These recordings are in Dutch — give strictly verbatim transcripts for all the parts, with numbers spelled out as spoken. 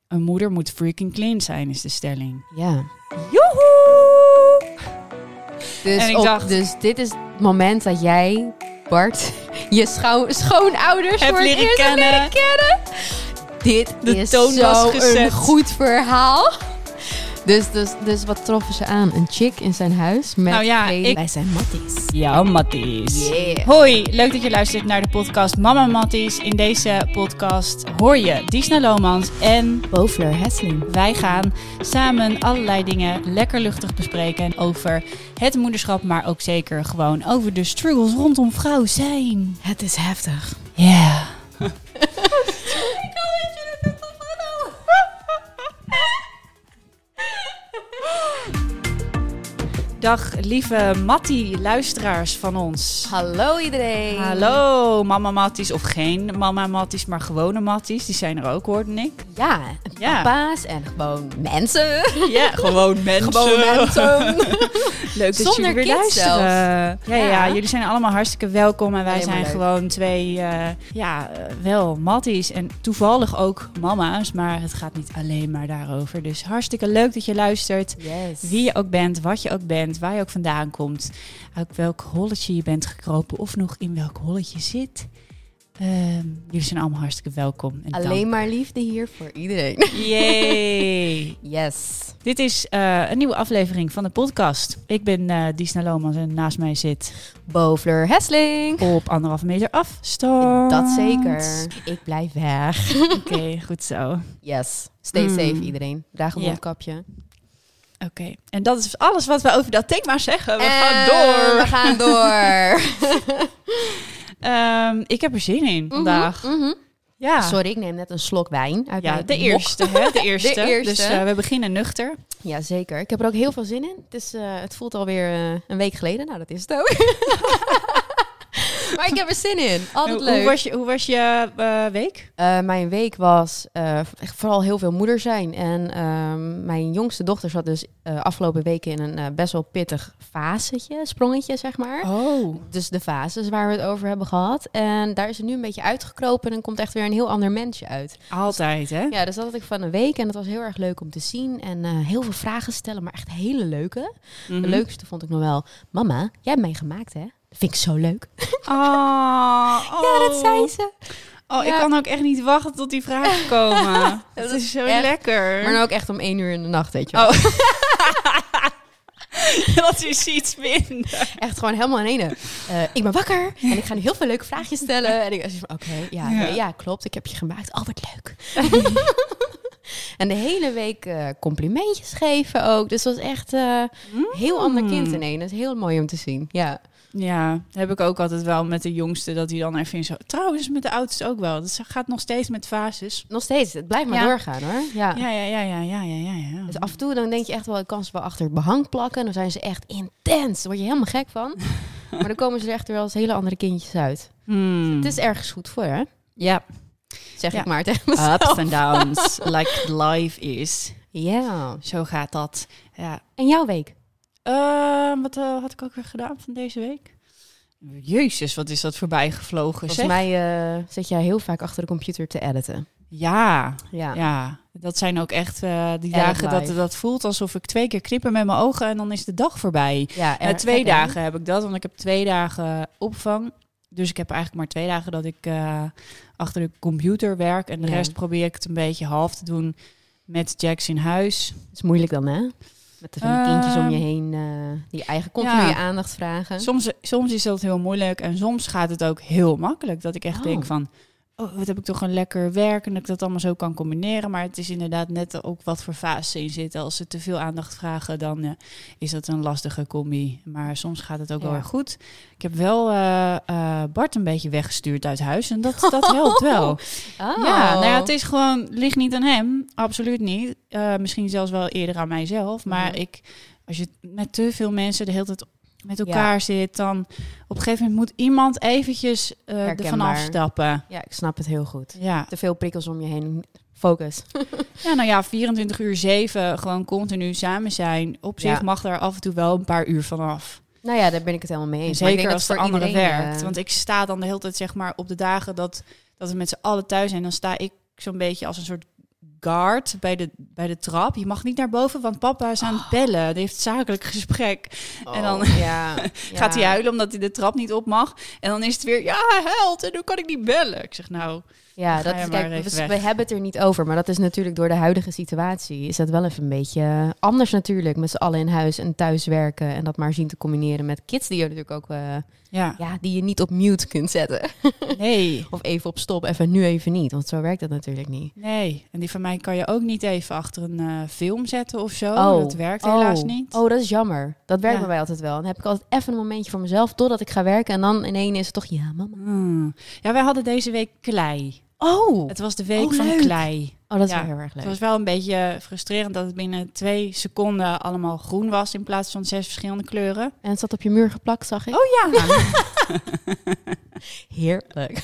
een moeder moet freaking clean zijn, is de stelling. Ja. Joehoe! Dus, En ik op, dacht- dus dit is het moment dat jij, Bart, je schou- schoonouders Heb voor het leren eerst hebt kennen. leren kennen. Dit De is toon was zo gezet. een goed verhaal. Dus, dus, dus wat troffen ze aan? Een chick in zijn huis met Nou ja, twee... ik- Wij zijn matties. Ja, Matties. Yeah. Hoi, leuk dat je luistert naar de podcast Mama Matties. In deze podcast hoor je Diesna Lomans en Bovler Hesseling. wij gaan samen allerlei dingen lekker luchtig bespreken over het moederschap, maar ook zeker gewoon over de struggles rondom vrouw zijn. Het is heftig. Ja. Yeah. Dag lieve Mattie-luisteraars van ons. Hallo iedereen. Hallo mama Matties, of geen mama Matties, maar gewone Matties. Die zijn er ook, hoorde ik. Ja, Ja. papa's en gewoon mensen. Ja, gewoon mensen. Gewoon mensen. Leuk dat Zonder jullie weer kids luisteren. zelfs. Ja, ja. Ja. jullie zijn allemaal hartstikke welkom. En wij Alleen maar zijn leuk. gewoon twee, eh, ja, eh, wel Matties. En toevallig ook mama's, maar het gaat niet alleen maar daarover. Dus hartstikke leuk dat je luistert. Yes. Wie je ook bent, wat je ook bent, waar je ook vandaan komt. Uit welk holletje je bent gekropen of nog in welk holletje zit. Ehm, jullie zijn allemaal hartstikke welkom. En Alleen maar liefde hier voor iedereen. Yay! Yes. Dit is eh, een nieuwe aflevering van de podcast. Ik ben eh Diesna Lomans en naast mij zit Bovler Hesseling. op anderhalve meter afstand. Dat zeker. Ik blijf weg. Oké, goed zo. Oké, Yes. Stay Mm. safe iedereen. Draag een Ja. mondkapje. en dat is alles wat we over dat thema zeggen. We En gaan door. We gaan door. Ehm, ik heb er zin in vandaag. Mhm, mhm. Ja. Sorry, ik neem net een slok wijn uit Ja, mijn de mok. eerste, hè? De eerste. De eerste. Dus eh, we beginnen nuchter. Ja, zeker. Ik heb er ook heel veel zin in. Het, is, eh, het voelt alweer uh, een week geleden. Nou, dat is het ook. Maar ik heb er zin in. Altijd hoe, leuk. hoe was je, hoe was je uh, week? Uh, mijn week was uh, echt vooral heel veel moeder zijn. En uh, mijn jongste dochter zat dus uh, afgelopen weken in een uh, best wel pittig fasetje, sprongetje zeg maar. Oh. Dus de fases waar we het over hebben gehad. En daar is ze nu een beetje uitgekropen en dan komt echt weer een heel ander mensje uit. Altijd, hè? Ja, dus dat had ik van een week en dat was heel erg leuk om te zien. En uh, heel veel vragen stellen, maar echt hele leuke. Mm-hmm. De leukste vond ik nog wel, mama, jij hebt meegemaakt hè? Dat vind ik zo leuk. Oh, oh. Ja, dat zei ze. Oh, Ja. ik kan ook echt niet wachten tot die vragen komen. Dat Het is is zo echt- lekker. Maar dan ook echt om één uur in de nacht, weet je wel. Oh. Dat is iets minder. Echt gewoon helemaal in ene. Uh, ik ben wakker en ik ga nu heel veel leuke vraagjes stellen. En ik was van, oké, ja, Ja. nee, ja, klopt. Ik heb je gemaakt. Oh, wat leuk. En de hele week uh, complimentjes geven ook. Dus dat was echt uh, heel ander kind in één. Dat is heel mooi om te zien. Ja. Ja, dat heb ik ook altijd wel met de jongste, dat hij dan even in zo... Trouwens, met de oudste ook wel. Dat gaat nog steeds met fases. Nog steeds. Het blijft maar Ja. doorgaan hoor. Ja. Ja, ja, ja, ja, ja, ja, ja. ja. Dus af en toe dan denk je echt wel, ik kan ze wel achter het behang plakken. Dan zijn ze echt intens. Daar word je helemaal gek van. Maar dan komen ze er echt weer als hele andere kindjes uit. Hmm. Het is ergens goed voor, hè? Ja, Zeg Ja. ik maar tegen mezelf. ups and downs, like life is. Ja. Zo gaat dat. Ja. En jouw week? Uh, wat uh, had ik ook weer gedaan van deze week? Jezus, wat is dat voorbij gevlogen, Volgens zeg. mij uh, zit jij heel vaak achter de computer te editen. Ja, Ja. ja, dat zijn ook echt uh, die Edit dagen dat live. dat voelt alsof ik twee keer knippen met mijn ogen en dan is de dag voorbij. Ja, Uh, twee dagen heb ik dat, want ik heb twee dagen opvang. Dus ik heb eigenlijk maar twee dagen dat ik uh, achter de computer werk. En de Ja. rest probeer ik het een beetje half te doen met Jax in huis. Dat is moeilijk dan, hè? Met de van die Uh, kindjes om je heen uh, die eigen continu ja. je aandacht vragen. Soms, soms is dat heel moeilijk en soms gaat het ook heel makkelijk. Dat ik echt Oh. denk van, oh, wat heb ik toch een lekker werk en dat ik dat allemaal zo kan combineren. Maar het is inderdaad net ook wat voor fases in zitten. Als ze te veel aandacht vragen, dan uh, is dat een lastige combi. Maar soms gaat het ook Ja. wel erg goed. Ik heb wel uh, uh, Bart een beetje weggestuurd uit huis en dat, dat helpt wel. Oh. Ja, nou ja, het is gewoon, ligt niet aan hem. Absoluut niet. Uh, misschien zelfs wel eerder aan mijzelf. Maar Mhm. ik, als je met te veel mensen de hele tijd met elkaar Ja. zit, dan op een gegeven moment moet iemand eventjes uh, ervan Herkenbaar. afstappen. Ja, ik snap het heel goed. Ja. Te veel prikkels om je heen. Focus. ja, nou ja, vierentwintig uur zeven, gewoon continu samen zijn. Op zich Ja. mag daar af en toe wel een paar uur van af. Nou ja, daar ben ik het helemaal mee En eens. Maar ik zeker denk als dat de voor andere iedereen, werkt. uh, Want ik sta dan de hele tijd, zeg maar, op de dagen dat, dat we met z'n allen thuis zijn. Dan sta ik zo'n beetje als een soort guard bij de, bij de trap. Je mag niet naar boven, want papa is aan het bellen. Die heeft een zakelijk gesprek. Oh, en dan ja, gaat hij ja. huilen omdat hij de trap niet op mag. En dan is het weer, ja, hij huilt en nu kan ik niet bellen. Ik zeg, nou... Ja, Ga dat je is, maar kijk, even we, weg. we hebben het er niet over, maar dat is natuurlijk door de huidige situatie is dat wel even een beetje anders natuurlijk. Met z'n allen in huis en thuis werken en dat maar zien te combineren met kids die je natuurlijk ook, uh, Ja, ja, die je niet op mute kunt zetten. nee. Of even op stop, even nu even niet, want zo werkt dat natuurlijk niet. Nee, en die van mij kan je ook niet even achter een uh, film zetten of zo. Oh, Dat werkt helaas oh. niet. Oh, dat is jammer. Dat werkt Ja. bij mij altijd wel. Dan heb ik altijd even een momentje voor mezelf totdat ik ga werken en dan ineens is het toch, ja mama. Hmm. Ja, wij hadden deze week klei. Oh, Het was de week Oh, van leuk. klei. oh dat is Ja, wel heel erg leuk. Het was wel een beetje frustrerend dat het binnen twee seconden allemaal groen was in plaats van zes verschillende kleuren. En het zat op je muur geplakt, zag ik. Oh ja! Heerlijk.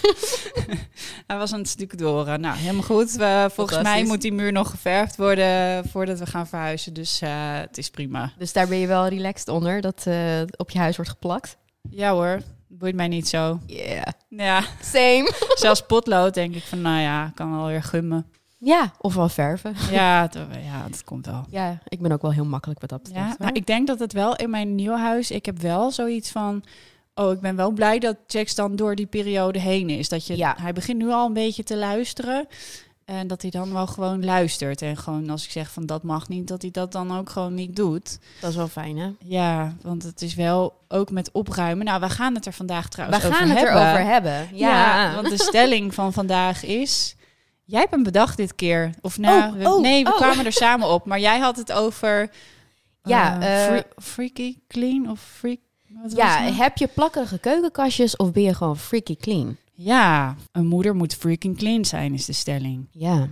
Hij was aan het stukken door. Nou, helemaal goed. We, volgens mij Fantastisch. moet die muur nog geverfd worden voordat we gaan verhuizen. Dus uh, het is prima. Dus daar ben je wel relaxed onder, dat uh, op je huis wordt geplakt. Ja hoor, boeit mij niet zo. Yeah. Ja, Same. zelfs potlood denk ik van, nou ja, kan wel weer gummen. Ja, of wel verven. Ja, het- ja, dat komt wel. Ja, ik ben ook wel heel makkelijk wat dat betreft. Ja, hoor. nou, ik denk dat het wel in mijn nieuwe huis, ik heb wel zoiets van, oh, ik ben wel blij dat Jax dan door die periode heen is. Dat je, Ja. hij begint nu al een beetje te luisteren en dat hij dan wel gewoon luistert. En gewoon als ik zeg van dat mag niet, dat hij dat dan ook gewoon niet doet. Dat is wel fijn, hè? Ja, want het is wel ook met opruimen. Nou, we gaan het er vandaag trouwens We gaan over het hebben. erover hebben. Ja, Ja, want de stelling van vandaag is... Jij hebt hem bedacht dit keer. Of nou, Oh, we- oh, nee, we oh. kwamen er samen op. Maar jij had het over... Ja, eh, eh, free- freaky clean of freak... Wat was ja, het nou? heb je plakkerige keukenkastjes of ben je gewoon freaky clean? Ja, een moeder moet freaking clean zijn, is de stelling. Ja.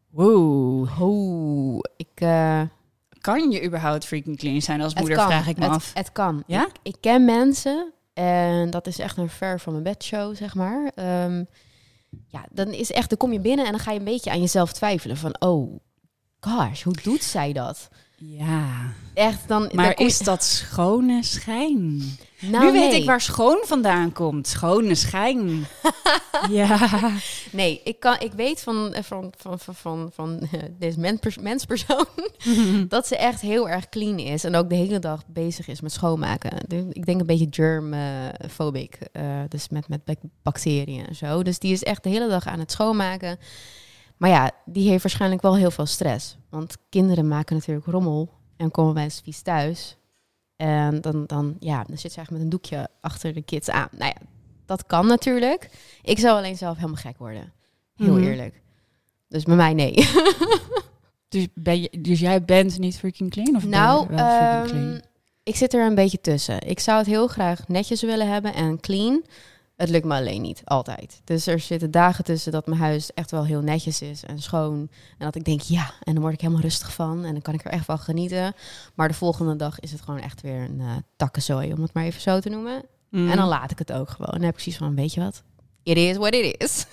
Wow. Oh, ik... eh, Kan je überhaupt freaking clean zijn als het moeder, kan. vraag ik me het, af. Het kan. Ja? Ik, ik ken mensen en dat is echt een ver van mijn bedshow, zeg maar. Ehm, ja, dan is echt, dan kom je binnen en dan ga je een beetje aan jezelf twijfelen van, oh, gosh, hoe doet zij dat? Ja. Echt, dan... dan Maar kom je- is dat schone schijn? Nou, nu weet nee. ik waar schoon vandaan komt. Schone schijn. Ja. Nee, ik, kan, ik weet van, van, van, van, van, van eh, deze menspers, menspersoon dat ze echt heel erg clean is. En ook de hele dag bezig is met schoonmaken. De- Ik denk een beetje germphobic. eh dus met, met bak- bacteriën en zo. Dus die is echt de hele dag aan het schoonmaken. Maar ja, die heeft waarschijnlijk wel heel veel stress. Want kinderen maken natuurlijk rommel en komen bij vies thuis. En dan, dan, ja, dan zit ze eigenlijk met een doekje achter de kids aan. Nou ja, dat kan natuurlijk. Ik zou alleen zelf helemaal gek worden. Heel Mhm. eerlijk. Dus bij mij nee. Dus, ben je, dus jij bent niet freaking clean? Of ben nou, je wel freaking ehm, clean? ik zit er een beetje tussen. Ik zou het heel graag netjes willen hebben en clean. Het lukt me alleen niet, altijd. Dus er zitten dagen tussen dat mijn huis echt wel heel netjes is en schoon. En dat ik denk, ja, en dan word ik helemaal rustig van. En dan kan ik er echt van genieten. Maar de volgende dag is het gewoon echt weer een uh, takkenzooi, om het maar even zo te noemen. Mm. En dan laat ik het ook gewoon. Dan heb ik precies van, weet je wat? It is what it is.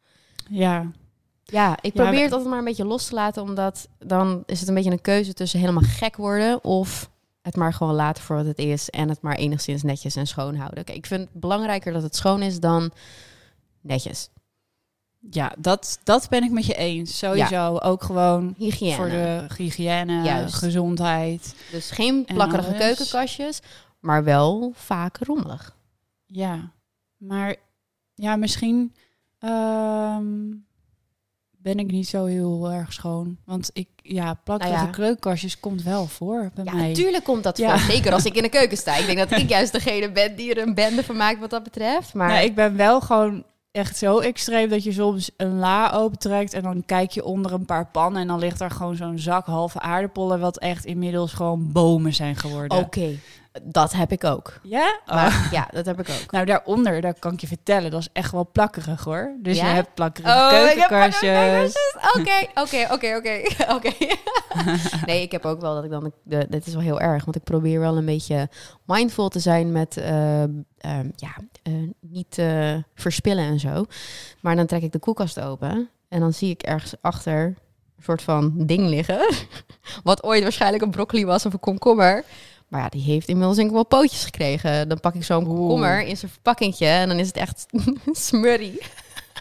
Ja. Ja, ik Ja, probeer we- het altijd maar een beetje los te laten, omdat dan is het een beetje een keuze tussen helemaal gek worden of het maar gewoon laten voor wat het is en het maar enigszins netjes en schoon houden. Kijk, ik vind het belangrijker dat het schoon is dan netjes. Ja, dat, dat ben ik met je eens. Sowieso ook gewoon Hygiëne. voor de hygiëne, Juist. gezondheid. Dus geen En plakkerige alles. keukenkastjes, maar wel vaak rommelig. Ja, maar ja, misschien ehm, ben ik niet zo heel erg schoon. Want ik, ja, plakkerige Nou ja. keukenkastjes komt wel voor bij Ja, mij. natuurlijk komt dat Ja. voor. Zeker als ik in de keuken sta. Ik denk dat ik juist degene ben die er een bende van maakt wat dat betreft. Maar Nou, ik ben wel gewoon echt zo extreem dat je soms een la opentrekt en dan kijk je onder een paar pannen en dan ligt daar gewoon zo'n zak halve aardappelen wat echt inmiddels gewoon bomen zijn geworden. oké, dat heb ik ook. Ja? Oh. Maar, ja, dat heb ik ook. Nou, daaronder, daar kan ik je vertellen, dat is echt wel plakkerig hoor. Dus Ja? je hebt plakkerige Oh, ik heb keukenkastjes. Oké, oké, oké, oké, oké. Nee, ik heb ook wel dat ik dan... De, dit is wel heel erg, want ik probeer wel een beetje mindful te zijn met... eh, ehm, ja, eh, niet eh, verspillen en zo. Maar dan trek ik de koelkast open en dan zie ik ergens achter een soort van ding liggen. Wat ooit waarschijnlijk een broccoli was of een komkommer. Maar ja, die heeft inmiddels denk ik wel pootjes gekregen. Dan pak ik zo'n Oeh. komkommer in zijn verpakkingje en dan is het echt smurrie.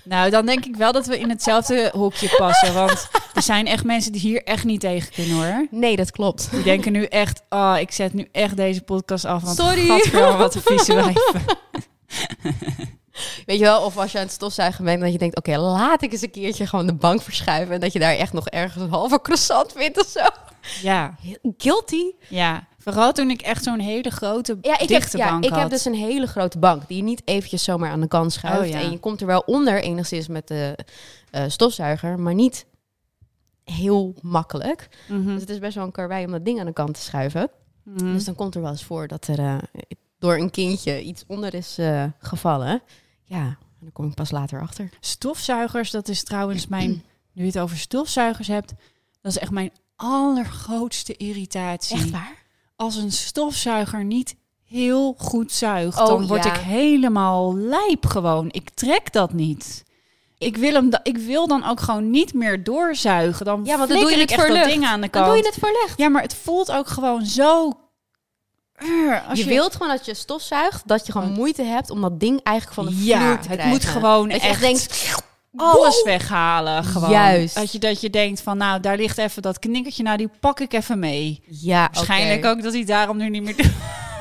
Nou, dan denk ik wel dat we in hetzelfde hokje passen. Want er zijn echt mensen die hier echt niet tegen kunnen, hoor. Nee, dat klopt. Die denken nu echt, oh, ik zet nu echt deze podcast af. Want Sorry. Gadverdamme, wat een vieze wijven. Weet je wel, of als je aan het stofzuigen bent, dat je denkt, oké, okay, laat ik eens een keertje gewoon de bank verschuiven. En dat je daar echt nog ergens een halve croissant vindt of zo. Ja. Guilty. Ja, vooral toen ik echt zo'n hele grote, ja, ik dichte heb, bank ja, had. ik heb dus een hele grote bank die je niet eventjes zomaar aan de kant schuift. Oh, ja. En je komt er wel onder enigszins met de uh, stofzuiger, maar niet heel makkelijk. Mm-hmm. Dus het is best wel een karwei om dat ding aan de kant te schuiven. Mm-hmm. Dus dan komt er wel eens voor dat er uh, door een kindje iets onder is uh, gevallen. Ja, en dan kom ik pas later achter. Stofzuigers, dat is trouwens mijn... Nu je het over stofzuigers hebt, dat is echt mijn allergrootste irritatie. Echt waar? Als een stofzuiger niet heel goed zuigt, Oh, dan word ja. ik helemaal lijp gewoon. Ik trek dat niet. Ik wil, hem da- ik wil dan ook gewoon niet meer doorzuigen. Dan Ja, want dan doe je flikker het ik voor echt dat lucht. ding aan de Dan kant. doe je het voor licht. Ja, maar het voelt ook gewoon zo... Uh, als Je, je wilt gewoon dat je stofzuigt, dat je gewoon moeite hebt om dat ding eigenlijk van de Ja, vloer te het krijgen. moet gewoon dat je echt... echt denkt, alles wow. weghalen gewoon. Juist. Dat je, dat je denkt van, nou, daar ligt even dat knikkertje. Nou, die pak ik even mee. Ja, Waarschijnlijk okay. ook dat hij daarom nu niet meer doet.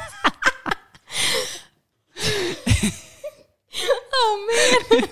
Oh man.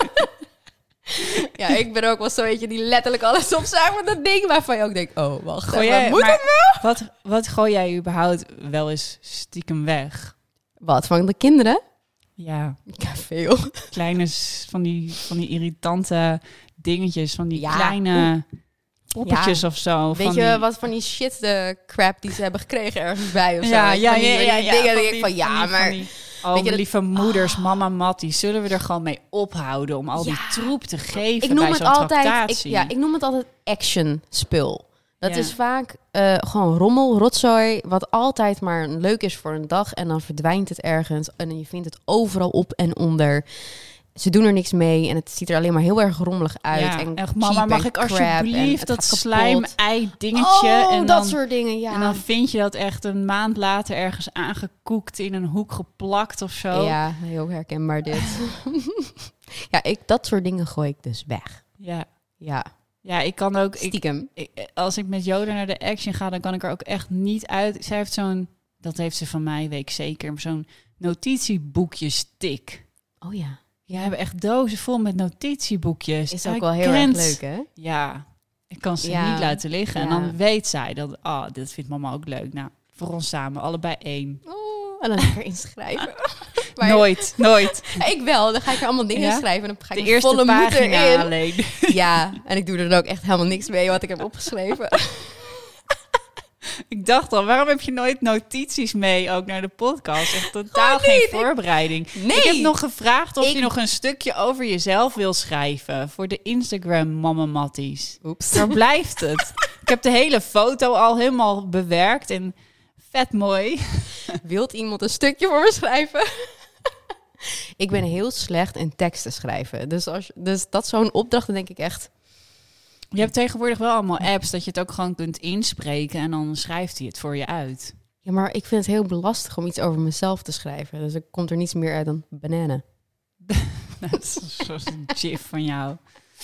Ja, ik ben ook wel zo eentje die letterlijk alles opzuigt met dat ding waarvan je ook denkt, oh, wacht, Gooi even, jij, moet maar het wel? Wat, wat gooi jij überhaupt wel eens stiekem weg? Wat, van de kinderen? Ja, Ja, veel. kleine s- van die, van die irritante dingetjes, van die Ja. kleine poppetjes of zo. Weet van je, die, wat van die shit de crap die ze hebben gekregen ergens bij of zo. Ja, ja, Van die- ja, ja, die ja, dingen van denk die- ik van, ja, van die- maar... van die- Oh, Weet je dat- lieve moeders, mama Mattie, zullen we er gewoon mee ophouden om al die Ja. troep te geven ik noem bij het zo'n altijd, ik, tractatie? ja, ik noem het altijd action spul. Dat Ja. is vaak uh, gewoon rommel, rotzooi, wat altijd maar leuk is voor een dag en dan verdwijnt het ergens en je vindt het overal op en onder. Ze doen er niks mee en het ziet er alleen maar heel erg rommelig uit. Ja, en echt, mama, cheap mag en ik crap en alsjeblieft het dat gaat kapot. slijm-ei-dingetje? Oh, en dat dan, soort dingen, ja. En dan vind je dat echt een maand later ergens aangekoekt in een hoek geplakt of zo. Ja, heel herkenbaar dit. Ja, ik, dat soort dingen gooi ik dus weg. Ja, Ja, ja ik kan ook... Ik, stiekem. ik, als ik met Joda naar de Action ga, dan kan ik er ook echt niet uit. Zij heeft zo'n... Dat heeft ze van mij, weet ik zeker. Zo'n notitieboekje stick. Oh ja. Ja, we hebben echt dozen vol met notitieboekjes. Is ook I wel heel can't- erg leuk, hè? Ja, ik kan ze Ja. niet laten liggen. En Ja. dan weet zij dat, oh, dit vindt mama ook leuk. Nou, voor ons samen, allebei één. Oh, en dan lekker inschrijven. Maar Nooit, nooit. ik wel. Dan ga ik er allemaal dingen Ja? schrijven en dan ga ik De met eerste volle moed pagina erin. alleen. Ja, en ik doe er dan ook echt helemaal niks mee wat ik heb opgeschreven. Ik dacht al, waarom heb je nooit notities mee, ook naar de podcast? Echt totaal Gewoon geen niet. Ik- voorbereiding. Nee. Ik heb nog gevraagd of Ik- je nog een stukje over jezelf wil schrijven voor de Instagram Mama Matties. Oeps. Waar blijft het? Ik heb de hele foto al helemaal bewerkt en vet mooi. Wilt iemand een stukje voor me schrijven? Ik ben heel slecht in teksten schrijven. Dus, als, dus dat is zo'n opdracht, dan denk ik echt... Je hebt tegenwoordig wel allemaal apps dat je het ook gewoon kunt inspreken en dan schrijft hij het voor je uit. Ja, maar ik vind het heel lastig om iets over mezelf te schrijven. Dus er komt er niets meer uit dan bananen. Dat is zo'n gif van jou.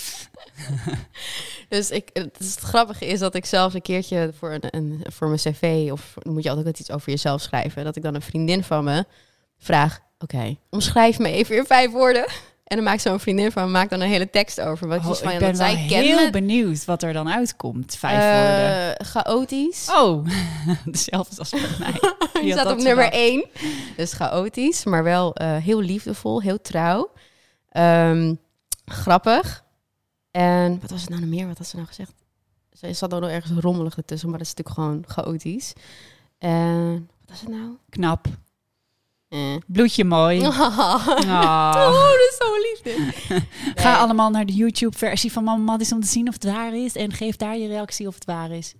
Dus ik, het, is het grappige is dat ik zelfs een keertje voor, een, een, voor mijn cv... of moet je altijd iets over jezelf schrijven... dat ik dan een vriendin van me vraag... oké, okay, omschrijf me even in vijf woorden... En dan maakt zo'n vriendin van me maakt dan een hele tekst over. Wat Oh, is van, ik ja, ben dat wel zij heel kennen. benieuwd wat er dan uitkomt. Vijf Uh, woorden. Chaotisch. Oh, dezelfde als bij mij. Wie Je had staat dat op nummer gedacht? één. Dus chaotisch, maar wel uh, heel liefdevol, heel trouw. Um, grappig. En wat was het nou nog meer? Wat had ze nou gezegd? Ze zat ook nog ergens rommelig ertussen, maar dat is natuurlijk gewoon chaotisch. En wat was het nou? Knap. Eh. Bloedje mooi. Oh, Ah. dat is zo lief dit. Ga Nee. allemaal naar de YouTube-versie van Mama Matties om te zien of het waar is. En geef daar je reactie of het waar is.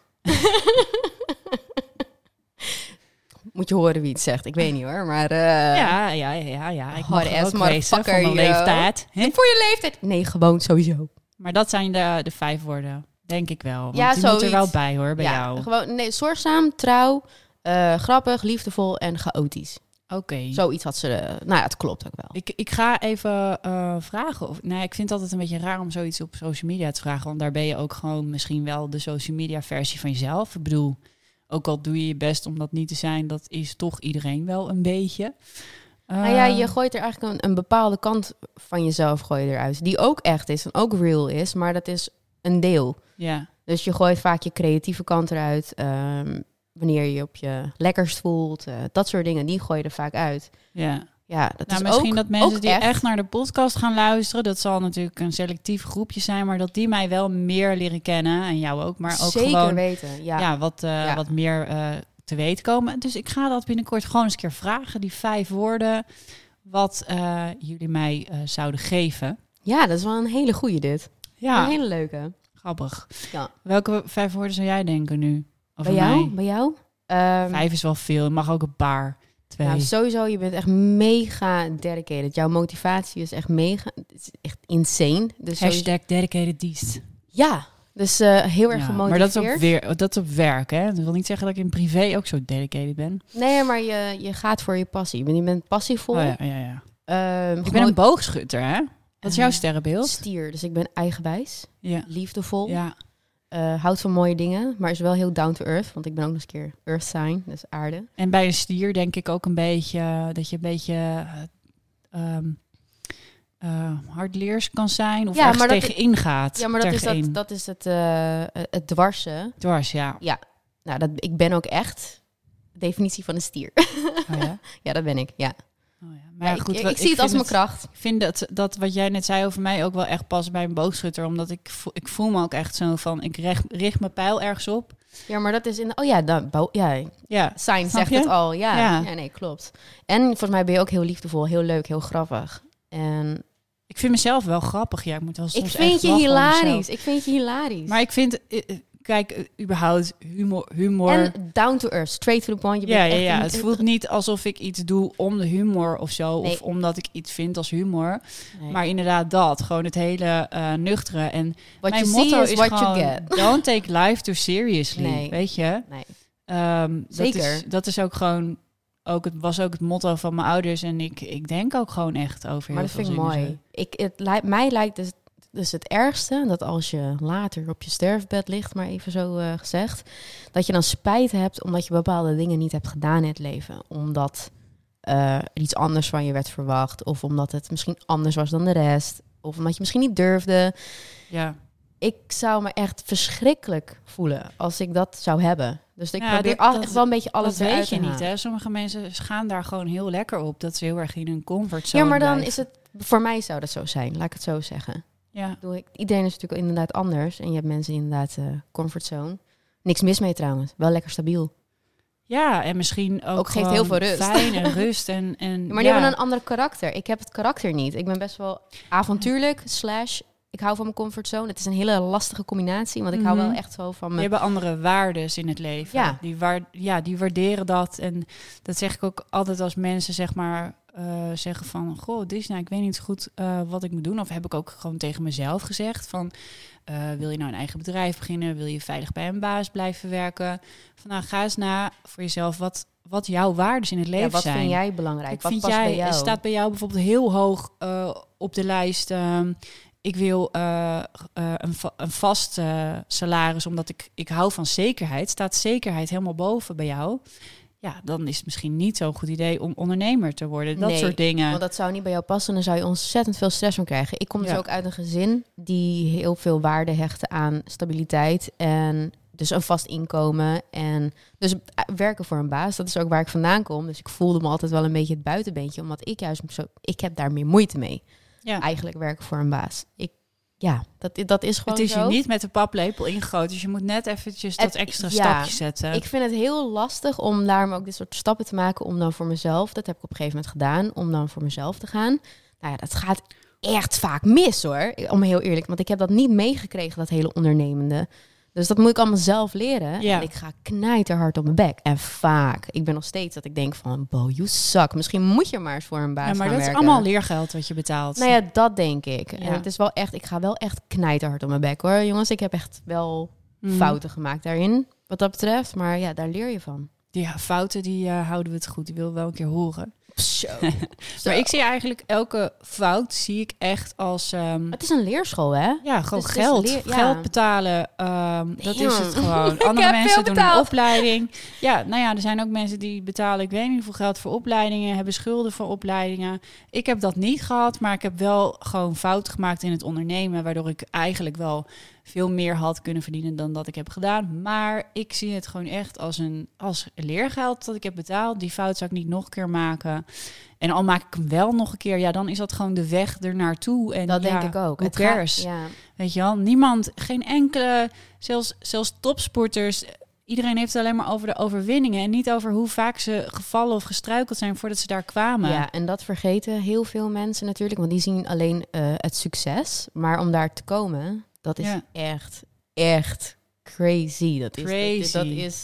Moet je horen wie het zegt. Ik weet niet hoor, maar... Uh, Ja, ja, ja, ja. Ik hard mag er ass ook wezen van motherfucker, mijn yo. leeftijd. Hè? Voor je leeftijd? Nee, gewoon sowieso. Maar dat zijn de, de vijf woorden. Denk ik wel. Want Ja, die moet er zoiets. wel bij hoor, bij ja, jou. Gewoon, nee, zorgzaam, trouw, uh, grappig, liefdevol en chaotisch. Oké. Okay. Zoiets had ze... Uh, nou ja, het klopt ook wel. Ik, ik ga even uh, vragen. Of, nou, ik vind het altijd een beetje raar om zoiets op social media te vragen. Want daar ben je ook gewoon misschien wel de social media versie van jezelf. Ik bedoel, ook al doe je je best om dat niet te zijn, dat is toch iedereen wel een beetje. Uh, nou ja, je gooit er eigenlijk een, een bepaalde kant van jezelf gooi je eruit. Die ook echt is en ook real is, maar dat is een deel. Ja. Dus je gooit vaak je creatieve kant eruit. Um, wanneer je je op je lekkerst voelt. Uh, dat soort dingen, die gooi je er vaak uit. Ja. Ja, dat nou, is misschien ook, dat mensen ook die echt... echt naar de podcast gaan luisteren, dat zal natuurlijk een selectief groepje zijn, maar dat die mij wel meer leren kennen en jou ook, maar ook Zeker gewoon weten, ja. Ja, wat, uh, ja. wat meer uh, te weten komen. Dus ik ga dat binnenkort gewoon eens een keer vragen, die vijf woorden, wat uh, jullie mij uh, zouden geven. Ja, dat is wel een hele goeie dit. Ja. Een hele leuke. Grappig. Ja. Welke vijf woorden zou jij denken nu? Bij jou? Mij? Bij jou? Um, Vijf is wel veel, het mag ook een paar. Twee. Nou, sowieso, je bent echt mega dedicated. Jouw motivatie is echt mega, het is echt insane. Dus Hashtag sowieso... dedicated diest. Ja, dus uh, heel erg ja, gemotiveerd. Maar dat is, op weer, dat is op werk, hè? Dat wil niet zeggen dat ik in privé ook zo dedicated ben. Nee, maar je, je gaat voor je passie. Je bent passievol. Oh, ja, ja, ja. Um, ik ben een boogschutter, hè? Wat is jouw sterrenbeeld? Stier, dus ik ben eigenwijs, ja. liefdevol. Ja. Uh, houdt van mooie dingen, maar is wel heel down to earth. Want ik ben ook nog eens een keer earth sign, dus aarde. En bij een stier denk ik ook een beetje dat je een beetje uh, um, uh, hardleers kan zijn. Of ja, ergens tegenin gaat. Ja, maar dat is, dat, dat is het, uh, het dwarsen. Dwars, ja. Ja, nou, dat, ik ben ook echt de definitie van een stier. Oh, ja? Ja, dat ben ik, ja. Oh, ja. Maar ja, goed, ik, ik, wat, ik zie ik het als mijn het, kracht. Ik vind dat, dat wat jij net zei over mij ook wel echt past bij een boogschutter. Omdat ik, voel, ik voel me ook echt zo van, ik richt, richt mijn pijl ergens op. Ja, maar dat is in... Oh ja, dan, ja, ja. Sign zegt je? het al. Ja. Ja. ja, nee, klopt. En volgens mij ben je ook heel liefdevol, heel leuk, heel grappig. En... Ik vind mezelf wel grappig. Ja, ik moet wel soms Ik vind echt je hilarisch. Ik vind je hilarisch. Maar ik vind... Uh, Kijk, uh, überhaupt humor, humor... En down to earth, straight to the point. Je ja, bent ja, echt ja. een... Het voelt niet alsof ik iets doe om de humor of zo. Nee. Of omdat ik iets vind als humor. Nee. Maar inderdaad dat. Gewoon het hele uh, nuchtere. En what mijn you motto is is what gewoon... you get. Don't take life too seriously. Nee. Weet je? Nee. Um, Zeker. Dat is, dat is ook gewoon... Ook het was ook het motto van mijn ouders. En ik, ik denk ook gewoon echt over maar heel dat veel vind ik mooi. Zo. Ik, het, li- mij lijkt dus... Dus het ergste, dat als je later op je sterfbed ligt, maar even zo uh, gezegd, dat je dan spijt hebt omdat je bepaalde dingen niet hebt gedaan in het leven. Omdat uh, iets anders van je werd verwacht, of omdat het misschien anders was dan de rest, of omdat je misschien niet durfde. Ja. Ik zou me echt verschrikkelijk voelen als ik dat zou hebben. Dus ik ja, probeer dat, echt wel een beetje alles dat eruit weet je te niet, halen. hè? Sommige mensen gaan daar gewoon heel lekker op. Dat ze heel erg in hun comfortzone Ja, maar dan blijven. is het... Voor mij zou dat zo zijn, laat ik het zo zeggen. Ja. Iedereen is natuurlijk inderdaad anders. En je hebt mensen inderdaad uh, comfortzone. Niks mis mee trouwens. Wel lekker stabiel. Ja, en misschien ook, ook geeft heel veel rust. Fijn en rust. En, en, ja, maar die ja. hebben een ander karakter. Ik heb het karakter niet. Ik ben best wel avontuurlijk, slash... Ik hou van mijn comfortzone. Het is een hele lastige combinatie. Want ik mm-hmm. hou wel echt zo van me. Die hebben andere waardes in het leven. Ja. Die, waar, ja, die waarderen dat. En dat zeg ik ook altijd als mensen zeg maar uh, zeggen van... Goh, Disney, ik weet niet goed uh, wat ik moet doen. Of heb ik ook gewoon tegen mezelf gezegd van... Uh, wil je nou een eigen bedrijf beginnen? Wil je veilig bij een baas blijven werken? Van, nou, ga eens na voor jezelf wat, wat jouw waardes in het leven ja, wat zijn. Wat vind jij belangrijk? Ik wat vind past jij, bij jou? staat bij jou bijvoorbeeld heel hoog uh, op de lijst... Uh, Ik wil uh, uh, een, va- een vast uh, salaris, omdat ik, ik hou van zekerheid. Staat zekerheid helemaal boven bij jou? Ja, dan is het misschien niet zo'n goed idee om ondernemer te worden. Dat nee, soort dingen. Want dat zou niet bij jou passen. Dan zou je ontzettend veel stress van krijgen. Ik kom dus ja. ook uit een gezin die heel veel waarde hechten aan stabiliteit. En dus een vast inkomen. En dus werken voor een baas. Dat is ook waar ik vandaan kom. Dus ik voelde me altijd wel een beetje het buitenbeentje. Omdat ik juist zo... Ik heb daar meer moeite mee. Ja. Eigenlijk werken voor een baas. Ik, ja, dat, dat is gewoon Het is zo. je niet met de paplepel ingegoten. Dus je moet net eventjes dat het, extra ja, stapje zetten. Ik vind het heel lastig om daarom ook dit soort stappen te maken. Om dan voor mezelf, dat heb ik op een gegeven moment gedaan. Om dan voor mezelf te gaan. Nou ja, dat gaat echt vaak mis hoor. Om heel eerlijk. Want ik heb dat niet meegekregen, dat hele ondernemende. Dus dat moet ik allemaal zelf leren. Ja. En ik ga knijterhard op mijn bek. En vaak. Ik ben nog steeds dat ik denk van... Bo, you suck. Misschien moet je maar eens voor een baas gaan werken. Ja, maar dat is allemaal leergeld wat je betaalt. Nou ja, dat denk ik. Ja. En het is wel echt... Ik ga wel echt knijterhard op mijn bek hoor. Jongens, ik heb echt wel mm. fouten gemaakt daarin. Wat dat betreft. Maar ja, daar leer je van. Die fouten, die uh, houden we het goed. Die willen we wel een keer horen. Zo. Maar ik zie eigenlijk elke fout zie ik echt als... Um, het is een leerschool, hè? Ja, gewoon dus geld. Leer, ja. Geld betalen. Um, dat Damn. is het gewoon. Andere mensen doen betaald. een opleiding. Ja, nou ja, er zijn ook mensen die betalen... ik weet niet hoeveel geld voor opleidingen... hebben schulden voor opleidingen. Ik heb dat niet gehad, maar ik heb wel gewoon fouten gemaakt in het ondernemen... waardoor ik eigenlijk wel veel meer had kunnen verdienen dan dat ik heb gedaan. Maar ik zie het gewoon echt als een als leergeld dat ik heb betaald. Die fout zou ik niet nog een keer maken. En al maak ik hem wel nog een keer, ja, dan is dat gewoon de weg ernaartoe. En dat ja, denk ik ook. Who het cares? Gaat, ja. Weet je wel, niemand, geen enkele, zelfs, zelfs topsporters... Iedereen heeft het alleen maar over de overwinningen... en niet over hoe vaak ze gevallen of gestruikeld zijn... voordat ze daar kwamen. Ja, en dat vergeten heel veel mensen natuurlijk. Want die zien alleen uh, het succes. Maar om daar te komen, dat is ja. echt, echt crazy. Dat is, crazy. Dat, dat is...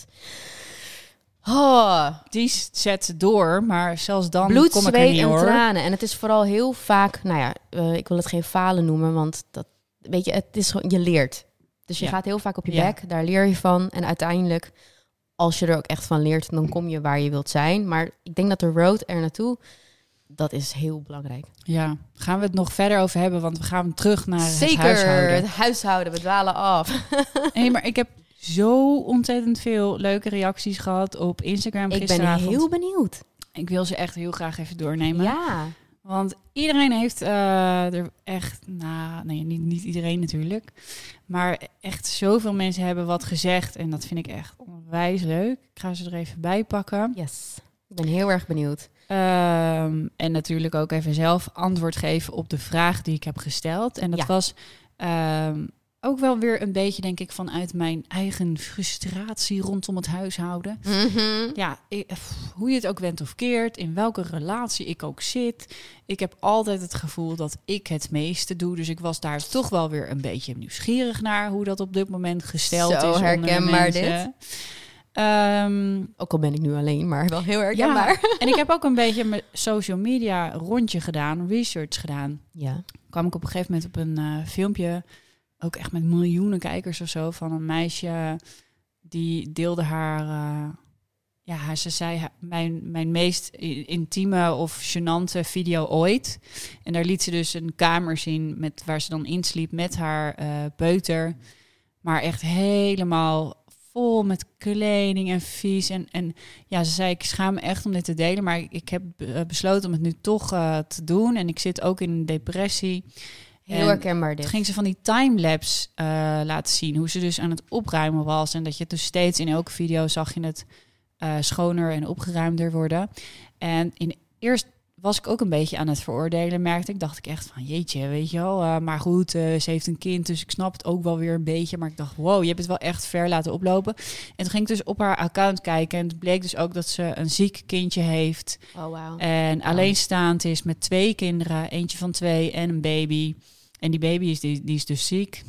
Oh. Die zet door, maar zelfs dan bloed, kom ik zweet er niet en hoor. tranen. En het is vooral heel vaak... Nou ja, uh, ik wil het geen falen noemen... want dat, weet je, het is gewoon... Je leert. Dus je ja. gaat heel vaak op je ja. bek, daar leer je van. En uiteindelijk, als je er ook echt van leert... dan kom je waar je wilt zijn. Maar ik denk dat de road er naartoe, dat is heel belangrijk. Ja, gaan we het nog verder over hebben... want we gaan terug naar Zeker, het huishouden. het huishouden, we dwalen af. Nee, maar ik heb zo ontzettend veel leuke reacties gehad op Instagram gisteravond. Ik ben heel benieuwd. Ik wil ze echt heel graag even doornemen. Ja. Want iedereen heeft uh, er echt, nou, nee, niet, niet iedereen natuurlijk, maar echt zoveel mensen hebben wat gezegd en dat vind ik echt onwijs leuk. Ik ga ze er even bij pakken. Yes, ik ben heel erg benieuwd. Um, en natuurlijk ook even zelf antwoord geven op de vraag die ik heb gesteld. En dat ja. was um, ook wel weer een beetje, denk ik, vanuit mijn eigen frustratie rondom het huishouden. Mm-hmm. Ja, ik, hoe je het ook went of keert, in welke relatie ik ook zit. Ik heb altijd het gevoel dat ik het meeste doe. Dus ik was daar toch wel weer een beetje nieuwsgierig naar hoe dat op dit moment gesteld Zo is. Zo herkenbaar dit. Um, ook al ben ik nu alleen, maar wel heel herkenbaar. Ja, en ik heb ook een beetje mijn social media rondje gedaan, research gedaan. Ja. Kwam ik op een gegeven moment op een uh, filmpje... ook echt met miljoenen kijkers of zo... van een meisje die deelde haar... Uh, ja, ze zei mijn, mijn meest intieme of gênante video ooit. En daar liet ze dus een kamer zien... Met, waar ze dan insliep met haar uh, peuter. Maar echt helemaal vol met kleding en vies. En, en ja, ze zei, ik schaam me echt om dit te delen... maar ik, ik heb uh, besloten om het nu toch uh, te doen. En ik zit ook in een depressie... Heel en herkenbaar dit. Toen ging ze van die timelapse uh, laten zien. Hoe ze dus aan het opruimen was. En dat je het dus steeds in elke video zag je het uh, schoner en opgeruimder worden. En in, eerst was ik ook een beetje aan het veroordelen. Merkte ik, dacht ik echt van jeetje, weet je wel. Uh, maar goed, uh, ze heeft een kind, dus ik snap het ook wel weer een beetje. Maar ik dacht, wow, je hebt het wel echt ver laten oplopen. En toen ging ik dus op haar account kijken. En het bleek dus ook dat ze een ziek kindje heeft. Oh, wow. En alleenstaand is met twee kinderen. Eentje van twee en een baby. En die baby is, die, die is dus ziek.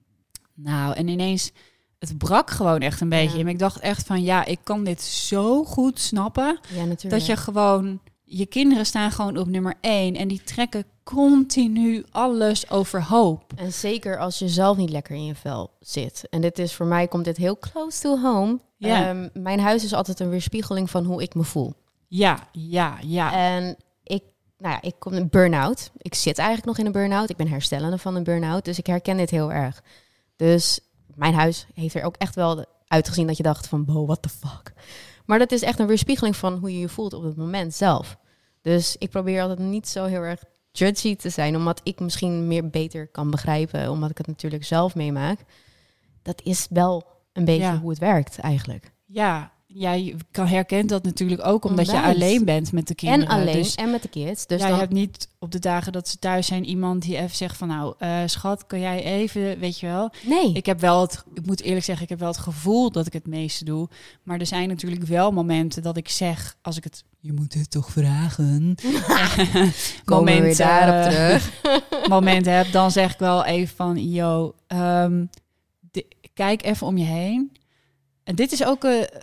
Nou, en ineens, het brak gewoon echt een beetje. Ja. En ik dacht echt van, ja, ik kan dit zo goed snappen. Ja, natuurlijk. Dat je gewoon, je kinderen staan gewoon op nummer één. En die trekken continu alles overhoop. En zeker als je zelf niet lekker in je vel zit. En dit is, voor mij komt dit heel close to home. Ja. Um, mijn huis is altijd een weerspiegeling van hoe ik me voel. Ja, ja, ja. En ik Nou ja, ik kom een burn-out. Ik zit eigenlijk nog in een burn-out. Ik ben herstellende van een burn-out. Dus ik herken dit heel erg. Dus mijn huis heeft er ook echt wel uitgezien dat je dacht van... Bo, what the fuck? Maar dat is echt een weerspiegeling van hoe je je voelt op het moment zelf. Dus ik probeer altijd niet zo heel erg judgy te zijn... omdat ik misschien meer beter kan begrijpen... omdat ik het natuurlijk zelf meemaak. Dat is wel een beetje ja. hoe het werkt eigenlijk. Ja, ja, je kan herkent dat natuurlijk ook omdat Onwijs. je alleen bent met de kinderen. En alleen dus en met de kids. Dus jij dan... hebt niet op de dagen dat ze thuis zijn iemand die even zegt van nou, uh, schat, kan jij even, weet je wel? Nee. Ik heb wel het, ik moet eerlijk zeggen, ik heb wel het gevoel dat ik het meeste doe. Maar er zijn natuurlijk wel momenten dat ik zeg, als ik het, je moet het toch vragen. Komen we weer daarop terug. moment heb, dan zeg ik wel even van, yo, um, de, kijk even om je heen. En dit is ook een... Uh,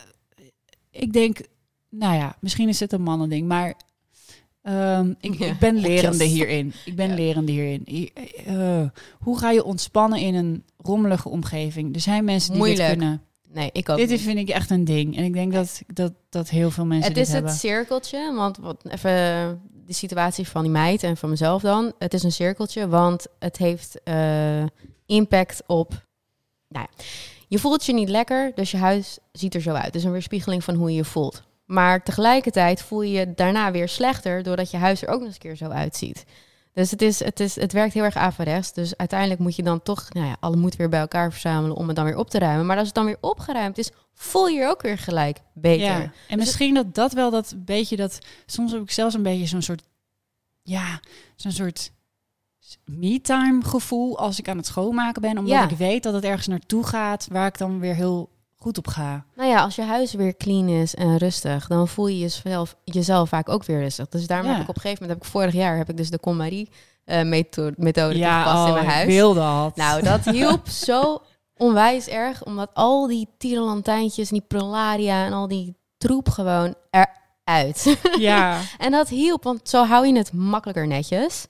Ik denk, nou ja, misschien is het een mannending, maar um, ik, ja, ik ben lerende hierin. Ik ben ja. lerende hierin. Uh, hoe ga je ontspannen in een rommelige omgeving? Er zijn mensen die Moeilijk. dit kunnen. Nee, ik ook Dit niet. is, vind ik echt een ding. En ik denk dat, dat, dat heel veel mensen Het dit is hebben. het cirkeltje, want wat, even de situatie van die meid en van mezelf dan. Het is een cirkeltje, want het heeft uh, impact op... Nou ja, je voelt je niet lekker, dus je huis ziet er zo uit. Het is een weerspiegeling van hoe je je voelt. Maar tegelijkertijd voel je je daarna weer slechter, doordat je huis er ook nog eens een keer zo uitziet. Dus het, is, het, is, het werkt heel erg averechts. Dus uiteindelijk moet je dan toch nou ja, alle moed weer bij elkaar verzamelen om het dan weer op te ruimen. Maar als het dan weer opgeruimd is, voel je je ook weer gelijk beter. Ja, en dus misschien dat dat wel dat beetje dat... Soms heb ik zelfs een beetje zo'n soort... Ja, zo'n soort me-time gevoel als ik aan het schoonmaken ben. Omdat ja. ik weet dat het ergens naartoe gaat waar ik dan weer heel goed op ga. Nou ja, als je huis weer clean is en rustig, dan voel je jezelf, jezelf vaak ook weer rustig. Dus daarom Ja. heb ik op een gegeven moment, heb ik vorig jaar, heb ik dus de KonMari uh, methode, methode Ja, toegepast oh, in mijn huis. ik wil dat. Nou, dat hielp zo onwijs erg, omdat al die tierenlantijntjes en die prularia en al die troep gewoon eruit. Ja. En dat hielp, want zo hou je het makkelijker netjes.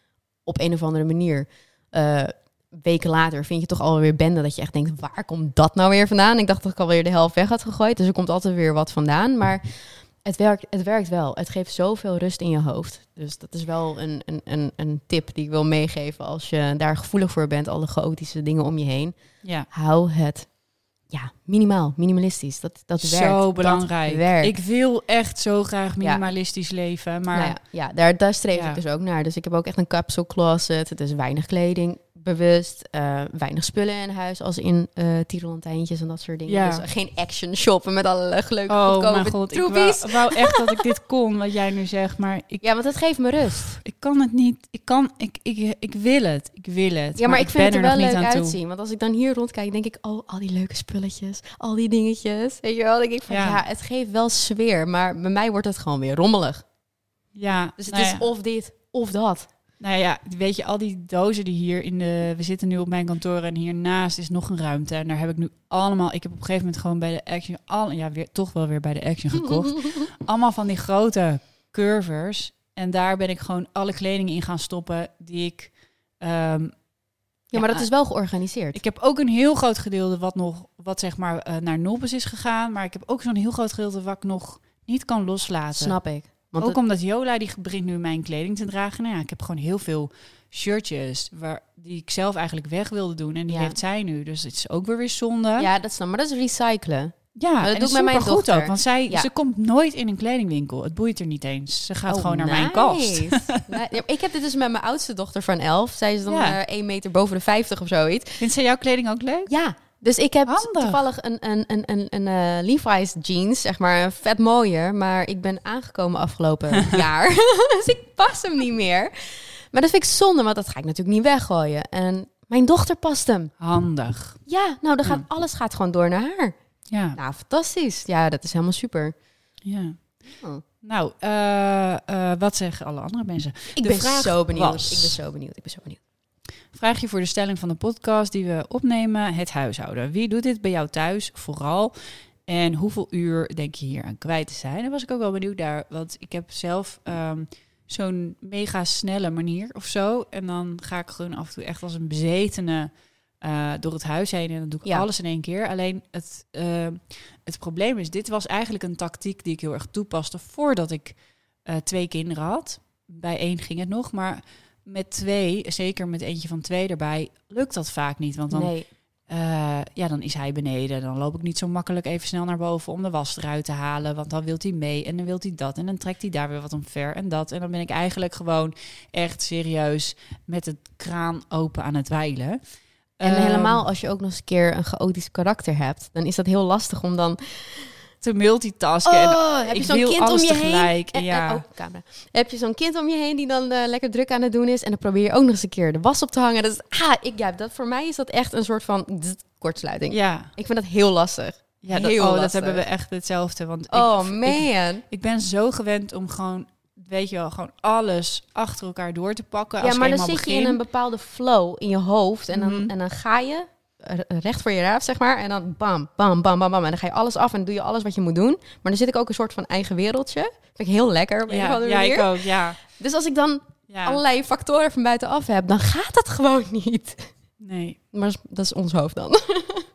Op een of andere manier. Uh, weken later vind je toch alweer bende dat je echt denkt, waar komt dat nou weer vandaan? Ik dacht dat ik alweer de helft weg had gegooid, dus er komt altijd weer wat vandaan. Maar het werkt, het werkt wel. Het geeft zoveel rust in je hoofd. Dus dat is wel een, een, een, een tip die ik wil meegeven als je daar gevoelig voor bent, alle chaotische dingen om je heen. Ja. Hou het ja, minimaal, minimalistisch. Dat, dat werkt. Zo belangrijk. Dat werkt. Ik wil echt zo graag minimalistisch ja. leven, maar... Nou ja, ja, daar, daar streef ja. ik dus ook naar. Dus ik heb ook echt een capsule closet. Het is weinig kleding, bewust. Uh, weinig spullen in huis, als in uh, tierenlantijntjes en dat soort dingen. Ja. Dus geen action shoppen met alle leuke oh, goedkope mijn god, troepies. Ik wou, wou echt dat ik dit kon, wat jij nu zegt, maar ik... Ja, want het geeft me rust. Ik kan het niet. Ik kan, ik, ik, ik wil het. Ik wil het. Ja, maar, maar ik, ik vind het er wel leuk aan uitzien. Toe. Want als ik dan hier rondkijk, denk ik, oh, al die leuke spulletjes, al die dingetjes. Weet je wel, denk ik van, ja. ja, het geeft wel sfeer, maar bij mij wordt het gewoon weer rommelig. Ja. Dus het nou is ja. of dit, of dat. Nou ja, weet je, al die dozen die hier in de... We zitten nu op mijn kantoor en hiernaast is nog een ruimte. En daar heb ik nu allemaal... Ik heb op een gegeven moment gewoon bij de Action... Al, ja, weer, toch wel weer bij de Action gekocht. allemaal van die grote curvers. En daar ben ik gewoon alle kleding in gaan stoppen die ik... Um, ja, ja, maar dat is wel georganiseerd. Ik heb ook een heel groot gedeelte wat nog... Wat zeg maar uh, naar Noppes is gegaan. Maar ik heb ook zo'n heel groot gedeelte wat ik nog niet kan loslaten. Snap ik. Want ook het... omdat Jola, die begint nu mijn kleding te dragen. Nou ja, ik heb gewoon heel veel shirtjes waar, die ik zelf eigenlijk weg wilde doen. En die ja. heeft zij nu. Dus het is ook weer weer zonde. Ja, dat snap, maar dat is recyclen. Ja, maar dat en doe ik met mijn goed dochter. ook. Want zij, ja. ze komt nooit in een kledingwinkel. Het boeit er niet eens. Ze gaat oh, gewoon naar nice. mijn kast. ja, ik heb dit dus met mijn oudste dochter van elf. Zij is dan ja. uh, één meter boven de vijftig of zoiets. Vindt zij jouw kleding ook leuk? Ja. Dus ik heb Handig. toevallig een, een, een, een, een uh, Levi's jeans, zeg maar, vet mooier. Maar ik ben aangekomen afgelopen jaar. Dus ik pas hem niet meer. Maar dat vind ik zonde, want dat ga ik natuurlijk niet weggooien. En mijn dochter past hem. Handig. Ja, nou, dan gaat, ja. alles gaat gewoon door naar haar. Ja. Nou, fantastisch. Ja, dat is helemaal super. Ja. Oh. Nou, uh, uh, wat zeggen alle andere mensen? Ik de ben zo benieuwd. Was... Ik ben zo benieuwd. Ik ben zo benieuwd. Vraagje voor de stelling van de podcast die we opnemen. Het huishouden. Wie doet dit bij jou thuis vooral? En hoeveel uur denk je hier aan kwijt te zijn? Daar was ik ook wel benieuwd naar. Want ik heb zelf um, zo'n mega snelle manier of zo. En dan ga ik gewoon af en toe echt als een bezetene uh, door het huis heen. En dan doe ik ja. alles in één keer. Alleen het, uh, het probleem is, dit was eigenlijk een tactiek die ik heel erg toepaste voordat ik uh, twee kinderen had. Bij één ging het nog, maar... Met twee, zeker met eentje van twee erbij, lukt dat vaak niet. Want dan, nee. uh, ja, dan is hij beneden. Dan loop ik niet zo makkelijk even snel naar boven om de was eruit te halen. Want dan wil hij mee en dan wil hij dat. En dan trekt hij daar weer wat omver en dat. En dan ben ik eigenlijk gewoon echt serieus met het kraan open aan het dweilen. En um, helemaal als je ook nog eens een keer een chaotisch karakter hebt, dan is dat heel lastig om dan... te multitasken. Oh, en heb je ik zo'n wil kind alles om je tegelijk. heen? En, ja. en, oh, camera. Heb je zo'n kind om je heen die dan uh, lekker druk aan het doen is en dan probeer je ook nog eens een keer de was op te hangen. Dat is, ah, ik, ja, dat, voor mij is dat echt een soort van zzz, kortsluiting. Ja. Ik vind dat heel lastig. Ja, dat, heel oh, lastig. dat hebben we echt hetzelfde. Want oh ik, man. Ik, ik ben zo gewend om gewoon, weet je wel, gewoon alles achter elkaar door te pakken. Ja, als maar ik dan zit begin. je in een bepaalde flow in je hoofd en dan, mm-hmm. en dan ga je recht voor je raaf, zeg maar. En dan bam, bam, bam, bam, bam. En dan ga je alles af en dan doe je alles wat je moet doen. Maar dan zit ik ook een soort van eigen wereldje. Vind ik heel lekker. Op een ja, of andere ja manier. ik ook, ja. Dus als ik dan ja. allerlei factoren van buitenaf heb, dan gaat dat gewoon niet. Nee. Maar dat is ons hoofd dan.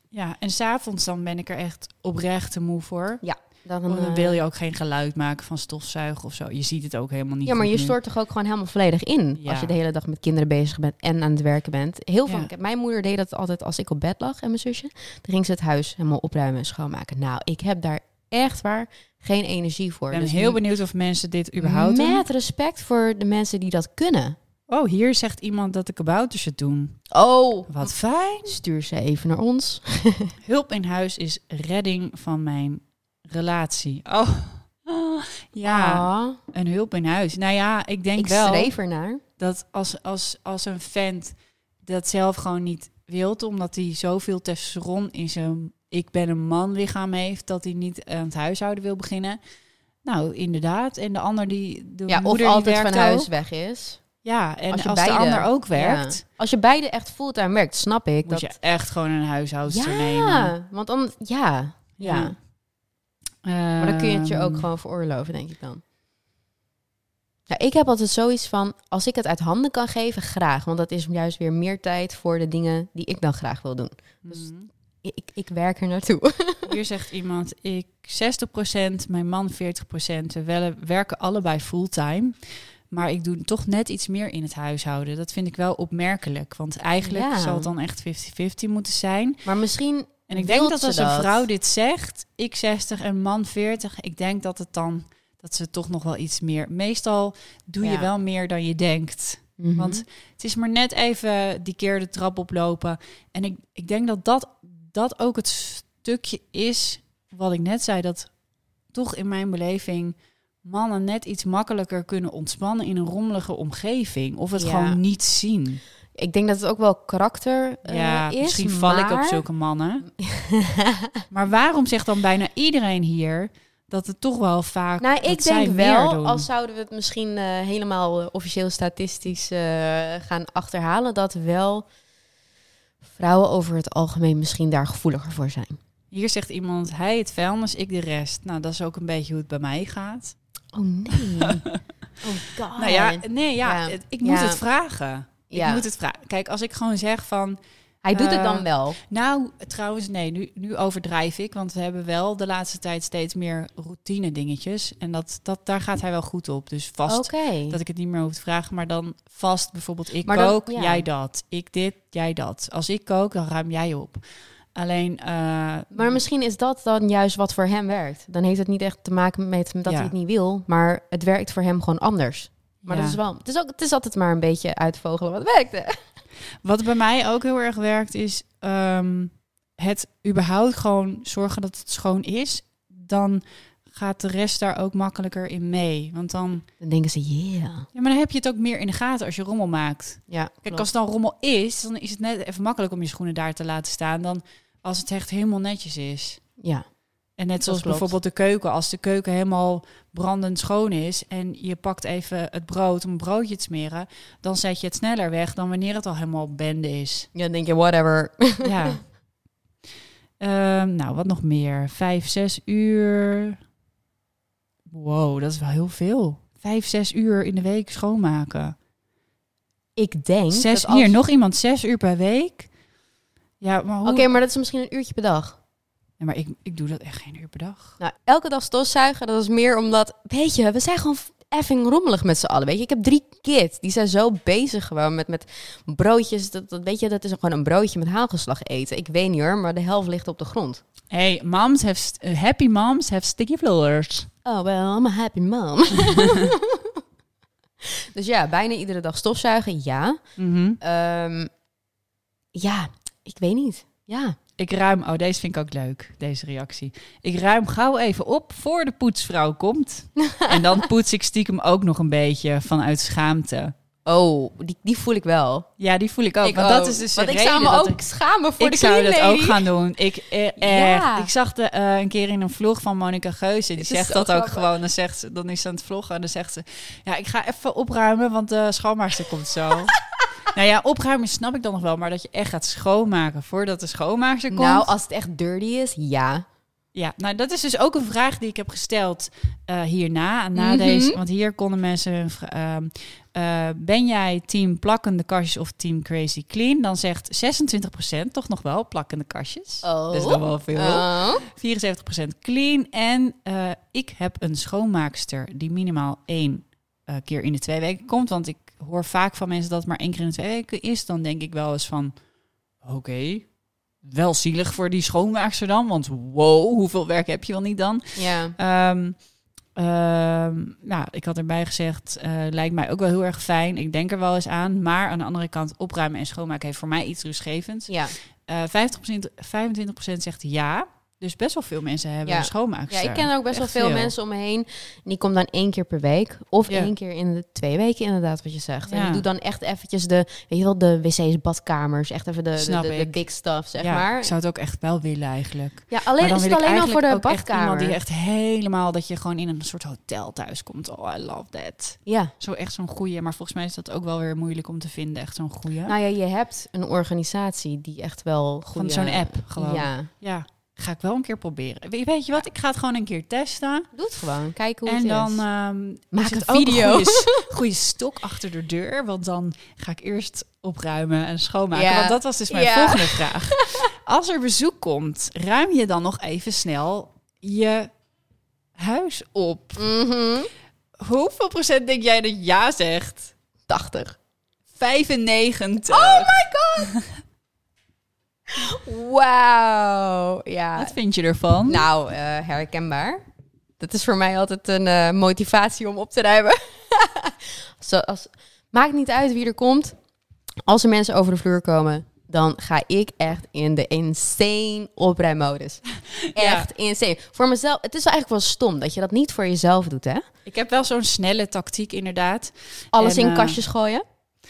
Ja, en 's avonds dan ben ik er echt oprecht te moe voor. Ja, dan, Want dan uh, wil je ook geen geluid maken van stofzuigen of zo. Je ziet het ook helemaal niet. Ja, maar goed je nu. stort toch ook gewoon helemaal volledig in. Ja. Als je de hele dag met kinderen bezig bent en aan het werken bent. Heel veel. Ja. Ik heb- Mijn moeder deed dat altijd als ik op bed lag en mijn zusje. Dan ging ze het huis helemaal opruimen en schoonmaken. Nou, ik heb daar echt waar geen energie voor. Ik ben Dus heel benieuwd of mensen dit überhaupt doen. met respect voor de mensen die dat kunnen. Oh, hier zegt iemand dat de kabouters het doen. Oh, Wat fijn. stuur ze even naar ons. Hulp in huis is redding van mijn relatie. Oh, Ah, ja, Ah, een hulp in huis. Nou ja, ik denk ik wel streef ernaar. dat als, als, als een vent dat zelf gewoon niet wilt, omdat hij zoveel testosteron in zijn ik ben een man lichaam heeft, dat hij niet aan het huishouden wil beginnen. Nou, inderdaad. En de ander die, de Ja, of moeder die altijd werkt van huis ook. weg is. Ja, en Als als, je de beide- ander ook werkt, Ja. Als je beide echt fulltime werkt, snap ik. moet dat... je echt gewoon een huishoudster ja, nemen. want dan, ja, ja. Maar dan kun je het je ook Ehm, gewoon veroorloven, denk ik dan. Ja, ik heb altijd zoiets van, als ik het uit handen kan geven, graag. Want dat is juist weer meer tijd voor de dingen die ik dan graag wil doen. Dus mhm. ik, ik werk er naartoe. Hier zegt iemand, ik zestig procent, mijn man veertig procent. We wel- werken allebei fulltime. Maar ik doe toch net iets meer in het huishouden. Dat vind ik wel opmerkelijk. Want eigenlijk Ja. zal het dan echt vijftig vijftig moeten zijn. Maar misschien En ik denk wilt dat ze als dat. een vrouw dit zegt, ik zestig en man veertig, ik denk dat het dan, dat ze toch nog wel iets meer. Meestal doe je Ja. wel meer dan je denkt. Mhm. Want het is maar net even die keer de trap oplopen. En ik, ik denk dat, dat dat ook het stukje is wat ik net zei, dat toch in mijn beleving mannen net iets makkelijker kunnen ontspannen in een rommelige omgeving. Of het Ja. gewoon niet zien. ik denk dat het ook wel karakter eh, Ja, is. misschien val ik op maar- zulke mannen. Maar waarom zegt dan bijna iedereen hier dat het toch wel vaak Nou, dat ik zij denk meer wel, doen? als zouden we het misschien eh, helemaal eh, officieel statistisch eh, gaan achterhalen, dat wel vrouwen over het algemeen misschien daar gevoeliger voor zijn. Hier zegt iemand, hij het vuilnis, ik de rest. Nou, dat is ook een beetje hoe het bij mij gaat. Oh nee. Oh god. Nou ja, nee, ja, Ja. het- ik moet Ja. het vragen. Ja. Ik moet het vragen. Kijk, als ik gewoon zeg van, Hij doet het eh, dan wel. nou, trouwens, nee, nu, nu overdrijf ik, want we hebben wel de laatste tijd steeds meer routine dingetjes. En dat, dat, daar gaat hij wel goed op. Dus vast Oké. dat ik het niet meer hoef te vragen, maar dan vast bijvoorbeeld ik Maar dan- kook, ja. jij dat. Ik dit, jij dat. Als ik kook, dan ruim jij op. Alleen, eh, Maar misschien is dat dan juist wat voor hem werkt. Dan heeft het niet echt te maken met dat Ja. hij het niet wil, maar het werkt voor hem gewoon anders. Maar ja. dat is wel. Het is ook. Het is altijd maar een beetje uitvogelen wat werkt. Hè? Wat bij mij ook heel erg werkt, is ehm, het überhaupt gewoon zorgen dat het schoon is. Dan gaat de rest daar ook makkelijker in mee. Want dan, Dan denken ze, yeah. ja, maar dan heb je het ook meer in de gaten als je rommel maakt. Ja. Kijk, klopt. als het dan rommel is, dan is het net even makkelijk om je schoenen daar te laten staan dan als het echt helemaal netjes is. Ja. En net zoals klopt. bijvoorbeeld de keuken. Als de keuken helemaal brandend schoon is en je pakt even het brood om een broodje te smeren, dan zet je het sneller weg dan wanneer het al helemaal bende is. Ja, dan denk je, whatever. Ja. Ehm, nou, wat nog meer? Vijf, zes uur. Wow, dat is wel heel veel. Vijf, zes uur in de week schoonmaken. Ik denk. Zes, dat als- Hier, nog iemand zes uur per week. Ja, maar hoe... Oké, maar dat is misschien een uurtje per dag. Ja, maar ik, ik doe dat echt geen uur per dag. Nou, elke dag stofzuigen, dat is meer omdat, weet je, we zijn gewoon effing rommelig met z'n allen. Weet je, ik heb drie kids, die zijn zo bezig gewoon met, met broodjes. Dat, dat, weet je, dat is gewoon een broodje met haalgeslag eten. Ik weet niet hoor, maar de helft ligt op de grond. Hey, moms have st- uh, happy moms have sticky floors. Oh, well, I'm a happy mom. Dus ja, bijna iedere dag stofzuigen, ja. Mhm. Ehm, ja, ik weet niet. Ja. Ik ruim, oh deze vind ik ook leuk, deze reactie. Ik ruim gauw even op voor de poetsvrouw komt. En dan poets ik stiekem ook nog een beetje vanuit schaamte. Oh, die, die voel ik wel. Ja, die voel ik ook. Ik want ook. dat is dus de Want ik reden zou me dat ook ik, schamen voor ik de zou dat clean ook lady. gaan doen. Ik, eh, echt, Ja. ik zag de, eh, een keer in een vlog van Monica Geuze. Die Dit is zegt zo dat ook grappig. gewoon. Dan, zegt ze, dan is ze aan het vloggen en dan zegt ze... Ja, ik ga even opruimen, want de schoonmaakster komt zo. Nou ja, opruimen snap ik dan nog wel. Maar dat je echt gaat schoonmaken voordat de schoonmaakster komt... Nou, als het echt dirty is, ja. Ja, nou dat is dus ook een vraag die ik heb gesteld uh, hierna. Na Mm-hmm. deze, want hier konden mensen... Uh, uh, ben jij team plakkende kastjes of team crazy clean? Dan zegt zesentwintig procent toch nog wel plakkende kastjes. Oh. Dat is nog wel veel. Oh. vierenzeventig procent clean. En uh, ik heb een schoonmaakster die minimaal één uh, keer in de twee weken komt. Want ik hoor vaak van mensen dat het maar één keer in de twee weken is. Dan denk ik wel eens van... Oké... Okay. Wel zielig voor die schoonmaakster dan, want wow, hoeveel werk heb je wel niet dan? Ja. Um, um, nou, ik had erbij gezegd, uh, lijkt mij ook wel heel erg fijn. Ik denk er wel eens aan, maar aan de andere kant opruimen en schoonmaken heeft voor mij iets rustgevends. Ja. Uh, vijftig procent, vijfentwintig procent zegt ja. Dus best wel veel mensen hebben ja. een schoonmaakster. Ja, ik ken ook best Echt wel veel, veel mensen om me heen. Die komt dan één keer per week. Of ja. één keer in de twee weken, inderdaad, wat je zegt. Ja. En die doet dan echt eventjes de, weet je wel, de wc's, badkamers. Echt even de, Snap de, de, de ik. big stuff, zeg ja, maar. ik zou het ook echt wel willen eigenlijk. Ja, alleen dan is wil het ik alleen al voor de eigenlijk ook echt badkamer. iemand die echt helemaal, dat je gewoon in een soort hotel thuis komt. Oh, I love that. Ja. Zo echt zo'n goeie, maar volgens mij is dat ook wel weer moeilijk om te vinden, echt zo'n goeie. Nou ja, je hebt een organisatie die echt wel goede... Van zo'n app gewoon. Ja. Ja, ga ik wel een keer proberen. We- Weet je wat, ik ga het gewoon een keer testen. Doe het gewoon, kijk hoe En het dan is. um, Maak is het een ook video. Een goede, goede stok achter de deur, want dan ga ik eerst opruimen en schoonmaken. Ja. Want dat was dus mijn Ja. volgende vraag. Als er bezoek komt, ruim je dan nog even snel je huis op? Mhm. Hoeveel procent denk jij dat ja zegt? tachtig. vijfennegentig. Oh my god! Wauw. Ja. Wat vind je ervan? Nou, uh, herkenbaar. Dat is voor mij altijd een uh, motivatie om op te ruimen. Zoals, maakt niet uit wie er komt. Als er mensen over de vloer komen, dan ga ik echt in de insane opruimmodus. Echt Ja. insane. Voor mezelf, het is eigenlijk wel stom dat je dat niet voor jezelf doet, hè? Ik heb wel zo'n snelle tactiek inderdaad. Alles En, in uh, kastjes gooien.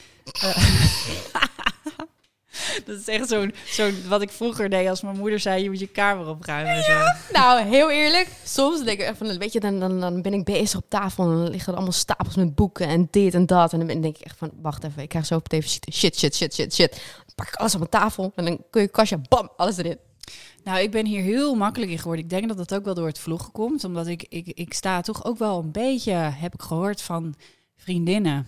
Dat is echt zo'n, zo'n wat ik vroeger deed als mijn moeder zei, je moet je kamer opruimen. En zo. Nou, heel eerlijk. Soms denk ik echt van, weet je, dan, dan, dan ben ik bezig op tafel en dan liggen er allemaal stapels met boeken en dit en dat. En dan denk ik echt van, wacht even, ik krijg zo op het even shit, shit, shit, shit, shit. Dan pak ik alles op mijn tafel en dan kun je kastje, bam, alles erin. Nou, ik ben hier heel makkelijk in geworden. Ik denk dat dat ook wel door het vloggen komt. Omdat ik, ik, ik sta toch ook wel een beetje, heb ik gehoord van vriendinnen.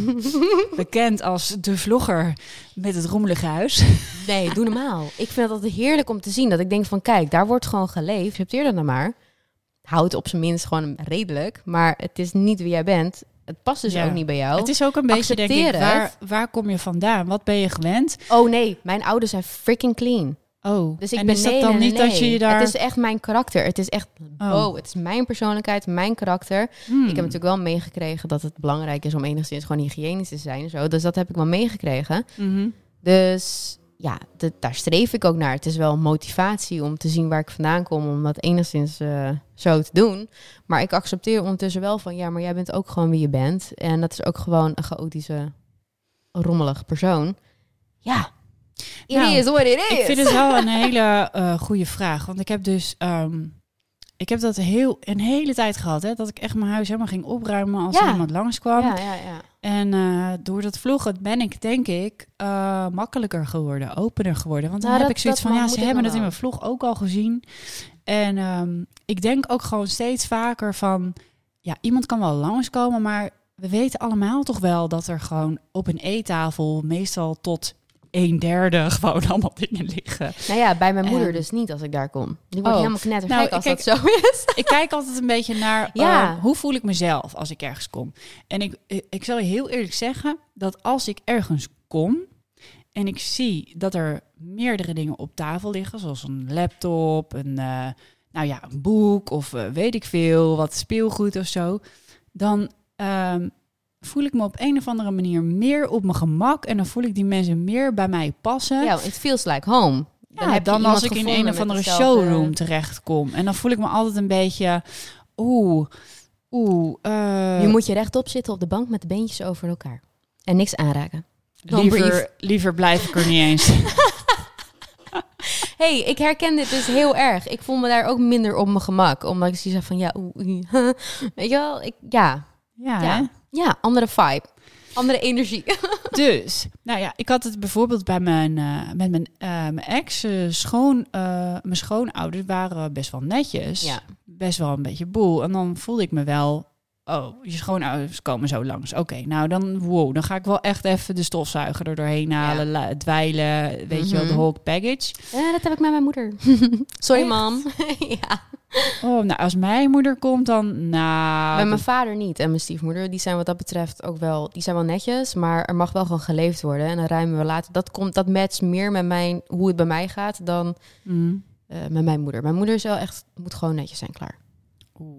Bekend als de vlogger met het rommelige huis. Nee, doe normaal. Ik vind het altijd heerlijk om te zien. Dat ik denk van, kijk, daar wordt gewoon geleefd. Accepteer dat nou maar. Houd op zijn minst gewoon redelijk. Maar het is niet wie jij bent. Het past dus Ja. ook niet bij jou. Het is ook een beetje, denk ik, Accepteer het. waar, waar kom je vandaan? Wat ben je gewend? Oh nee, mijn ouders zijn freaking clean. Oh, Dus ik en ben is dat nee, dan nee, nee, niet dat je nee. je daar... Het is echt mijn karakter. Het is echt, Oh. wow, het is mijn persoonlijkheid, mijn karakter. Hmm. Ik heb natuurlijk wel meegekregen dat het belangrijk is om enigszins gewoon hygiënisch te zijn en zo. Dus dat heb ik wel meegekregen. Mhm. Dus ja, de, daar streef ik ook naar. Het is wel een motivatie om te zien waar ik vandaan kom, om dat enigszins uh, zo te doen. Maar ik accepteer ondertussen wel van, ja, maar jij bent ook gewoon wie je bent. En dat is ook gewoon een chaotische, rommelig persoon. Ja, it Nou, is what it is. Ik vind het wel een hele uh, goede vraag. Want ik heb dus... Um, ik heb dat heel, een hele tijd gehad, hè, dat ik echt mijn huis helemaal ging opruimen als Ja. er iemand langskwam. Ja, ja, ja. En uh, door dat vloggen ben ik, denk ik, uh, makkelijker geworden, opener geworden. Want dan Nou, heb dat- ik zoiets dat van, ja, moet ze ik hebben dan het in mijn vlog ook al gezien. En um, ik denk ook gewoon steeds vaker van, ja, iemand kan wel langskomen, maar we weten allemaal toch wel dat er gewoon op een eettafel meestal tot een derde gewoon allemaal dingen liggen. Nou ja, bij mijn moeder En- dus niet als ik daar kom. Die wordt Oh. helemaal knettergek Nou, als kijk- dat zo is. Ik kijk altijd een beetje naar Ja. uh, hoe voel ik mezelf als ik ergens kom. En ik, ik, ik zal je heel eerlijk zeggen dat als ik ergens kom en ik zie dat er meerdere dingen op tafel liggen, zoals een laptop, een, uh, nou ja, een boek of uh, weet ik veel, wat speelgoed of zo, dan um, voel ik me op een of andere manier meer op mijn gemak en dan voel ik die mensen meer bij mij passen. Ja, it feels like home. Dan, heb je dan iemand als ik in gevonden een of met andere hetzelfde- showroom terechtkom. En dan voel ik me altijd een beetje... Oeh, oeh. uh, Nu moet je rechtop zitten op de bank met de beentjes over elkaar. En niks aanraken. Don't liever, breathe. liever blijf ik er niet eens. hey, ik herken dit dus heel erg. Ik voel me daar ook minder op mijn gemak. Omdat ik zie zeg van, ja, oeh, oeh, huh. Weet je wel? Ik, ja, Ja, ja. hè? ja, andere vibe. Andere energie. Dus, nou ja, ik had het bijvoorbeeld bij mijn, uh, met mijn, uh, mijn ex, uh, schoon, uh, mijn schoonouders waren best wel netjes. Ja. Best wel een beetje boel. En dan voelde ik me wel, oh, je schoonouders komen zo langs. Oké, okay, nou dan, wow, dan ga ik wel echt even de stofzuiger er doorheen halen, ja. la, dweilen, weet mm-hmm. je wel, de whole package. Ja, dat heb ik met mijn moeder. Sorry, echt? Mam. Ja. Oh, nou, als mijn moeder komt, dan, nou... Met mijn vader niet en mijn stiefmoeder, die zijn wat dat betreft ook wel, die zijn wel netjes, maar er mag wel gewoon geleefd worden. En dan ruimen we later. Dat komt, dat matcht meer met mijn, hoe het bij mij gaat dan mm. uh, met mijn moeder. Mijn moeder is wel echt, moet gewoon netjes zijn, klaar. Oeh.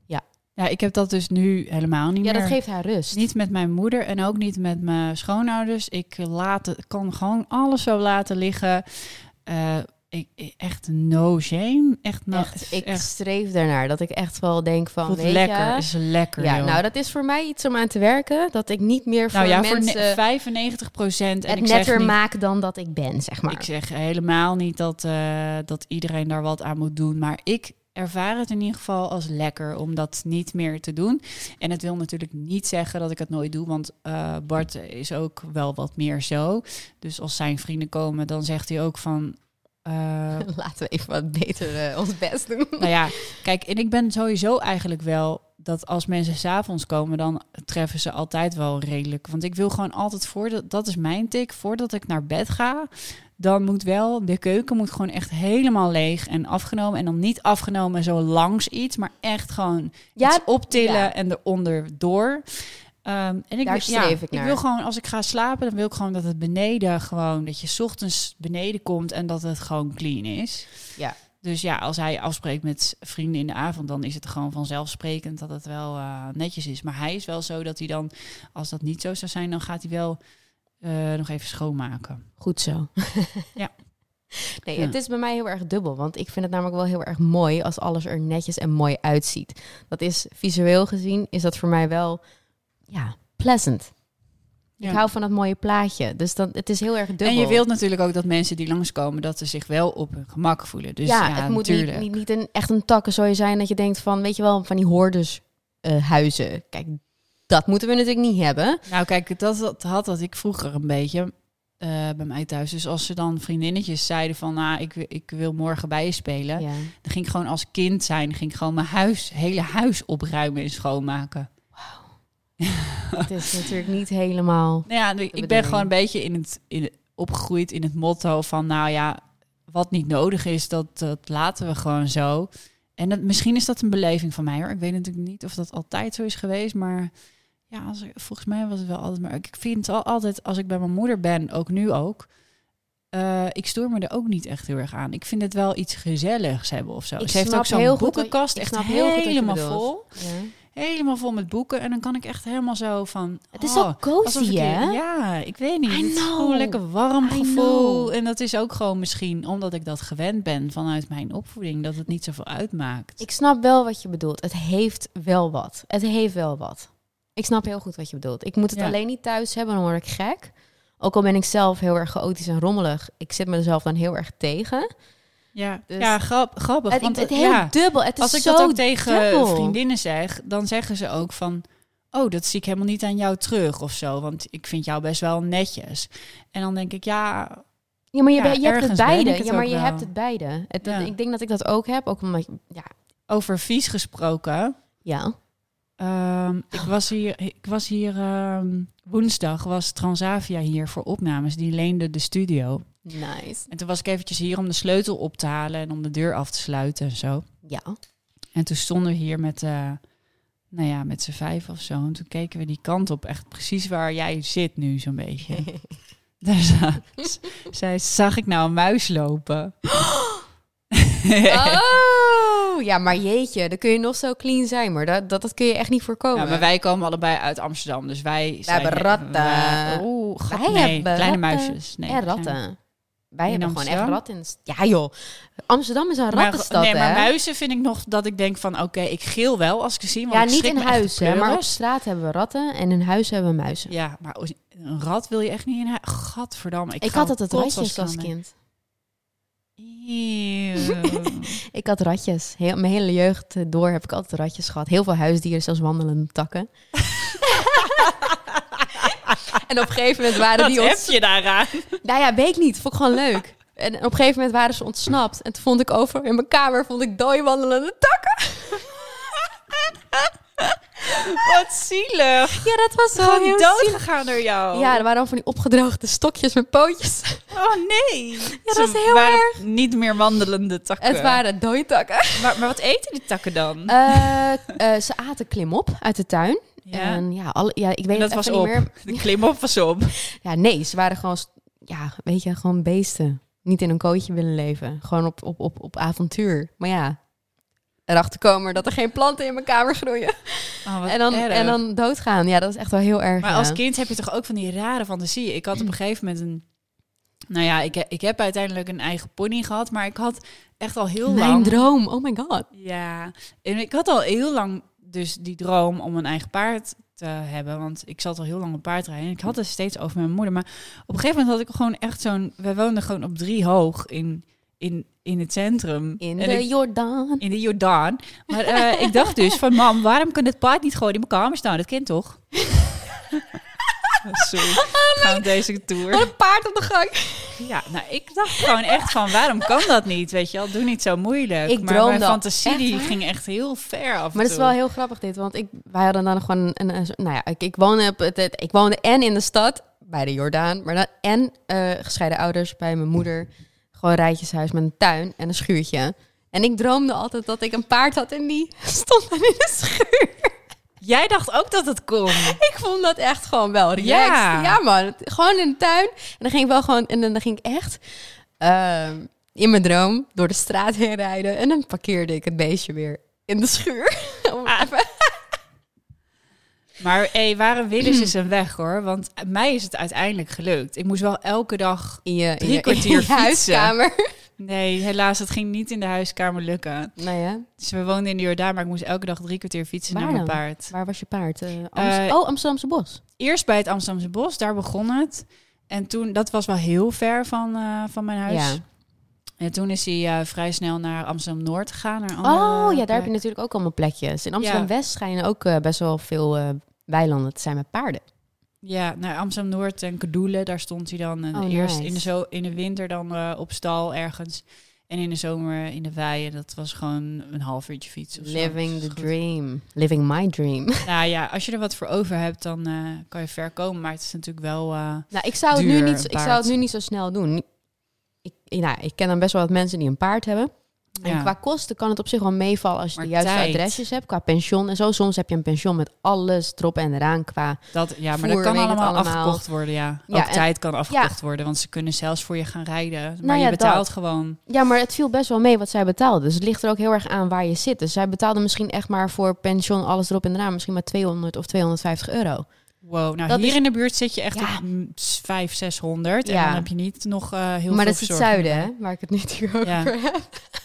Ja, ik heb dat dus nu helemaal niet ja, meer. Ja, dat geeft haar rust. Niet met mijn moeder en ook niet met mijn schoonouders. Ik laat het, kan gewoon alles zo laten liggen. Uh, ik, echt no shame. Echt, no, echt ik echt. streef daarnaar. Dat ik echt wel denk van, Voelt weet lekker, je, is lekker. Ja, joh. nou, dat is voor mij iets om aan te werken. Dat ik niet meer voor nou ja, mensen... voor ne- vijfennegentig procent. Het en ik netter zeg niet, maak dan dat ik ben, zeg maar. Ik zeg helemaal niet dat, uh, dat iedereen daar wat aan moet doen. Maar ik ervaar het in ieder geval als lekker om dat niet meer te doen. En het wil natuurlijk niet zeggen dat ik het nooit doe, want uh, Bart is ook wel wat meer zo. Dus als zijn vrienden komen, dan zegt hij ook van... Uh, Laten we even wat beter uh, ons best doen. Nou ja, kijk, en ik ben sowieso eigenlijk wel dat als mensen 's avonds komen, dan treffen ze altijd wel redelijk. Want ik wil gewoon altijd voordat, dat is mijn tik, voordat ik naar bed ga, dan moet wel, de keuken moet gewoon echt helemaal leeg en afgenomen. En dan niet afgenomen zo langs iets, maar echt gewoon ja, iets optillen ja. en eronder door. Um, en ik, Daar streef ja, ik naar. Ik wil gewoon, als ik ga slapen, dan wil ik gewoon dat het beneden gewoon, dat je 's ochtends beneden komt en dat het gewoon clean is. Ja. Dus ja, als hij afspreekt met vrienden in de avond, dan is het gewoon vanzelfsprekend dat het wel uh, netjes is. Maar hij is wel zo dat hij dan, als dat niet zo zou zijn, dan gaat hij wel uh, nog even schoonmaken. Goed zo. Ja. Nee, ja. Het is bij mij heel erg dubbel. Want ik vind het namelijk wel heel erg mooi als alles er netjes en mooi uitziet. Dat is visueel gezien, is dat voor mij wel, ja, pleasant. Ja. Ik hou van dat mooie plaatje. Dus dan, het is heel erg dubbel. En je wilt natuurlijk ook dat mensen die langskomen, dat ze zich wel op hun gemak voelen. Dus ja, ja, het moet natuurlijk. niet, niet, niet een, echt een takkenzooi zijn dat je denkt van, weet je wel, van die hoorders uh, huizen. Kijk, dat moeten we natuurlijk niet hebben. Nou kijk, dat, dat had dat ik vroeger een beetje uh, bij mij thuis. Dus als ze dan vriendinnetjes zeiden van, nou, ik, ik wil morgen bij je spelen. Ja. Dan ging ik gewoon als kind zijn, ging ik gewoon mijn huis, hele huis opruimen en schoonmaken. Het is natuurlijk niet helemaal... Nou ja, ik ben gewoon een beetje in het, in het, opgegroeid in het motto van, nou ja, wat niet nodig is, dat, dat laten we gewoon zo. En dat, misschien is dat een beleving van mij, hoor. Ik weet natuurlijk niet of dat altijd zo is geweest, maar ja, als ik, volgens mij was het wel altijd. Maar ik vind het al, altijd, als ik bij mijn moeder ben, ook nu ook, uh, ik stoor me er ook niet echt heel erg aan. Ik vind het wel iets gezelligs hebben of zo. Ik Ze heeft ook zo'n boekenkast, goed, echt heel helemaal goed vol. Ja. Helemaal vol met boeken. En dan kan ik echt helemaal zo van... Het is oh, zo cozy, hè? Ja, ik weet niet. I Het is know. gewoon een lekker warm I gevoel. know. En dat is ook gewoon misschien omdat ik dat gewend ben vanuit mijn opvoeding. Dat het niet zoveel uitmaakt. Ik snap wel wat je bedoelt. Het heeft wel wat. Het heeft wel wat. Ik snap heel goed wat je bedoelt. Ik moet het Ja. alleen niet thuis hebben, dan word ik gek. Ook al ben ik zelf heel erg chaotisch en rommelig. Ik zit mezelf dan heel erg tegen. Ja, Dus ja grap, grappig. Het, want het, het ja, heel dubbel. Het is als ik zo dat ook tegen dubbel. vriendinnen zeg, dan zeggen ze ook van... oh, dat zie ik helemaal niet aan jou terug of zo. Want ik vind jou best wel netjes. En dan denk ik, ja... Ja, maar je, ja, je hebt het ergens ben beide. ik het Ja, maar ook je wel. hebt het beide. Het, Ja. Ik denk dat ik dat ook heb. Ook omdat, ja, Over vies gesproken... ja. Um, ik was hier, ik was hier um, woensdag, was Transavia hier voor opnames. Die leende de studio. Nice. En toen was ik eventjes hier om de sleutel op te halen en om de deur af te sluiten en zo. Ja. En toen stonden we hier met, uh, nou ja, met z'n vijf of zo. En toen keken we die kant op, echt precies waar jij zit nu zo'n beetje. Daar zag, zei, zag ik nou een muis lopen. Oh, ja, maar jeetje, dan kun je nog zo clean zijn, maar dat, dat, dat kun je echt niet voorkomen. Ja, maar wij komen allebei uit Amsterdam, dus wij We zijn... hebben ratten. Oeh, gat, Wij nee, hebben kleine ratten. muisjes. Nee, en ratten. kleine- Wij In hebben gewoon echt Amsterdam? ratten. in st- Ja joh, Amsterdam is een Maar, rattenstad, nee, maar hè? muizen vind ik nog dat ik denk van... oké, ik geel wel als ik ze zie, want Ja, ik niet schrik in me echt huis, de hè, maar op pleuris. straat hebben we ratten en in huis hebben we muizen. Ja, maar een rat wil je echt niet in huis. Gadverdamme. Ik, Ik ga had altijd trots ratjes als ik aan kind. Eeuw. Ik had ratjes. Heel, mijn hele jeugd door heb ik altijd ratjes gehad. Heel veel huisdieren, zelfs wandelende takken. En op een gegeven moment waren Wat die heb ons... je daaraan? Nou ja, weet ik niet. Vond ik gewoon leuk. En op een gegeven moment waren ze ontsnapt. En toen vond ik over in mijn kamer vond ik dooi wandelende takken. Wat zielig. Ja, dat was zo Gewoon heel dood zielig. gegaan door jou. Ja, er waren dan van die opgedroogde stokjes met pootjes. Oh nee. Ja, dat was heel waren erg. Niet meer wandelende takken. Het waren dooitakken. Maar, maar wat eten die takken dan? Uh, uh, ze aten klimop uit de tuin. Ja. En ja, alle, ja ik weet En dat het was even op. niet meer. De klimop was op. Ja, nee, ze waren gewoon, ja, weet je, gewoon beesten. Niet in een kootje willen leven. Gewoon op, op, op, op avontuur. Maar ja, erachter komen dat er geen planten in mijn kamer groeien. Oh, wat En dan, erg. en dan doodgaan. Ja, dat is echt wel heel erg. Maar ja. als kind heb je toch ook van die rare fantasieën. Ik had op een gegeven moment een... Nou ja, ik, ik heb uiteindelijk een eigen pony gehad. Maar ik had echt al heel Mijn lang... droom, oh my god. Ja, en ik had al heel lang dus die droom om een eigen paard te hebben. Want ik zat al heel lang op paard rijden. En ik had het steeds over met mijn moeder. Maar op een gegeven moment had ik gewoon echt zo'n... Wij woonden gewoon op drie hoog in, in, in het centrum. In En de ik- Jordaan. In de Jordaan. Maar eh, ik dacht dus van, mam, waarom kan dit paard niet gewoon in mijn kamer staan? Dat kind toch? Sorry, gaan we deze tour. Wat een paard op de gang. Ja, nou, ik dacht gewoon echt van, waarom kan dat niet? Weet je wel, doe niet zo moeilijk. Ik maar droomde mijn fantasie echt, die hè? ging echt heel ver af en Maar dat is toe. wel heel grappig dit, want ik, wij hadden dan gewoon een, een, een- nou ja, ik, ik woonde op het, het- ik woonde en in de stad bij de Jordaan, maar dan en eh, gescheiden ouders bij mijn moeder, gewoon een rijtjeshuis met een tuin en een schuurtje. En ik droomde altijd dat ik een paard had en die stond dan in de schuur. Jij dacht ook dat het kon. Ik vond dat echt gewoon wel relaxed. Ja. Ja, man, gewoon in de tuin. En dan ging ik wel gewoon en dan ging ik echt ehm, in mijn droom door de straat heen rijden en dan parkeerde ik het beestje weer in de schuur. Om Ah. even- Maar hey, waar een wil is, is een weg hoor. Want mij is het uiteindelijk gelukt. Ik moest wel elke dag... in je, in Drie je, kwartier in je fietsen. huiskamer. Nee, helaas, het ging niet in de huiskamer lukken. Nou ja, Dus we woonden in de Jordaan, maar ik moest elke dag drie kwartier fietsen Waar naar mijn dan? paard. waar was je paard? Eh, Amst- Eh, oh, Amsterdamse Bos. Eerst bij het Amsterdamse Bos, daar begon het. En toen, dat was wel heel ver van, eh, van mijn huis. Ja. En toen is hij eh, vrij snel naar Amsterdam-Noord gegaan. Naar andere Oh, ja, daar heb plekken. je natuurlijk ook allemaal plekjes. In Amsterdam-West Ja. schijnen ook eh, best wel veel eh, weilanden te zijn met paarden. Ja, naar Amsterdam-Noord en Kedoelen, daar stond hij dan. En Oh, eerst nice. in de, zo in de winter dan eh, op stal ergens. En in de zomer in de weien. Dat was gewoon een half uurtje fietsen of zo. Living Dat the is goed. dream. Living my dream. Nou ja, als je er wat voor over hebt, dan eh, kan je ver komen. Maar het is natuurlijk wel... eh, Nou, ik zou, het Duur, nu niet, een ik zou paard. het nu niet zo snel doen. Ik, nou, ik ken dan best wel wat mensen die een paard hebben. En ja. qua kosten kan het op zich wel meevallen als je Maar de juiste tijd. adresjes hebt. Qua pensioen en zo. Soms heb je een pensioen met alles erop en eraan qua... Dat, ja, maar voer, dat kan weet ik het allemaal, allemaal. afgekocht worden, ja. Ja, Ook en- tijd kan afgekocht worden, want ze kunnen zelfs voor je gaan rijden. Maar Nou ja, je betaalt dat. gewoon... Ja, maar het viel best wel mee wat zij betaalde. Dus het ligt er ook heel erg aan waar je zit. Dus zij betaalde misschien echt maar voor pensioen, alles erop en eraan. Misschien maar tweehonderd of tweehonderdvijftig euro. Wow, nou Dat hier is- in de buurt zit je echt Ja. op mm, vijf, zeshonderd. En Ja. dan heb je niet nog eh, heel Maar veel dat is het verzorging zuiden, erbij. hè? Waar ik het nu natuurlijk over Ja. heb.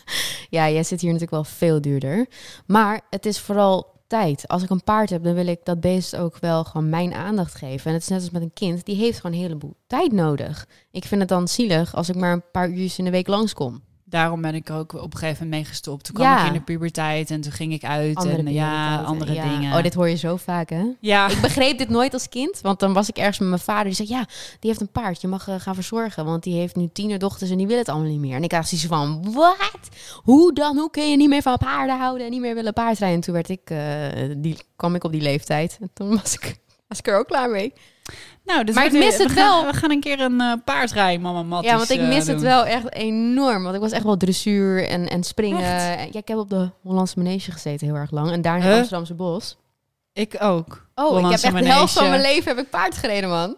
Ja, jij zit hier natuurlijk wel veel duurder. Maar het is vooral tijd. Als ik een paard heb, dan wil ik dat beest ook wel gewoon mijn aandacht geven. En het is net als met een kind. Die heeft gewoon een heleboel tijd nodig. Ik vind het dan zielig als ik maar een paar uurtjes in de week langskom. Daarom ben ik er ook op een gegeven moment mee gestopt. Toen kwam Ja. ik in de puberteit en toen ging ik uit. Andere en ja, prioriteiten. andere Ja. dingen. Oh, dit hoor je zo vaak, hè? Ja, Ik begreep dit nooit als kind, want dan was ik ergens met mijn vader. Die zei, ja, die heeft een paard, je mag eh, gaan verzorgen. Want die heeft nu tienerdochters en die wil het allemaal niet meer. En ik dacht zoiets van, wat? Hoe dan? Hoe kun je niet meer van paarden houden en niet meer willen paardrijden? En toen werd ik, eh, die, kwam ik op die leeftijd. En toen was ik, was ik er ook klaar mee. nou, dus Maar we- ik mis we het gaan- wel. We gaan een keer een eh, paardrij, mama Matties. Ja, want ik eh, mis het doen. wel echt enorm. Want ik was echt wel dressuur en, en springen. Echt? Ja, ik heb op de Hollandse Manege gezeten heel erg lang. En daar in het Huh? Amsterdamse Bos. Ik ook. Oh, ik heb Hollandse echt de helft van Manege. mijn leven heb ik paard gereden, man.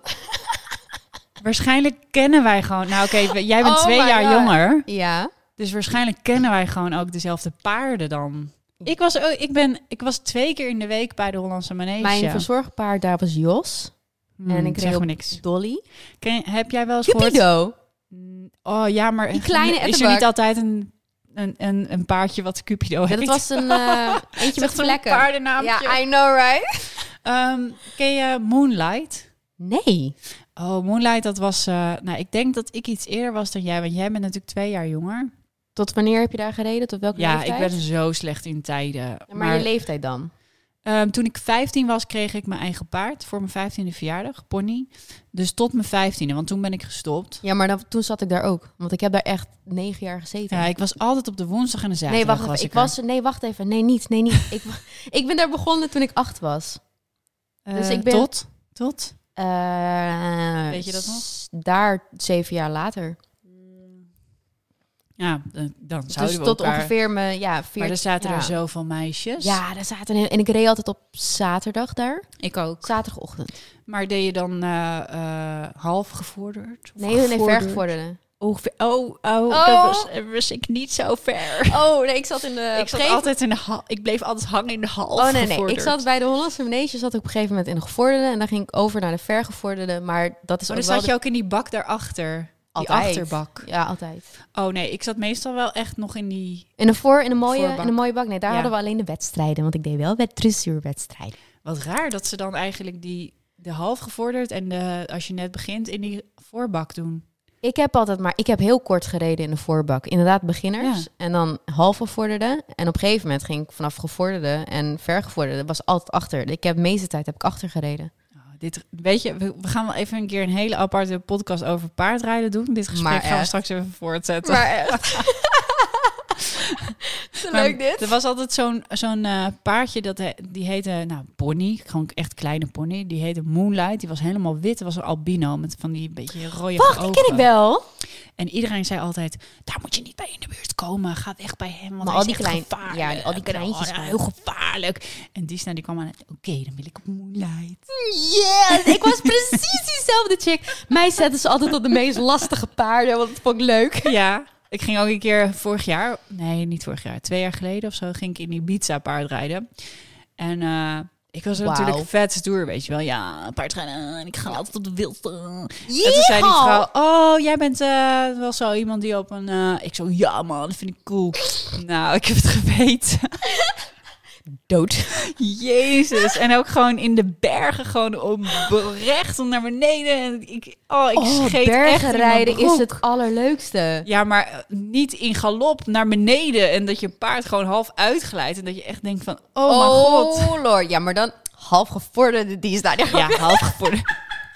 Waarschijnlijk kennen wij gewoon... Nou oké, we- jij bent Oh twee my jaar God. jonger. Ja. Dus waarschijnlijk kennen wij gewoon ook dezelfde paarden dan. Ik was, ook, ik, ben, ik was twee keer in de week bij de Hollandse Manege. Mijn verzorgpaard daar was Jos. Hmm, en ik zeg reed me op niks. Dolly. Ken je- heb jij wel eens gehoord... Cupido. Mm, Oh ja, maar Die kleine is er ettenbak. niet altijd een, een, een, een paardje wat Cupido Ja, heet? dat was een eh, eentje met Zo'n vlekken. paardennaamtje. Ja, I know, right? Ehm, ken je Moonlight? Nee. Oh, Moonlight, dat was... eh, nou, ik denk dat ik iets eerder was dan jij. Want jij bent natuurlijk twee jaar jonger. Tot wanneer heb je daar gereden? Tot welke Ja, leeftijd? ik ben zo slecht in tijden. Ja, maar, je leeftijd dan? Um, toen ik vijftien was, kreeg ik mijn eigen paard voor mijn vijftiende verjaardag, pony. Dus tot mijn vijftiende, want toen ben ik gestopt. Ja, maar dan, toen zat ik daar ook. Want ik heb daar echt negen jaar gezeten. Ja, ik was altijd op de woensdag en de zaterdag. Nee, wacht even. Was Ik, ik was, nee, wacht even. Nee, niet. Nee, niet. ik, ik ben daar begonnen toen ik acht was. Uh, dus ik ben... Tot? Tot? Uh, Weet je dat nog? Daar zeven jaar later. Ja, dan zouden dus we tot elkaar... ongeveer me, ja, veertien. Maar er zaten ja. er zoveel meisjes. Ja, daar zaten er... En ik reed altijd op zaterdag daar. Ik ook. Zaterdagochtend. Maar deed je dan uh, uh, half gevorderd? Nee, nee, vergevorderde. Ongeveer, oh, oh, oh. dat was, was ik niet zo ver. Oh, nee, ik zat in de... Ik zat altijd in de hal. Ik bleef altijd hangen in de half. Oh, nee, nee. gevorderd. Ik zat bij de Hollandse Manege, zat ik op een gegeven moment in de gevorderde. En dan ging ik over naar de vergevorderde. Maar dat is oh, ook dan wel zat je de... ook in die bak daarachter. Altijd. Die achterbak. Ja, altijd. Oh nee, ik zat meestal wel echt nog in die... In een, voor, in een, mooie, voorbak. in een mooie bak. Nee, daar Ja. hadden we alleen de wedstrijden. Want ik deed wel met dressuurwedstrijden. Wat raar dat ze dan eigenlijk die de half gevorderd en de als je net begint in die voorbak doen. Ik heb altijd maar... Ik heb heel kort gereden in de voorbak. Inderdaad, beginners. Ja. En dan half gevorderde. En op een gegeven moment ging ik vanaf gevorderde en vergevorderde. Was altijd achter. Ik heb de meeste tijd heb ik achter gereden. Dit, weet je, we, we gaan wel even een keer een hele aparte podcast over paardrijden doen. Dit gesprek Maar gaan we echt. straks even voortzetten. Maar echt. Zo Maar leuk dit. Er was altijd zo'n zo'n uh, paardje, dat he, die heette, nou, pony. Gewoon echt kleine pony. Die heette Moonlight. Die was helemaal wit. Dat was een albino met van die beetje rode Wacht, ogen. die ken ik wel. En iedereen zei altijd, daar moet je niet bij in de buurt komen. Ga weg bij hem, want Maar hij al is die echt klein- gevaarlijk. ja, al die kleintjes Oh, gewoon. heel gevaarlijk. En Disney die kwam aan, oké, okay, dan wil ik op Moonlight. Yes, ik was precies diezelfde chick. Mij zetten ze altijd op de meest lastige paarden, want dat vond ik leuk. Ja, ik ging ook een keer vorig jaar, nee, niet vorig jaar, twee jaar geleden of zo, ging ik in Ibiza paardrijden. En uh, ik was Wauw. natuurlijk vet stoer, weet je wel. Ja, paardrijden, en ik ga altijd op de wildste. Yeehaw! En toen zei die vrouw, oh, jij bent uh, wel zo iemand die op een... Uh, ik zo, ja man, dat vind ik cool. Nou, ik heb het geweten. Dood. Jezus. En ook gewoon in de bergen, gewoon om recht om naar beneden. En ik, oh, ik Oh, scheet echt bergen in rijden mijn is broek. het allerleukste. Ja, maar niet in galop naar beneden. En dat je paard gewoon half uitglijdt. En dat je echt denkt van, oh, mijn god. Oh lord, ja, maar dan half gevorderde, die is daar. Ja, half gevorderd.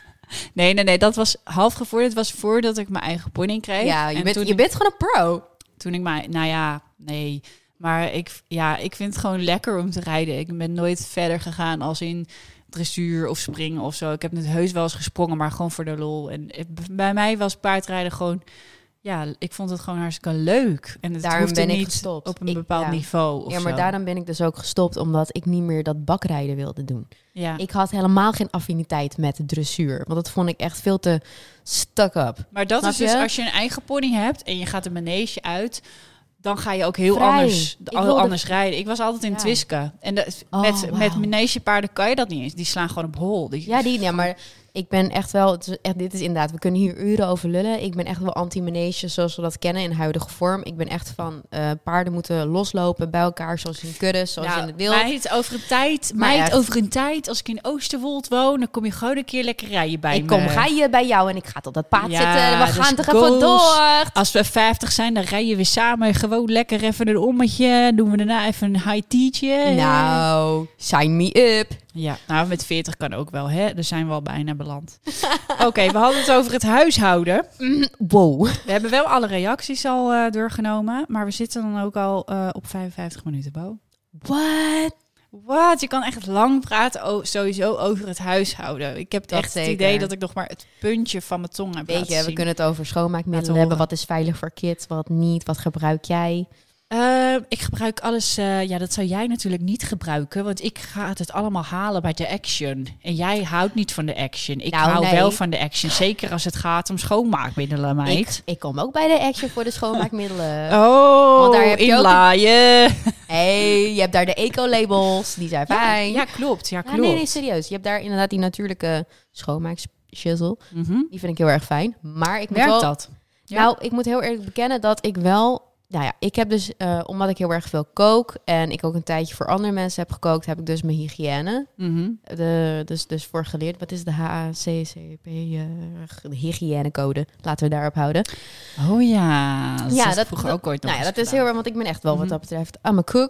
Nee, nee, nee. Dat was half gevorderd. was voordat ik mijn eigen pony kreeg. Ja, je, En bent, toen je ik- bent gewoon een pro. Toen ik mij, nou ja, nee. Maar ik, ja, ik vind het gewoon lekker om te rijden. Ik ben nooit verder gegaan als in dressuur of springen of zo. Ik heb net heus wel eens gesprongen, maar gewoon voor de lol. En het- bij mij was paardrijden gewoon, ja, ik vond het gewoon hartstikke leuk. En het Daarom hoefde ben ik niet gestopt. op een Ik- bepaald ja. niveau of Ja, maar zo. daarom ben ik dus ook gestopt, omdat ik niet meer dat bakrijden wilde doen. Ja. Ik had helemaal geen affiniteit met de dressuur, want dat vond ik echt veel te stuck up. Maar dat Snap is dus je? als je een eigen pony hebt en je gaat een manege uit, dan ga je ook heel Vrij. anders, Ik al wilde- anders rijden. Ik was altijd in Ja. Twiske. En dat, Oh, met, wauw. met manegepaarden kan je dat niet eens. Die slaan gewoon op hol. Die, Ja, die, ja, maar ik ben echt wel, het is echt, dit is inderdaad, we kunnen hier uren over lullen. Ik ben echt wel anti-manege zoals we dat kennen in huidige vorm. Ik ben echt van, uh, paarden moeten loslopen bij elkaar, zoals in kuddes, zoals Nou, in het wild. meid, over een tijd, Maar meid, echt. over een tijd, als ik in Oosterwold woon, dan kom je gewoon een keer lekker rijden bij Ik me. kom, ga je bij jou en ik ga tot dat paard Ja, zitten. We gaan dus toch even goals. door. Als we vijftig zijn, dan rijden we samen gewoon lekker even een ommetje. Doen we daarna even een high tea'tje. Nou, sign me up. Ja, nou met veertig kan ook wel, hè? Daar zijn we al bijna beland. Oké, we hadden het over het huishouden. Wow. We hebben wel alle reacties al uh, doorgenomen, maar we zitten dan ook al uh, op vijfenvijftig minuten, Bo. What? Wat? Je kan echt lang praten o- sowieso over het huishouden. Ik heb Dat echt zeker. het idee dat ik nog maar het puntje van mijn tong heb Weet laten je, we zien. kunnen het over schoonmaakmiddelen Laten hebben. horen. Wat is veilig voor kids, wat niet? Wat gebruik jij? Uh, ik gebruik alles, uh, ja, dat zou jij natuurlijk niet gebruiken, want ik ga het allemaal halen bij de Action. En jij houdt niet van de Action. Ik Nou, hou nee. wel van de Action, zeker als het gaat om schoonmaakmiddelen, meid. Ik, ik kom ook bij de Action voor de schoonmaakmiddelen. Oh, Want daar heb je ook- inlaaien. Hey, je hebt daar de eco-labels, die zijn Ja, fijn. ja, klopt. Ja, Ja, klopt. nee, nee, serieus. Je hebt daar inderdaad die natuurlijke schoonmaakshizzel. Mhm. Die vind ik heel erg fijn. Maar ik moet Werkt wel... dat? Ja. Nou, ik moet heel eerlijk bekennen dat ik wel... Nou ja, ik heb dus, uh, omdat ik heel erg veel kook en ik ook een tijdje voor andere mensen heb gekookt, heb ik dus mijn hygiëne. Mhm. De, dus, dus voor geleerd. Wat is de H A C C P? Uh, de hygiënecode. Laten we daarop houden. Oh ja, dat Ja, is dat- vroeger dat- ook ooit nog Nou ja, eens dat is heel gedaan. erg, want ik ben echt wel wat Mhm. dat betreft I'm a cook.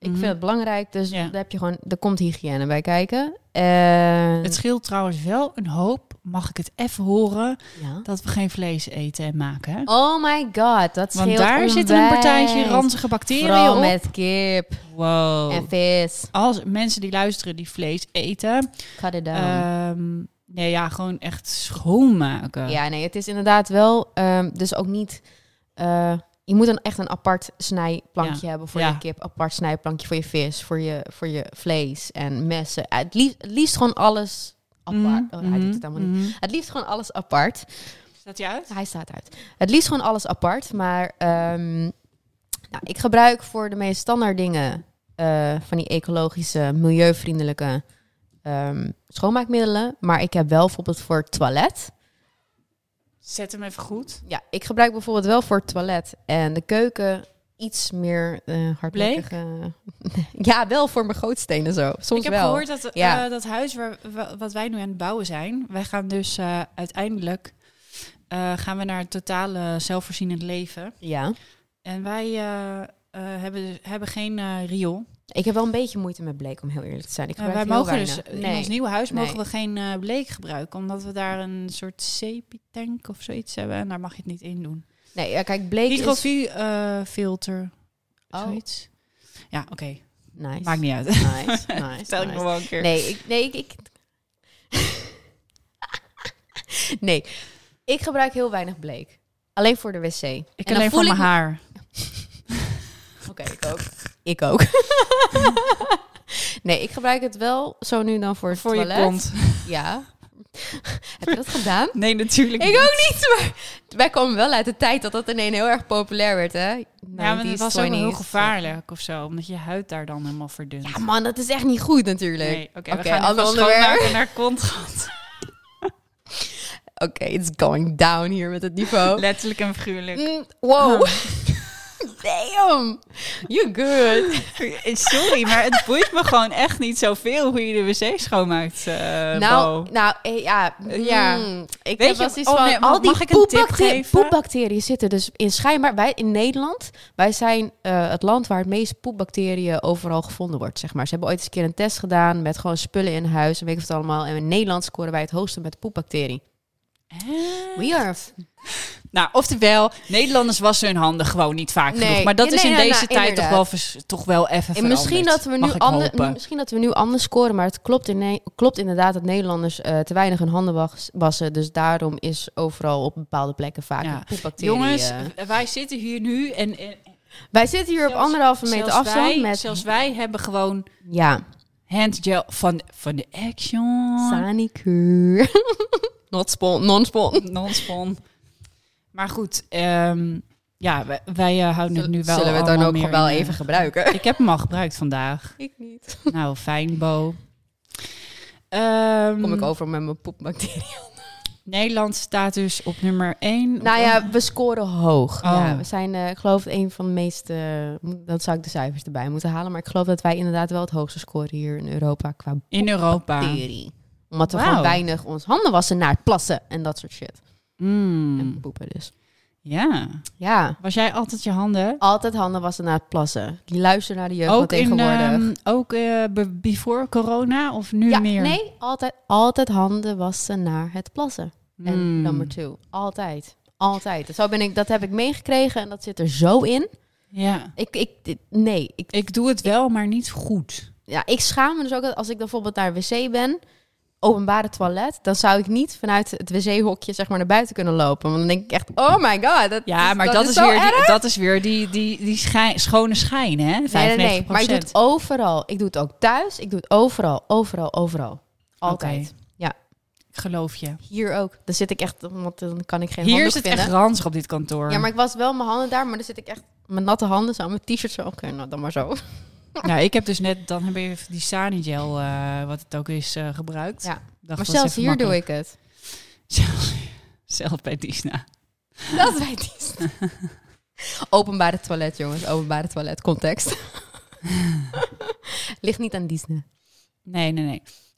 Ik Mm-hmm. vind het belangrijk, dus Ja. daar heb je gewoon, er komt hygiëne bij kijken. En Het scheelt trouwens wel een hoop, mag ik het even horen, ja. dat we geen vlees eten en maken. Hè? Oh my god, dat scheelt Want daar zit een onwijs. partijtje ranzige bacteriën Vooral op. met kip Wow. en vis. Als mensen die luisteren die vlees eten, Cut it down. ehm, nee, ja, gewoon echt schoonmaken. Ja, nee, het is inderdaad wel, um, dus ook niet... Uh, je moet dan echt een apart snijplankje Ja. hebben voor Ja. je kip, apart snijplankje voor je vis, voor je, voor je vlees en messen. Uh, het, liefst, het liefst gewoon alles apart. Mm, Oh, hij doet het helemaal niet. mm. Het liefst gewoon alles apart. Staat hij uit? Hij staat uit. Het liefst gewoon alles apart, maar um, nou, ik gebruik voor de meest standaard dingen uh, van die ecologische, milieuvriendelijke um, schoonmaakmiddelen. Maar ik heb wel bijvoorbeeld voor het toilet. Zet hem even goed. Ja, ik gebruik bijvoorbeeld wel voor het toilet en de keuken iets meer uh, hardnekkige... ja, wel voor mijn gootstenen zo. Soms ik heb wel. gehoord dat Ja. uh, dat huis waar, wa- wat wij nu aan het bouwen zijn, wij gaan dus uh, uiteindelijk uh, gaan we naar het totale zelfvoorzienend leven. Ja. En wij uh, uh, hebben, hebben geen uh, riool. Ik heb wel een beetje moeite met bleek, om heel eerlijk te zijn. Ik Uh, gebruik wij heel mogen dus weinig. in Nee. ons nieuwe huis Nee. mogen we geen uh, bleek gebruiken, omdat we daar een soort sepietank of zoiets hebben en daar mag je het niet in doen. Nee, ja, kijk, bleek is... Hydrofie-filter. Oh. Zoiets. Ja, oké. Okay. Nice. Maakt niet uit. Nice, nice. Stel ik nice. nog wel een keer. Nee, ik, nee, ik, ik... nee, ik gebruik heel weinig bleek. Alleen voor de wc. Ik En dan alleen voel voor mijn ik me- haar. Oké, okay, ik ook. Ik ook. nee, ik gebruik het wel zo nu dan voor het Voor toilet. je kont. Ja. Heb je dat gedaan? Nee, natuurlijk Ik niet. ook niet, maar wij komen wel uit de tijd dat dat ineens heel erg populair werd, hè? Ja, maar het nineties, was ook wel heel twinties. gevaarlijk of zo, omdat je huid daar dan helemaal verdunt. Ja, man, dat is echt niet goed natuurlijk. Nee, oké, Oké, we gaan ander even onderwerp. schoonmaken naar kontgat. Oké, okay, it's going down hier met het niveau. Letterlijk en figuurlijk. Mm, wow. Damn. You're good. Sorry, maar het boeit me gewoon echt niet zoveel hoe je de wc schoonmaakt, uh, Nou, Bo. nou eh, ja. Ja. Mm, ik Weet heb wel je- zoiets oh, van, nee, al die mag ik een tip poepbacte- geven? poepbacteriën zitten dus in schijnbaar... Wij in Nederland, wij zijn uh, het land waar het meest poepbacteriën overal gevonden wordt, zeg maar. Ze hebben ooit eens een keer een test gedaan met gewoon spullen in huis en weet ik wat allemaal. En in Nederland scoren wij het hoogste met de poepbacterie. We are... Nou, oftewel, Nederlanders wassen hun handen gewoon niet vaak Nee. genoeg. Maar dat Ja, is nee, in nou, deze nou, tijd toch wel, inderdaad. vers- toch wel even En veranderd. misschien dat, we nu Mag ik ander, hopen. misschien dat we nu anders scoren, maar het klopt, in, ne- klopt inderdaad dat Nederlanders uh, te weinig hun handen was, wassen. Dus daarom is overal op bepaalde plekken vaak Ja. een poepbacterie. Jongens, uh. wij zitten hier nu en... en Wij zitten hier op zelfs- anderhalve meter zelfs afstand. Wij, met, Zelfs wij hebben gewoon ja, handgel van, van de Action. Sanicure. Not spon, non-spon. Non-spon. Maar goed, um, ja, wij, wij uh, houden het nu wel Zullen we het dan allemaal ook meer gewoon wel in, uh, even gebruiken? Ik heb hem al gebruikt vandaag. Ik niet. Nou, fijn, Bo. Um, Kom ik over met mijn poepbacterie. Nederland staat dus op nummer één. Nou ja, we scoren hoog. Oh. Ja, we zijn, uh, ik geloof, een van de meeste... Uh, dan zou ik de cijfers erbij moeten halen. Maar ik geloof dat wij inderdaad wel het hoogste scoren hier in Europa qua In Europa. bacterie. Omdat we Wauw. gewoon weinig ons handen wassen naar het plassen en dat soort shit. Mm. En poepen dus. Ja. Ja, Was jij altijd je handen? altijd handen wassen naar het plassen. Die luisteren naar de jeugd van Ook, in, tegenwoordig. um, ook uh, be- before corona of nu ja, meer? nee, altijd, altijd handen wassen naar het plassen. En Mm. number two. Altijd. Altijd. Zo ben ik, dat heb ik meegekregen en dat zit er zo in. Ja. Ik, ik, dit- nee. Ik, Ik doe het wel, maar niet goed. ja, ik schaam me dus ook dat als ik dan bijvoorbeeld naar een wc ben, openbare toilet, dan zou ik niet vanuit het wc-hokje zeg maar naar buiten kunnen lopen. Want dan denk ik echt, oh my god. Dat, Ja, maar dat, is, zo weer erg. die, dat is weer die, die, die schijn, schone schijn, hè? Nee, vijfennegentig nee, nee. Maar ik doe het overal. Ik doe het ook thuis. Ik doe het overal, overal, overal. Altijd. Oké. Ja. Ik geloof je. Hier ook. Dan zit ik echt, want dan kan ik geen Hier handdoek is het vinden. echt ranzig op dit kantoor. Ja, maar ik was wel mijn handen daar, maar dan zit ik echt met natte handen zo, mijn t-shirt zo. Oké, okay, nou dan maar zo. Nou, ik heb dus net, dan heb je die Sanigel, uh, wat het ook is, uh, gebruikt. Ja. Dacht, Maar dat zelfs is even hier doe makkelijk. ik het. Zelfs, zelfs bij Disna. Dat weet ik. Openbare toilet, jongens. Openbare toilet. Context. Ligt niet aan Disney. Nee, nee, nee.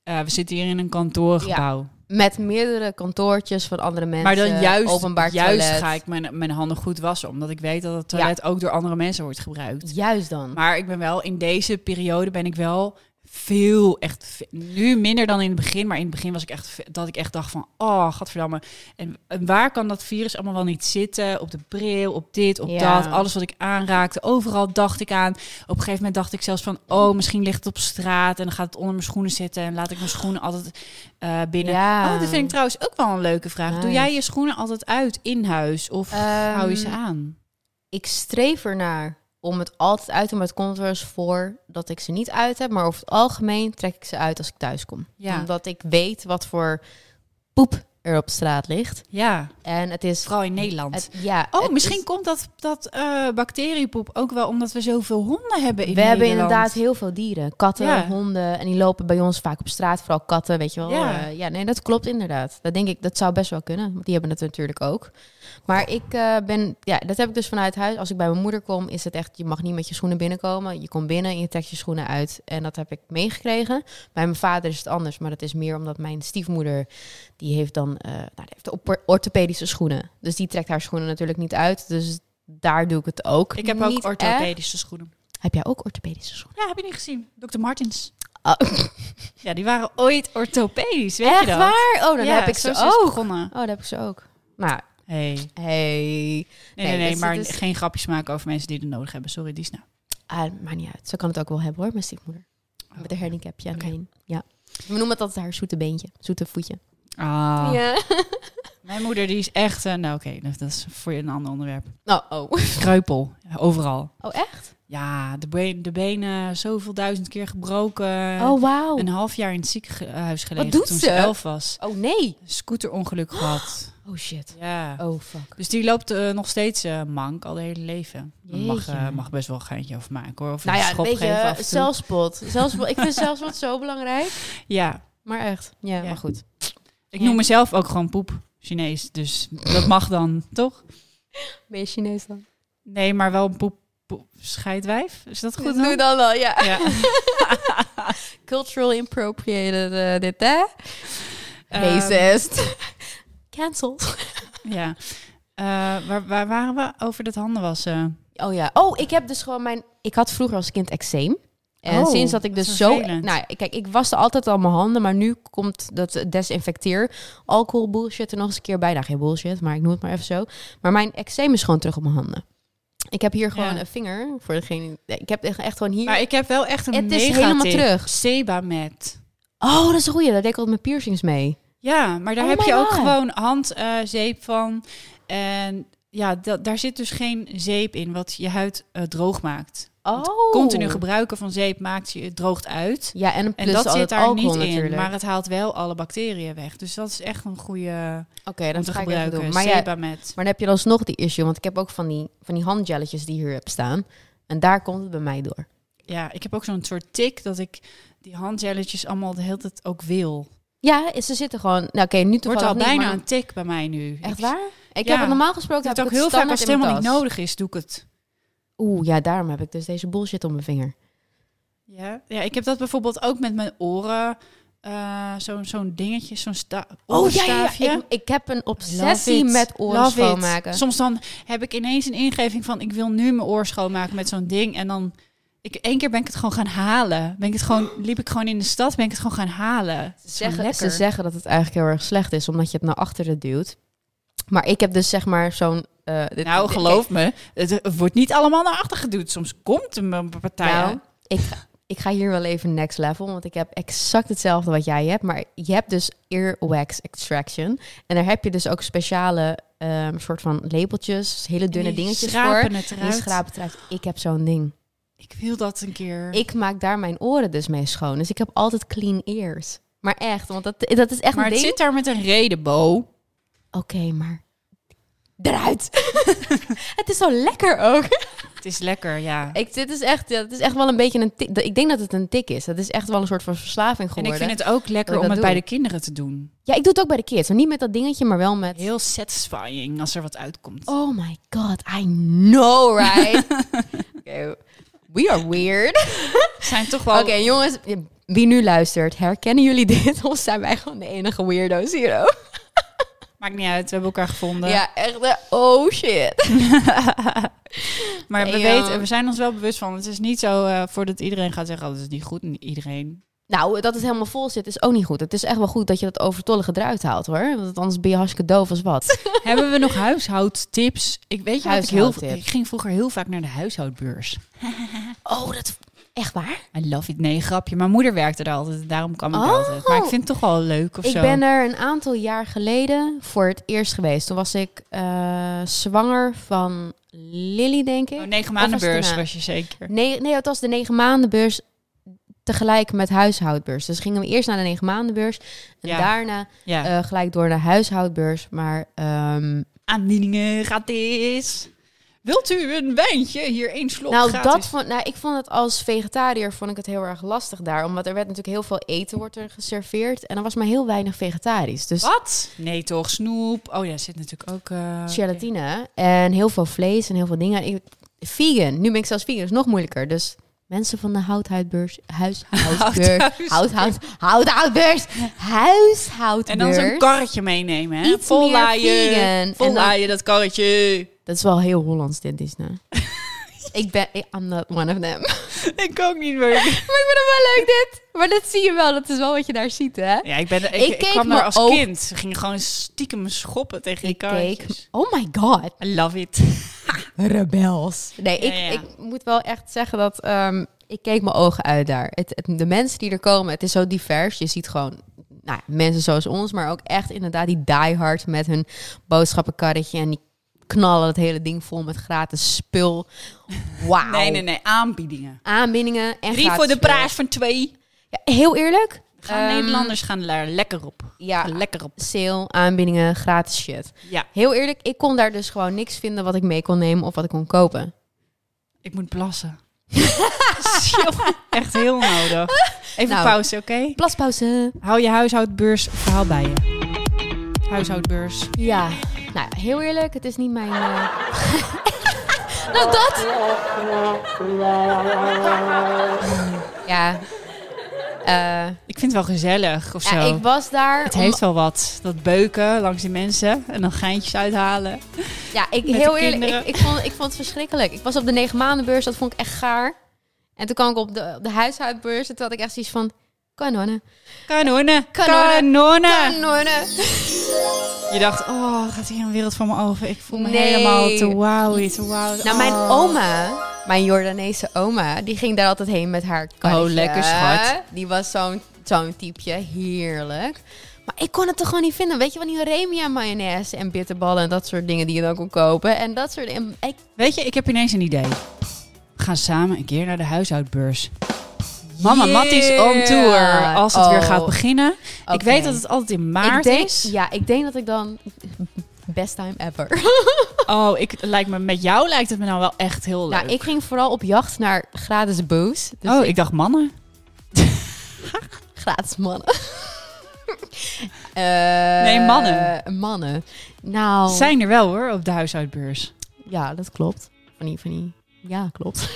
Uh, we zitten hier in een kantoorgebouw. Ja. Met meerdere kantoortjes van andere mensen. Maar dan juist, openbaar juist toilet. ga ik mijn, mijn handen goed wassen. Omdat ik weet dat het toilet ja. ook door andere mensen wordt gebruikt. Juist dan. Maar ik ben wel, in deze periode ben ik wel veel, echt ve- nu minder dan in het begin. Maar in het begin was ik echt, ve- dat ik echt dacht van, oh, gadverdamme. En, en waar kan dat virus allemaal wel niet zitten? Op de bril, op dit, op Ja. dat. Alles wat ik aanraakte, overal dacht ik aan. Op een gegeven moment dacht ik zelfs van, oh, misschien ligt het op straat. En dan gaat het onder mijn schoenen zitten. En laat ik mijn schoenen altijd uh, binnen. Ja. Oh, dat vind ik trouwens ook wel een leuke vraag. Nice. Doe jij je schoenen altijd uit in huis? Of Um, hou je ze aan? Ik streef ernaar om het altijd uit te doen, maar het komt wel eens voor dat ik ze niet uit heb. Maar over het algemeen trek ik ze uit als ik thuis kom. Ja. Omdat ik weet wat voor poep er op straat ligt. Ja, En het is... vooral in Nederland. Het, ja, Oh, het misschien is- komt dat, dat uh, bacteriepoep ook wel omdat we zoveel honden hebben in we hebben Nederland. inderdaad heel veel dieren. Katten, Ja. honden. En die lopen bij ons vaak op straat. Vooral katten, weet je wel. Ja. Ja, ja nee, dat klopt inderdaad. Dat denk ik, dat zou best wel kunnen. Want die hebben het natuurlijk ook. Maar ik uh, ben... Ja, dat heb ik dus vanuit huis. Als ik bij mijn moeder kom, is het echt... Je mag niet met je schoenen binnenkomen. Je komt binnen en je trekt je schoenen uit. En dat heb ik meegekregen. Bij mijn vader is het anders. Maar dat is meer omdat mijn stiefmoeder... Die heeft dan... Uh, nou, die heeft op- orthopedische schoenen. Dus die trekt haar schoenen natuurlijk niet uit. Dus daar doe ik het ook. Ik heb niet ook orthopedische schoenen. Heb jij ook orthopedische schoenen? Ja, heb je niet gezien? dokter Martens. Oh. Ja, die waren ooit orthopedisch, weet Echt je dat? waar? Oh, dan Ja, heb ik zo ze is het ook. begonnen. Oh, dat heb ik ze ook. Nou, Hey. hey. Nee, nee, nee, dus maar het is- geen grapjes maken over mensen die het nodig hebben. Sorry, Disna. Ah, maakt niet uit. Zo kan het ook wel hebben hoor, mijn stiefmoeder. Met een handicapje aan Oké. heen. Ja. We noemen het altijd haar zoete beentje. Zoete voetje. Ah, Ja. mijn moeder die is echt... Uh, nou oké, okay, dat is voor je een ander onderwerp. Oh, oh. Kreupel, overal. Oh, echt? Ja, de, be- de benen zoveel duizend keer gebroken. Oh, wauw. Een half jaar in het ziekenhuis gelegen doet toen ze? ze elf was. Oh, nee. Scooterongeluk gehad. Oh, shit. Ja. Oh, fuck. Dus die loopt uh, nog steeds uh, mank, al het hele leven. Je mag, uh, Jeetje. mag best wel een geintje over maken hoor. Of Nou een ja, schop weet geven af je, en toe. zelfspot. zelfspot. Ik vind zelfspot zo belangrijk. Ja, Maar echt. Ja, Ja. maar goed. ik Ja. noem mezelf ook gewoon poep Chinees. Dus dat mag dan, toch? Ben je Chinees dan? Nee, maar wel een poep, poep scheidwijf. Is dat goed dan? Doe dan wel, ja. Ja. Cultural appropriated uh, dit, hè? Ehm, Racist. Cancelled. Ja. Uh, waar, waar waren we? Over dat handenwassen. Oh ja. Oh, ik heb dus gewoon mijn... Ik had vroeger als kind eczeem. En Oh, sinds dat ik wat dus zo... vervelend. Nou, kijk, ik waste altijd al mijn handen, maar nu komt dat desinfecteer alcohol bullshit er nog eens een keer bij. Nou, geen bullshit, maar ik noem het maar even zo. Maar mijn eczeem is gewoon terug op mijn handen. Ik heb hier gewoon Ja. een vinger voor degene... Ik heb echt echt gewoon hier... Maar ik heb wel echt een Het is mega helemaal tip. terug. Sebamed. Oh, dat is een goeie. Daar deed ik altijd mijn piercings mee. Ja, maar daar Oh heb my je ook God. gewoon handzeep van. En ja, da- daar zit dus geen zeep in wat je huid uh, droog maakt. Oh. Continu gebruiken van zeep maakt je het droogt uit. Ja, en, En plus dat al zit het daar alcohol niet in, natuurlijk. maar het haalt wel alle bacteriën weg. Dus dat is echt een goede Oké, om dat te ga ik even gebruiken. doen. Maar, ja, Sebamed. maar dan heb je alsnog die issue, want ik heb ook van die, van die handjelletjes die hier heb staan. En daar komt het bij mij door. Ja, ik heb ook zo'n soort tik dat ik die handjelletjes allemaal de hele tijd ook wil. Ja, ze zitten gewoon... Nou, oké, nu Wordt toevallig al niet, bijna maar- een tik bij mij nu. Echt Ik- waar? Ik Ja. heb het normaal gesproken... Dat heb ook ik heel vaak als het helemaal niet nodig nodig is, doe ik het. Oeh, ja, daarom heb ik dus deze bullshit op mijn vinger. Ja, ja, ik heb dat bijvoorbeeld ook met mijn oren. Uh, zo'n zo'n dingetje, zo'n sta- Oh ja, ja, ja. oorstaafje. Ik, ik heb een Love obsessie it. met oren Love it. schoonmaken. Soms dan heb ik ineens een ingeving van... ik wil nu mijn oor schoonmaken met zo'n ding. En dan... Ik, één keer ben ik het gewoon gaan halen. Ben ik het gewoon, liep ik gewoon in de stad, ben ik het gewoon gaan halen. Ze Zo zeggen, lekker. ze zeggen dat het eigenlijk heel erg slecht is, omdat je het naar achteren duwt. Maar ik heb dus zeg maar zo'n... uh, dit- Nou, dit- geloof me, het, het wordt niet allemaal naar achter geduwd. Soms komt een partij. Nou, ik ga, ik ga hier wel even next level, want ik heb exact hetzelfde wat jij hebt. Maar je hebt dus earwax extraction. En daar heb je dus ook speciale um, soort van lepeltjes, hele dunne die dingetjes schrapen voor. het Die eruit. schrapen het eruit. Ik heb zo'n ding. Ik wil dat een keer. Ik maak daar mijn oren dus mee schoon. Dus ik heb altijd clean ears. Maar echt, want dat, dat is echt maar een het ding. zit daar met een reden, Bo. Oké, maar... Eruit. Het is zo lekker ook. Het is lekker, ja. Ik, dit is echt, ja, het is echt wel een beetje een tik. Ik denk dat het een tik is. Dat is echt wel een soort van verslaving En geworden. ik vind het ook lekker dat om ik het dat bij doe. de kinderen te doen. Ja, ik doe het ook bij de kids. Maar niet met dat dingetje, maar wel met... Heel satisfying als er wat uitkomt. Oh my god, I know, right? Okay. We are weird. Zijn toch wel... Oké, jongens. wie nu luistert, herkennen jullie dit? Of zijn wij gewoon de enige weirdo's hier ook? Maakt niet uit, we hebben elkaar gevonden. Ja, echt. uh, Oh shit. Maar we, Ja. weten, we zijn ons wel bewust van. Het is niet zo uh, voordat iedereen gaat zeggen, oh, dat is niet goed. En iedereen... Nou, dat het helemaal vol zit is ook niet goed. Het is echt wel goed dat je dat overtollige eruit haalt, hoor. Want anders ben je hartstikke doof als wat. Hebben we nog huishoudtips? Ik weet je, dat ik, heel, Huishoudtips. ik ging vroeger heel vaak naar de huishoudbeurs. Oh, dat... Echt waar? I love it. Nee, grapje. Mijn moeder werkte daar altijd. Daarom kwam ik Oh. altijd. Maar ik vind het toch wel leuk of Ik zo. ben er een aantal jaar geleden voor het eerst geweest. Toen was ik uh, zwanger van Lily, denk ik. Oh, negen Of maanden was het beurs daarna? was je zeker. Nee, nee, het was de negen maandenbeurs tegelijk met huishoudbeurs. Dus gingen we eerst naar de negen maandenbeurs. En Ja. daarna Ja. uh, gelijk door naar huishoudbeurs. Maar um, Aanbiedingen gratis. Wilt u een wijntje? Hier één slok nou, gratis. dat vond, nou, ik vond het als vegetariër vond ik het heel erg lastig daar. Omdat er werd natuurlijk heel veel eten wordt er geserveerd. En er was maar heel weinig vegetarisch. Dus Wat? Nee toch, snoep. Oh ja, er zit natuurlijk ook... Uh, gelatine en heel veel vlees en heel veel dingen. Ik, vegan. Nu ben ik zelfs vegan. Dat is nog moeilijker. Dus mensen van de houthoudbeurs, huishoudbeurs, houthoud, houthoudbeurs, huishoudbeurs. En dan zo'n karretje meenemen, hè? Iets Vol meer laaien. vegan. Vol En dan- laaien, dat karretje. Dat is wel heel Hollands dit, Disney. ik ben, ik, I'm not one of them. Ik ook niet meer. Maar ik vind het wel leuk dit. Maar dat zie je wel. Dat is wel wat je daar ziet, hè? Ja, ik, ben, ik, Ik ik, keek kwam me daar als ook- kind. Ze gingen gewoon stiekem schoppen tegen die Ik karretjes. keek. Oh my god. I love it. Rebels. Nee, Ja, ik, ja. ik moet wel echt zeggen dat um, ik keek mijn ogen uit daar. Het, het, de mensen die er komen, het is zo divers. Je ziet gewoon nou, mensen zoals ons, maar ook echt inderdaad die diehard met hun boodschappenkarretje en die knallen het hele ding vol met gratis spul. Wauw. Nee, nee, nee. Aanbiedingen. Aanbiedingen en Drie gratis voor de spul. prijs van twee. Ja, heel eerlijk. Gaan Ehm, Nederlanders gaan daar lekker op. Ja, Gaan lekker op. sale, aanbiedingen, gratis shit. Ja, Heel eerlijk, ik kon daar dus gewoon niks vinden wat ik mee kon nemen of wat ik kon kopen. ik moet plassen. Jongen, echt heel nodig. Even Nou. pauze, oké? Plaspauze. Hou je huishoudbeurs verhaal bij je. Huishoudbeurs. Ja, nou ja, heel eerlijk, het is niet mijn... Uh... nou, dat! ja. Uh, Ik vind het wel gezellig of zo. ja, ik was daar... Het om- heeft wel wat. Dat beuken langs die mensen. En dan geintjes uithalen. Ja, ik, met heel de eerlijk, kinderen. ik, ik, vond, ik vond het verschrikkelijk. Ik was op de negen maandenbeurs, dat vond ik echt gaar. En toen kwam ik op de, op de huishoudbeurs en toen had ik echt zoiets van... Kanonnen. Kanonnen. Kanonnen. Kanonnen. Kanonnen. Je dacht, oh, gaat hier een wereld van me over. Ik voel me Nee. helemaal te wow. Te wow. Nou, mijn Oh. oma, mijn Jordaanese oma, die ging daar altijd heen met haar karretje. Oh, lekker, schat. Die was zo'n zo'n typeje, heerlijk. Maar ik kon het toch gewoon niet vinden. Weet je, van die Remia mayonaise en bitterballen en dat soort dingen die je dan kon kopen. En dat soort dingen. Ik, Weet je, ik heb ineens een idee. We gaan samen een keer naar de huishoudbeurs. Mama Yeah. Matties on tour. Als het Oh. weer gaat beginnen. Ik Oké. weet dat het altijd in maart ik denk, is. Ja, ik denk dat ik dan... Best time ever. Oh, ik, lijkt me, met jou lijkt het me nou wel echt heel leuk. Nou, ik ging vooral op jacht naar gratis booze. Dus oh, ik, ik dacht mannen. gratis mannen. Eh, Nee, mannen. Mannen. Nou... Zijn er wel hoor, op de huishoudbeurs. Ja, dat klopt. Van die, van die... Ja, klopt.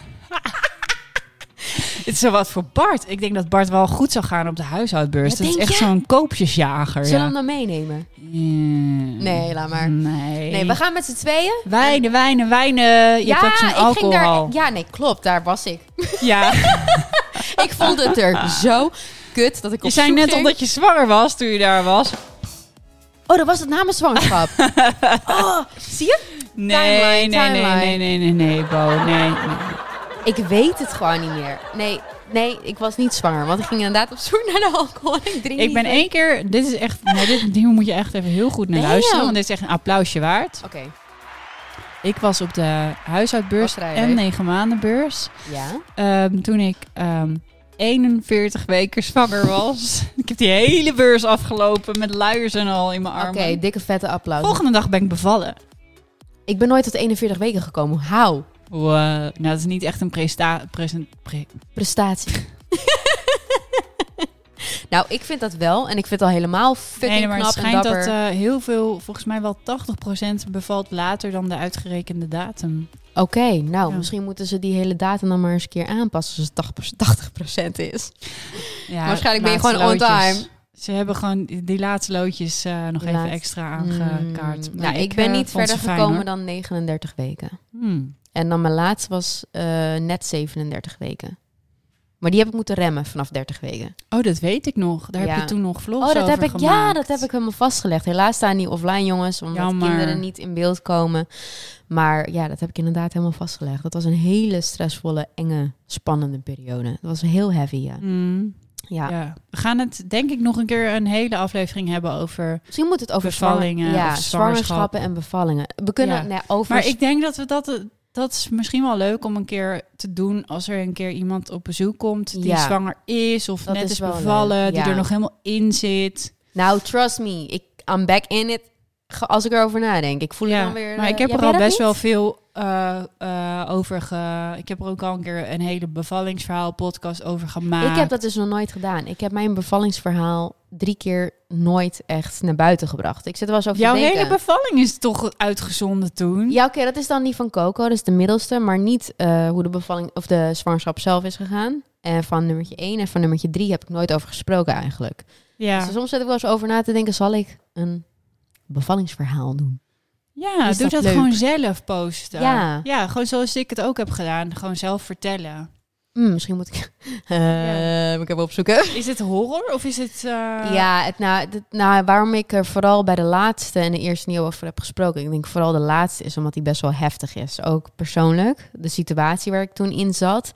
Het is zo wat voor Bart. Ik denk dat Bart wel goed zou gaan op de huishoudbeurs. Ja, dat is denk echt je? zo'n koopjesjager. Zullen we Ja. hem dan meenemen? Mm. Nee, laat maar. Nee. Nee, we gaan met z'n tweeën. Wijnen, wijnen, wijnen. Je ja, hebt ook zo'n ik ging alcohol. daar... Ja, nee, klopt. Daar was ik. Ja. Ik vond het er zo kut dat ik op Je zei zoek net al ging. dat je zwanger was toen je daar was. Oh, dat was het na mijn zwangerschap. Oh, zie je? Nee, Timeline, nee, nee, timeline. nee, nee, nee, nee, Bo. Nee, nee. Ik weet het gewoon niet meer. Nee, nee, ik was niet zwanger. Want ik ging inderdaad op zoek naar de alcohol. En ik drink Ik ben niet. één keer... Dit is echt... Nee, dit, hier moet je echt even heel goed naar Damn. luisteren. Want dit is echt een applausje waard. Oké, Ik was op de huishoudbeurs Was rijden. en negen maandenbeurs. ja. Ehm, toen ik ehm, eenenveertig weken zwanger was. Ik heb die hele beurs afgelopen met luiers en al in mijn Oké, armen. dikke vette applaus. Volgende dag ben ik bevallen. Ik ben nooit tot eenenveertig weken gekomen. How? Wow. Nou, dat is niet echt een presta present, pre- Prestatie. Nou, ik vind dat wel. En ik vind het al helemaal fucking Nee, maar knap het en schijnt dapper. dat eh, heel veel, volgens mij wel tachtig procent bevalt later dan de uitgerekende datum. Oké, okay, nou, ja. misschien moeten ze die hele datum dan maar eens een keer aanpassen als het tachtig procent is. Ja, waarschijnlijk ben je gewoon on time. Ze hebben gewoon die laatste loodjes uh, nog Laat. even extra aangekaart. Hmm. Nou, ik, ik ben uh, niet verder gekomen fijn, dan negenendertig weken. Hmm. En dan mijn laatste was uh, net zevenendertig weken. Maar die heb ik moeten remmen vanaf dertig weken. Oh, dat weet ik nog. Daar ja. heb je toen nog vlogs oh, dat over heb ik, gemaakt. Ja, dat heb ik helemaal vastgelegd. Helaas staan die offline, jongens, omdat Jammer. kinderen niet in beeld komen. Maar ja, dat heb ik inderdaad helemaal vastgelegd. Dat was een hele stressvolle, enge, spannende periode. Dat was heel heavy, ja. Mm. Ja. ja. We gaan het denk ik nog een keer een hele aflevering hebben over Misschien moet het over bevallingen. Ja, of zwangerschappen en bevallingen. We kunnen ja. nee, over... Maar ik denk dat we dat... Dat is misschien wel leuk om een keer te doen als er een keer iemand op bezoek komt die ja. zwanger is of dat net is is leuk. bevallen, Ja. die er nog helemaal in zit. Nou, trust me, ik I'm back in it. Als ik erover nadenk, ik voel ja, het dan weer. Maar ik heb ja, er al best niet? wel veel uh, uh, over ge. Ik heb er ook al een keer een hele bevallingsverhaal podcast over gemaakt. Ik heb dat dus nog nooit gedaan. Ik heb mijn bevallingsverhaal drie keer nooit echt naar buiten gebracht. Ik zit er wel eens over Jouw te denken. hele bevalling is toch uitgezonden toen? Ja, oké, okay, dat is dan die van Coco, dat is de middelste, maar niet uh, hoe de bevalling of de zwangerschap zelf is gegaan. En van nummertje één en van nummertje drie heb ik nooit over gesproken eigenlijk. Ja. Dus soms zit ik wel eens over na te denken, zal ik een bevallingsverhaal doen? Ja, is doe dat, dat leuk? gewoon zelf posten. Ja. ja, gewoon zoals ik het ook heb gedaan. Gewoon zelf vertellen. Mm, misschien moet ik... Uh, ja. Moet ik even opzoeken. Is het horror of is het... Uh... Ja, het, nou, het, nou, waarom ik er vooral bij de laatste en de eerste niet over heb gesproken. Ik denk vooral de laatste is omdat die best wel heftig is. Ook persoonlijk. De situatie waar ik toen in zat.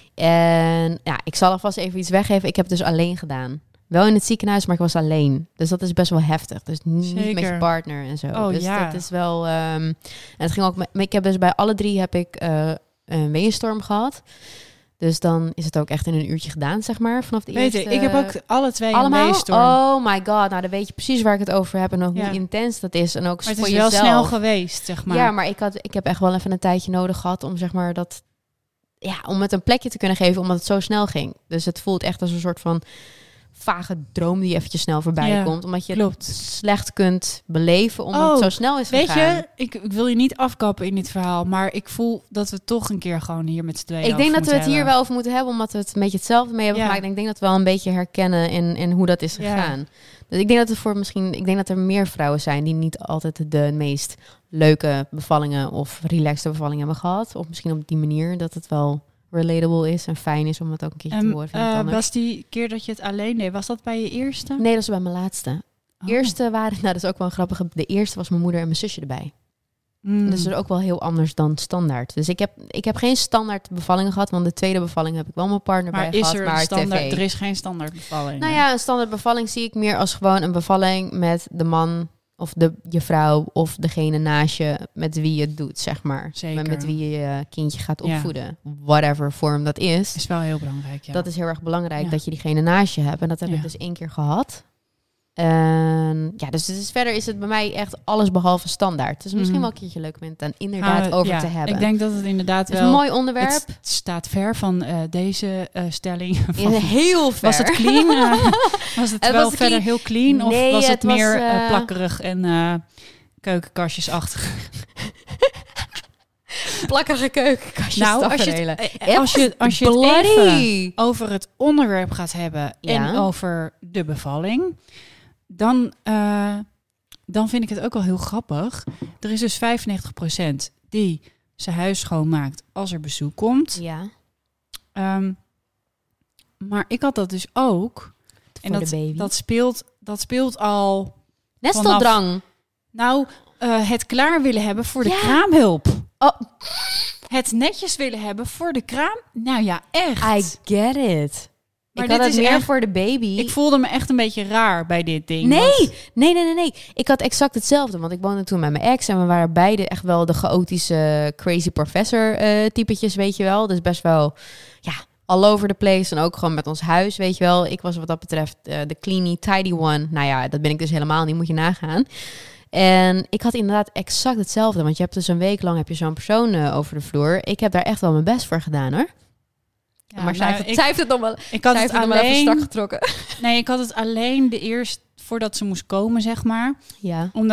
En ja, ik zal alvast even iets weggeven. Ik heb het dus alleen gedaan. Wel in het ziekenhuis, maar ik was alleen. Dus dat is best wel heftig. Dus niet Zeker. met je partner en zo. Oh, dus ja. dat is wel... Um, en het ging ook met, ik heb dus bij alle drie heb ik uh, een weeënstorm gehad. Dus dan is het ook echt in een uurtje gedaan, zeg maar. Vanaf de weet eerste... ik, ik heb ook alle twee allemaal? een weeënstorm. Oh my god, nou dan weet je precies waar ik het over heb. En ook ja. hoe intens dat is. En ook maar het voor is jezelf. wel snel geweest, zeg maar. Ja, maar ik, had, ik heb echt wel even een tijdje nodig gehad om zeg maar dat... Ja, om het een plekje te kunnen geven, omdat het zo snel ging. Dus het voelt echt als een soort van vage droom die eventjes snel voorbij ja, komt. Omdat je klopt. het slecht kunt beleven, omdat oh, het zo snel is weet gegaan. je, ik, ik wil je niet afkappen in dit verhaal, maar ik voel dat we toch een keer gewoon hier met z'n tweeën Ik denk dat we het hebben. hier wel over moeten hebben, omdat we het een beetje hetzelfde mee hebben ja. gemaakt. En ik denk dat we wel een beetje herkennen in, in hoe dat is gegaan. Ja. Dus ik denk dat het voor misschien, ik denk dat er meer vrouwen zijn die niet altijd de meest leuke bevallingen of relaxte bevallingen hebben gehad. Of misschien op die manier dat het wel relatable is en fijn is om het ook een keertje um, te horen. Uh, was die keer dat je het alleen deed, was dat bij je eerste? Nee, dat was bij mijn laatste. Oh. Eerste waren, nou dat is ook wel een grappige. De eerste was mijn moeder en mijn zusje erbij. Mm. Dus dat is ook wel heel anders dan standaard. Dus ik heb, ik heb geen standaard bevallingen gehad, want de tweede bevalling heb ik wel mijn partner maar bij is gehad. Er maar standaard, tv. Er is geen standaard bevalling. Nou ja, een standaard bevalling zie ik meer als gewoon een bevalling met de man of de, je vrouw of degene naast je met wie je het doet, zeg maar. Zeker. Met, met wie je je kindje gaat opvoeden. Ja. Whatever vorm dat is. Is wel heel belangrijk, ja. Dat is heel erg belangrijk, ja. dat je diegene naast je hebt. En dat heb ja. ik dus één keer gehad. En ja, dus, dus verder is het bij mij echt alles behalve standaard. Dus misschien mm. wel een keertje leuk om het dan inderdaad uh, over ja, te hebben. Ik denk dat het inderdaad wel... Het is een mooi onderwerp. Het staat ver van uh, deze uh, stelling. Van, heel ver. Was het clean? Uh, was het, het wel was verder clean? heel clean? Of nee, was het, het meer was, uh... uh, plakkerig en uh, keukenkastjesachtig? Plakkerige keukenkastjes. Nou, als je, het, als je, als je het even over het onderwerp gaat hebben ja. en over de bevalling, dan, uh, dan vind ik het ook wel heel grappig. Er is dus vijfennegentig procent die zijn huis schoonmaakt als er bezoek komt. Ja. Um, maar ik had dat dus ook. Voor en dat, de baby. dat speelt, dat speelt al. Nesteldrang. Vanaf, nou, uh, het klaar willen hebben voor de ja. kraamhulp. Oh. Het netjes willen hebben voor de kraam. Nou ja, echt. I get it. Maar ik had dit het is meer echt, voor de baby. Ik voelde me echt een beetje raar bij dit ding. Nee, want... nee, nee, nee, nee. Ik had exact hetzelfde. Want ik woonde toen met mijn ex. En we waren beide echt wel de chaotische crazy professor uh, typetjes, weet je wel. Dus best wel, ja, all over the place. En ook gewoon met ons huis, weet je wel. Ik was wat dat betreft uh, de cleany, tidy one. Nou ja, dat ben ik dus helemaal niet, moet je nagaan. En ik had inderdaad exact hetzelfde. Want je hebt dus een week lang heb je zo'n persoon uh, over de vloer. Ik heb daar echt wel mijn best voor gedaan, hoor. Ja, maar zij, nou, heeft, ik, zij heeft het nog wel, ik had het alleen, even strak getrokken. Nee, ik had het alleen de eerst voordat ze moest komen, zeg maar. Ja. Omdat,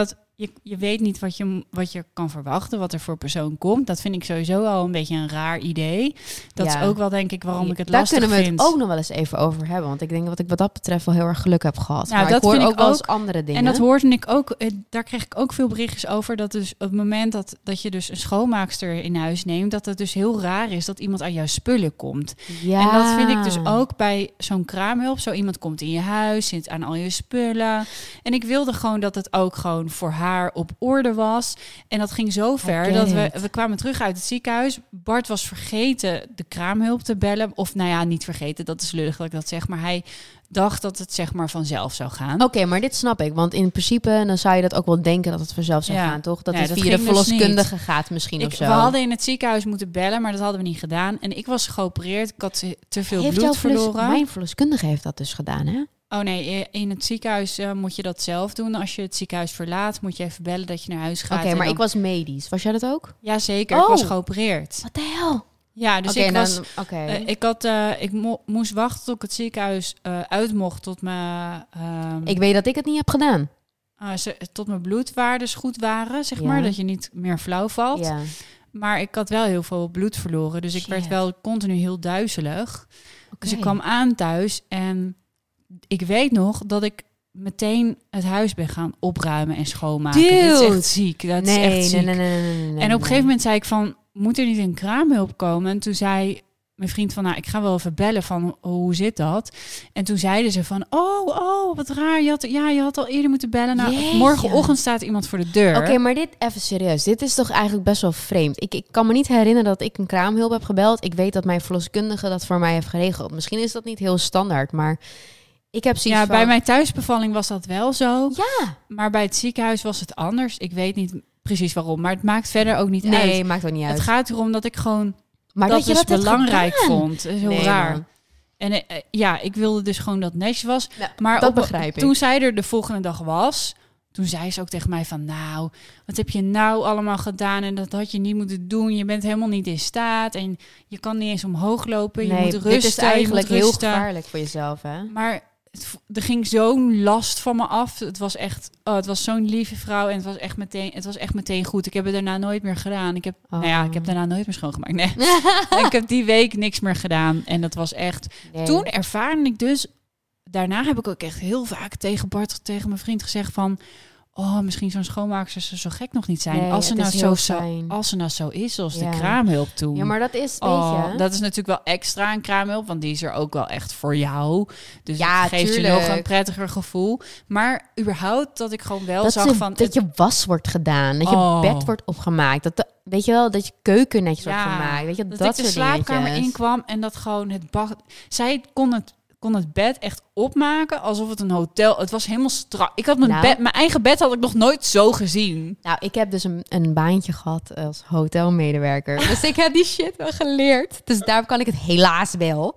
je, je weet niet wat je, wat je kan verwachten, wat er voor persoon komt. Dat vind ik sowieso al een beetje een raar idee. Dat Ja. is ook wel, denk ik, waarom ik het Daar lastig kunnen we vind. het ook nog wel eens even over hebben. Want ik denk dat ik wat dat betreft wel heel erg geluk heb gehad. Nou, maar dat ik hoor vind ook ik wel eens ook. andere dingen. En dat hoorde ik ook, eh, daar kreeg ik ook veel berichtjes over. Dat dus op het moment dat, dat je dus een schoonmaakster in huis neemt, dat het dus heel raar is dat iemand aan jouw spullen komt. Ja. En dat vind ik dus ook bij zo'n kraamhulp. Zo iemand komt in je huis, zit aan al je spullen. En ik wilde gewoon dat het ook gewoon voor haar op orde was. En dat ging zo ver get dat we, it. we kwamen terug uit het ziekenhuis. Bart was vergeten de kraamhulp te bellen. Of nou ja, niet vergeten, dat is lullig dat ik dat zeg. Maar hij dacht dat het zeg maar vanzelf zou gaan. Oké, maar dit snap ik. Want in principe dan zou je dat ook wel denken dat het vanzelf zou Ja. gaan, toch? Dat Ja, het dat via de ging dus verloskundige gaat misschien Ik, of zo. we hadden in het ziekenhuis moeten bellen, maar dat hadden we niet gedaan. En ik was geopereerd. Ik had te- te veel heeft bloed jouw verlos- verloren. Mijn verloskundige heeft dat dus gedaan, hè? Oh nee, in het ziekenhuis uh, moet je dat zelf doen. Als je het ziekenhuis verlaat, moet je even bellen dat je naar huis gaat. Oké, en maar dan... ik was medisch. Was jij dat ook? Jazeker, ik Oh. was geopereerd. Wat de hel? Ja, dus Oké, ik dan- was... oké. Uh, ik, had, uh, ik mo- moest wachten tot ik het ziekenhuis uh, uit mocht tot mijn... Uh, Ik weet dat ik het niet heb gedaan. uh, ze, tot mijn bloedwaardes goed waren, zeg Ja. maar. Dat je niet meer flauw valt. Ja. Maar ik had wel heel veel bloed verloren. Dus ik Shit. werd wel continu heel duizelig. Dus ik Oké. kwam aan thuis en ik weet nog dat ik meteen het huis ben gaan opruimen en schoonmaken. Dude. Dit is echt ziek. Dat nee, is echt ziek. nee, nee, nee, nee, nee, En op nee. een gegeven moment zei ik van, moet er niet een kraamhulp komen? En toen zei mijn vriend van, nou, ik ga wel even bellen van, hoe zit dat? En toen zeiden ze van, oh, oh, wat raar. Je had, ja, je had al eerder moeten bellen. Nou, Jeetje. morgenochtend staat iemand voor de deur. Oké, maar dit even serieus. Dit is toch eigenlijk best wel vreemd. Ik, ik kan me niet herinneren dat ik een kraamhulp heb gebeld. Ik weet dat mijn verloskundige dat voor mij heeft geregeld. Misschien is dat niet heel standaard, maar ik heb zoiets Ja, van... bij mijn thuisbevalling was dat wel zo. Ja. Maar bij het ziekenhuis was het anders. Ik weet niet precies waarom. Maar het maakt verder ook niet Nee, uit. maakt ook niet uit. Het gaat erom dat ik gewoon maar dat, dat, je dus dat hebt belangrijk gedaan. vond. Dat is heel Nee, raar. man. En eh, ja, ik wilde dus gewoon dat het netjes was. Nou, Maar dat op- begrijp ik. toen zij er de volgende dag was, toen zei ze ook tegen mij van, nou, wat heb je nou allemaal gedaan? En dat had je niet moeten doen. Je bent helemaal niet in staat. En je kan niet eens omhoog lopen. Je nee, moet rusten. dit is eigenlijk je moet heel rusten. gevaarlijk voor jezelf, hè? Maar het, v- er ging zo'n last van me af. Het was echt, oh, het was zo'n lieve vrouw en het was echt meteen, het was echt meteen goed. Ik heb het daarna nooit meer gedaan. Ik heb, Oh. nou ja, ik heb daarna nooit meer schoongemaakt. Nee, ik heb die week niks meer gedaan en dat was echt. Nee. Toen ervaarde ik dus. Daarna heb ik ook echt heel vaak tegen Bart, tegen mijn vriend gezegd van, oh, misschien zo'n schoonmaakster zou zo gek nog niet zijn. Nee, als ze het nou is zo, heel zo, fijn. als ze nou zo is, zoals Ja. de kraamhulp toen. Ja, maar dat is, Oh, weet je... dat is natuurlijk wel extra een kraamhulp, want die is er ook wel echt voor jou. Dus Ja, het geeft je tuurlijk. nog een prettiger gevoel. Maar überhaupt dat ik gewoon wel dat, zag ze- van... dat het- je was wordt gedaan, dat je Oh. bed wordt opgemaakt, dat de, weet je wel, dat je keuken netjes ja, wordt gemaakt, weet je, dat, dat, ik de soort slaapkamer dingetjes. inkwam en dat gewoon het bad... Zij kon het, kon het bed echt opmaken alsof het een hotel... Het was helemaal strak. Ik had mijn, Nou. bed, mijn eigen bed had ik nog nooit zo gezien. Nou, ik heb dus een, een baantje gehad als hotelmedewerker, dus ik heb die shit wel geleerd. Dus daar kan ik het helaas wel.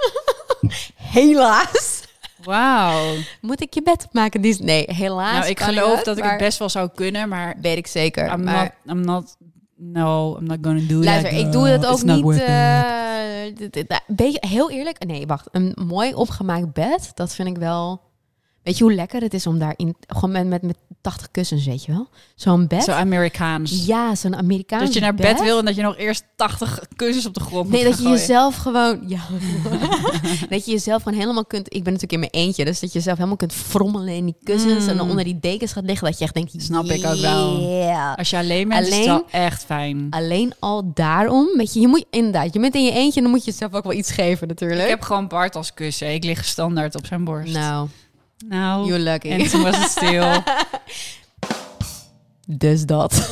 Helaas. Wauw. Moet ik je bed opmaken? Die is- Nee, helaas. Nou, ik kan geloof het, dat ik maar het best wel zou kunnen, maar... weet ik zeker. I'm maar not... I'm not no, I'm not gonna do luister, that. ik doe het girl. ook It's not niet. worth it. eh, dit- dit- dit- beetje, heel eerlijk. Nee, wacht. Een mooi opgemaakt bed, dat vind ik wel. Weet je hoe lekker het is om daarin gewoon met met, met tachtig kussens, weet je wel? Zo'n bed. Zo Amerikaans. Ja, zo'n Amerikaans Dat je naar bed wil en dat je nog eerst tachtig kussens op de grond Nee, moet dat je gaan gooien. jezelf gewoon... Ja. dat je jezelf gewoon helemaal kunt... Ik ben natuurlijk in mijn eentje, dus dat je jezelf helemaal kunt frommelen in die kussens Mm. en dan onder die dekens gaat liggen, dat je echt denkt... Snap ik ook wel. Yeah. Als je alleen bent, is het Alleen- wel echt fijn. Alleen al daarom, weet je, je moet inderdaad, je bent in je eentje en dan moet je jezelf ook wel iets geven natuurlijk. Ik heb gewoon Bart als kussen. Ik lig standaard op zijn borst. Nou, nou you're lucky. en toen was het stil. Dus dat.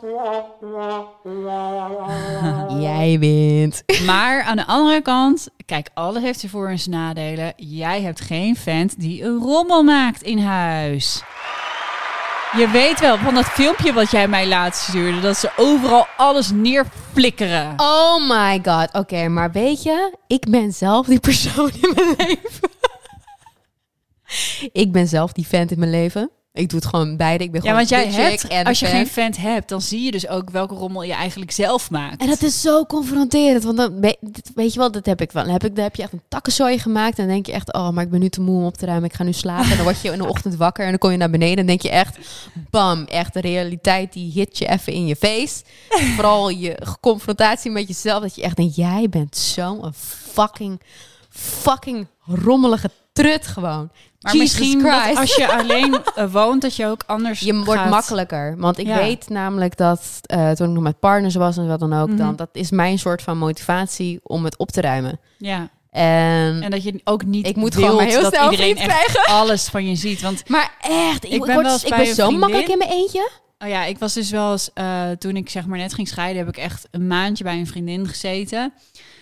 Jij wint. Maar aan de andere kant, kijk, alles heeft zijn voor- en zijn nadelen. Jij hebt geen vent die een rommel maakt in huis. Je weet wel van dat filmpje wat jij mij laatst stuurde, dat ze overal alles neerflikkeren. Oh my god. Oké, maar weet je, ik ben zelf die persoon in mijn leven. Ik ben zelf die vent in mijn leven. Ik doe het gewoon beide. Ik ben Ja, gewoon want jij de hebt, chick en als je de geen vent. vent hebt, dan zie je dus ook welke rommel je eigenlijk zelf maakt. En dat is zo confronterend. Want dan, we- dit- weet je wel, dat heb ik wel. Dan heb, ik, dan heb je echt een takkenzooi gemaakt. En dan denk je echt, oh, maar ik ben nu te moe om op te ruimen. Ik ga nu slapen. En dan word je in de ochtend wakker. En dan kom je naar beneden. En denk je echt, bam, echt de realiteit die hit je even in je face. Vooral je confrontatie met jezelf. Dat je echt denkt, jij bent zo'n fucking, fucking rommelige trut gewoon. Maar Jesus misschien Christ. dat als je alleen uh, woont, dat je ook anders Je wordt gaat. makkelijker. Want ik Ja. weet namelijk dat uh, toen ik nog met partners was en wat dan ook, Mhm. dan dat is mijn soort van motivatie om het op te ruimen. Ja, En, en dat je ook niet ik moet wilt gewoon maar heel dat snel iedereen vriend echt krijgen. alles van je ziet. Want, maar echt, ik, Ik ik ben word, wel eens ik bij ben een zo vriendin. makkelijk in mijn eentje. oh ja, ik was dus wel eens, uh, toen ik zeg maar net ging scheiden, heb ik echt een maandje bij een vriendin gezeten.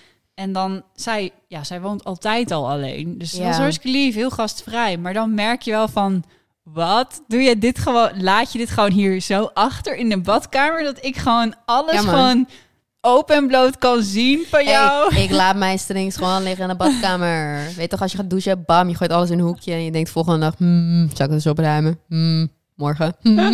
En dan, zij, ja, zij woont altijd al alleen. Dus dat Ja. was hartstikke lief, heel gastvrij. Maar dan merk je wel van, wat? Doe je dit gewoon, laat je dit gewoon hier zo achter in de badkamer, dat ik gewoon alles Ja, man. gewoon open en bloot kan zien van jou? Hey, ik laat mijn strings gewoon liggen in de badkamer. Weet toch, als je gaat douchen, bam, je gooit alles in een hoekje. En je denkt volgende dag, hmm, zou ik het eens opruimen? Hmm, morgen. Hmm.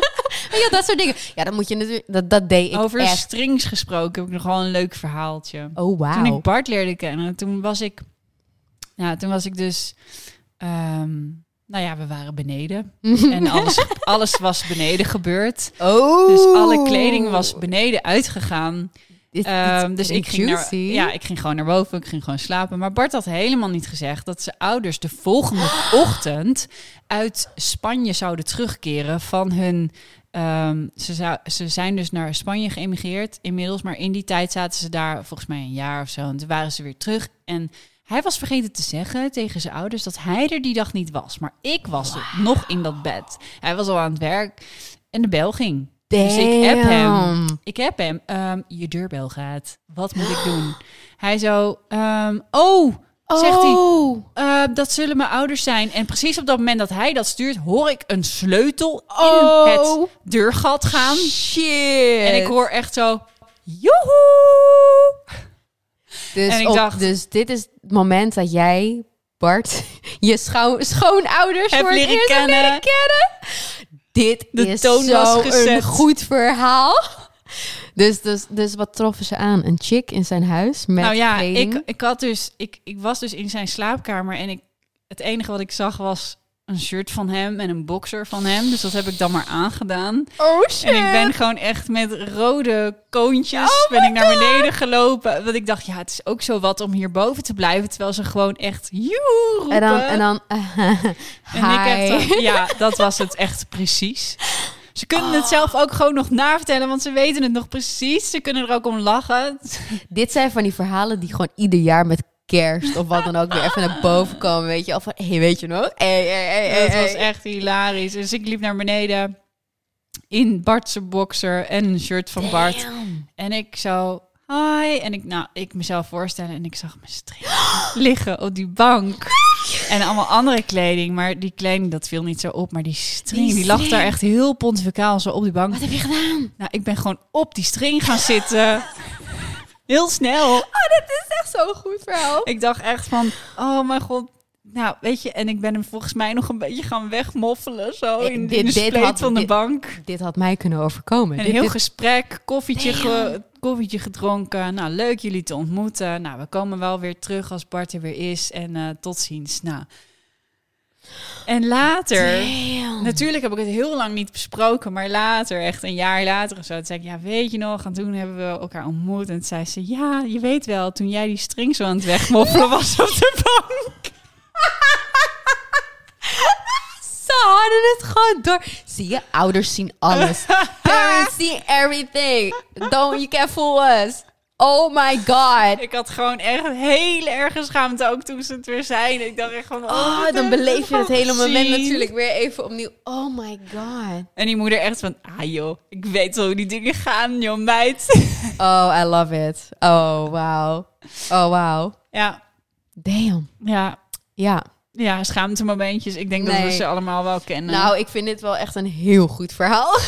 Ja, dat soort dingen. Ja, dat moet je natuurlijk, dat, dat deed ik Over echt. strings gesproken heb ik nog wel een leuk verhaaltje. Oh, wauw. Toen ik Bart leerde kennen, toen was ik, ja, toen was ik dus, ehm, nou ja, we waren beneden en alles, alles was beneden gebeurd. Oh. Dus alle kleding was beneden uitgegaan. Dit- Ehm, dit- dus dit ik ging, naar, juicy. ja, ik ging gewoon naar boven, ik ging gewoon slapen. Maar Bart had helemaal niet gezegd dat zijn ouders de volgende ochtend uit Spanje zouden terugkeren van hun... ehm, ze, zou, ze zijn dus naar Spanje geëmigreerd inmiddels, maar in die tijd zaten ze daar volgens mij een jaar of zo. En toen waren ze weer terug en hij was vergeten te zeggen tegen zijn ouders dat hij er die dag niet was. Maar ik was er nog in dat bed. Hij was al aan het werk en de bel ging. Dus ik app hem. Ik heb hem. Um, je deurbel gaat. Wat moet ik doen? Hij zo. Um, oh, zegt hij. Oh. Uh, dat zullen mijn ouders zijn. En precies op dat moment dat hij dat stuurt, hoor ik een sleutel Oh. in het deurgat gaan. Shit. En ik hoor echt zo. Joehoe! Dus, en ik op- dacht- dus dit is het moment dat jij, Bart, je schou- schoonouders Heb voor het leren eerst hebt kennen. leren kennen. Dit De is toon was zo gezet. een goed verhaal. Dus, dus, dus wat troffen ze aan? Een chick in zijn huis met Nou ja, kleding? ik, ik, had dus, ik, ik was dus in zijn slaapkamer en ik, het enige wat ik zag was een shirt van hem en een boxer van hem. Dus dat heb ik dan maar aangedaan. Oh shit. En ik ben gewoon echt met rode koontjes Oh ben my ik naar God. beneden gelopen. Want ik dacht, ja, het is ook zo wat om hier boven te blijven. Terwijl ze gewoon echt joe roepen. En dan, en dan En ik echt, hi. zo- ja, dat was het echt precies. Ze kunnen het zelf ook gewoon nog navertellen, want ze weten het nog precies. Ze kunnen er ook om lachen. Dit zijn van die verhalen die gewoon ieder jaar met kerst of wat dan ook weer even naar boven komen, weet je. Of van, hey, weet je nog? Hey, hey, hey, hey, Het was hey. echt hilarisch. Dus ik liep naar beneden in Bart's boxer en een shirt van Bart. Damn. En ik zo, hi. En ik, nou, ik mezelf voorstellen en ik zag mijn string liggen op die bank. En allemaal andere kleding. Maar die kleding, dat viel niet zo op. Maar die string, Die die, lag string. daar echt heel pontificaal zo op die bank. Wat heb je gedaan? Nou, ik ben gewoon op die string gaan zitten. Heel snel. Oh, dit is echt zo'n goed verhaal. Ik dacht echt van, oh mijn god. Nou, weet je, en ik ben hem volgens mij nog een beetje gaan wegmoffelen. Zo Eh, in, dit- in de dit spleet had- van de dit- bank. Dit had mij kunnen overkomen. Een Dit- heel dit- gesprek, koffietje, Damn. ge- koffietje gedronken. Nou, leuk jullie te ontmoeten. Nou, we komen wel weer terug als Bart er weer is. En uh, tot ziens. Nou. En later, Damn. natuurlijk heb ik het heel lang niet besproken, maar later, echt een jaar later of zo, toen zei ik, ja, weet je nog? En toen hebben we elkaar ontmoet. En toen zei ze, ja, je weet wel, toen jij die string zo aan het wegmoffelen was op de bank. Ze hadden het gewoon door. Zie je, ouders zien alles. Parents see everything. Don't, you can't fool us. Oh my god. Ik had gewoon echt een hele erge schaamte ook toen ze het weer zeiden. Ik dacht echt van, oh, Oh, wat dan heb beleef ik je het hele gezien? moment natuurlijk weer even opnieuw. Oh my god. En die moeder echt van, ah joh, ik weet wel hoe die dingen gaan, joh, meid. Oh, I love it. Oh, wow. Oh, wow. Ja, Damn. ja, Ja. ja, schaamtemomentjes. Ik denk dat we Nee. ze allemaal wel kennen. Nou, ik vind dit wel echt een heel goed verhaal.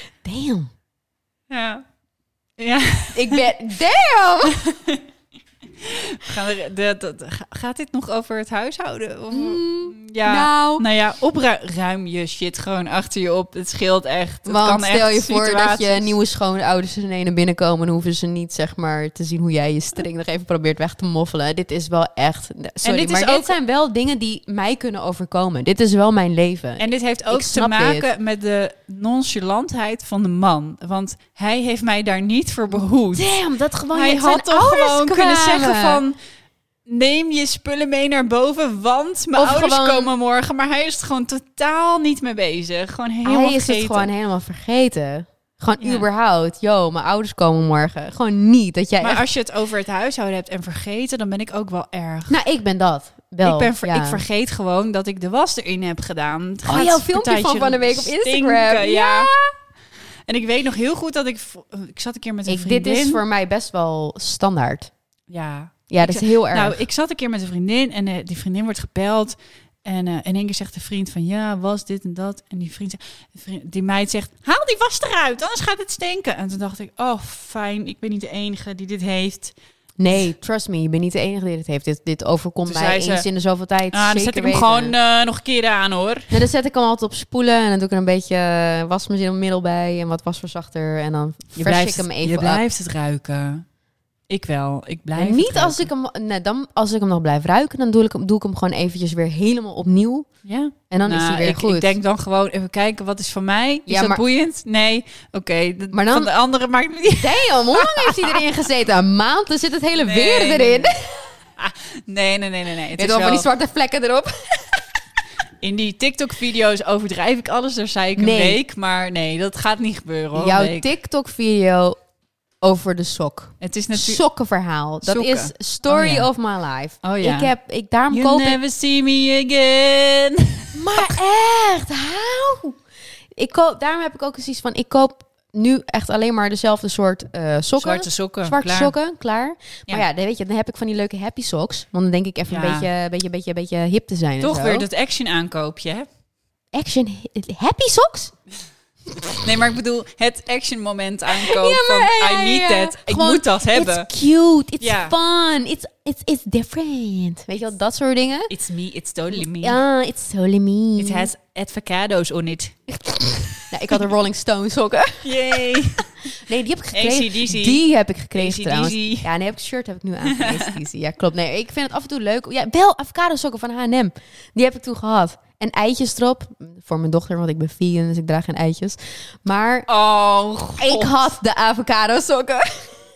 Damn. ja. Ja. Ik ben... Damn! Gaan we, de, de, de, gaat dit nog over het huishouden? Of, Mm, ja, nou. nou ja, opruim je shit gewoon achter je op. Het scheelt echt. Het Want kan stel echt je voor situaties. dat je nieuwe schoonouders naar binnen komen... dan hoeven ze niet, zeg maar, te zien hoe jij je string nog even probeert weg te moffelen. Dit is wel echt... Sorry, dit maar is dit ook- zijn wel dingen die mij kunnen overkomen. Dit is wel mijn leven. En dit heeft ook Ik te snap maken dit. met de nonchalantheid van de man. Want hij heeft mij daar niet voor behoed. Damn, dat gewoon... Hij met zijn had toch ouders gewoon kunnen kwamen. zeggen van... neem je spullen mee naar boven, want mijn Of ouders gewoon- komen morgen. Maar hij is er gewoon totaal niet mee bezig. Gewoon helemaal Hij is vergeten. het gewoon helemaal vergeten. Gewoon Ja. überhaupt. Yo, mijn ouders komen morgen. Gewoon niet. Dat jij Maar echt... als je het over het huishouden hebt en vergeten, dan ben ik ook wel erg. Nou, ik ben dat. Wel, ik, ben ver- ja. ik vergeet gewoon dat ik de was erin heb gedaan. Het Oh, gaat jouw een filmpje partijtje van van de week op Instagram. stinken, Ja. En ik weet nog heel goed dat ik... Ik zat een keer met een Ik, vriendin. dit is voor mij best wel standaard. Ja. Ja, dat Ik- is heel erg. Nou, ik zat een keer met een vriendin en eh, die vriendin wordt gebeld. En uh, in één keer zegt de vriend van ja, was dit en dat. En die vriend, de vriend, die meid zegt, haal die was eruit, anders gaat het stinken. En toen dacht ik, oh fijn, ik ben niet de enige die dit heeft. Nee, trust me, je bent niet de enige die dit heeft. Dit, dit overkomt Toen mij zei ze, eens in de zoveel tijd. Ah, dan zeker zet ik hem weten. gewoon uh, nog een keer aan hoor. Nee, dan zet ik hem altijd op spoelen en dan doe ik er een beetje uh, wasmiddel bij en wat wasverzachter en dan Je fresh ik blijft, hem even je op. blijft het ruiken. Ik wel, ik blijf En het niet als ruiken. ik hem, nee, dan als ik hem nog blijf ruiken, dan doe ik hem, doe ik hem gewoon eventjes weer helemaal opnieuw. Ja. En dan is Nou, hij weer ik, goed. ik denk dan gewoon even kijken, wat is van mij? Is Ja, dat maar- boeiend? Nee. Oké, okay, Maar dan- van de andere maakt me niet... Damn, hoe lang heeft hij erin gezeten? Een maand? Dan zit het hele Nee, weer nee, erin. nee. Ah, nee, nee, nee, nee. nee. Het Weet is je wel, van wel, die zwarte vlekken erop. in die TikTok-video's overdrijf ik alles. Daar zei ik een Nee. week. Maar nee, dat gaat niet gebeuren. Hoor, een Jouw week. TikTok-video over de sok. Het is natuurlijk... Sokkenverhaal. Dat Sokken. is story Oh ja. of my life. Oh ja. Ik heb, ik, daarom You koop ik... never see me again. Maar echt, hou! Ik koop, daarom heb ik ook zoiets van, ik koop nu echt alleen maar dezelfde soort eh, sokken. Zwarte sokken. Zwarte klaar. sokken, klaar. Ja. Maar ja, dan weet je, dan heb ik van die leuke happy socks. Want dan denk ik even Ja. een beetje, beetje, beetje, beetje hip te zijn. en Toch zo. weer dat action aankoopje, hè? Action happy socks? Nee, maar ik bedoel het action moment aankopen Ja, maar, van ja, I need ja. that. Ik Gewoon, moet dat hebben. It's cute, it's Ja. fun, it's, it's, it's different. Weet je wel, dat soort dingen. It's me, it's totally me. Ja, it's totally me. It has avocados on it. Nou, ik had een Rolling Stone sokken. Yay. Nee, die heb ik gekregen. A C D C. Die heb ik gekregen A C D C. trouwens. Ja, nee, heb ik shirt heb ik nu aan van A C D C. Ja, klopt. Nee, ik vind het af en toe leuk. Ja, wel avocado sokken van H en M. Die heb ik toen gehad. En eitjes erop. Voor mijn dochter, want ik ben vegan, dus ik draag geen eitjes. Maar Oh, God. ik had de avocado sokken.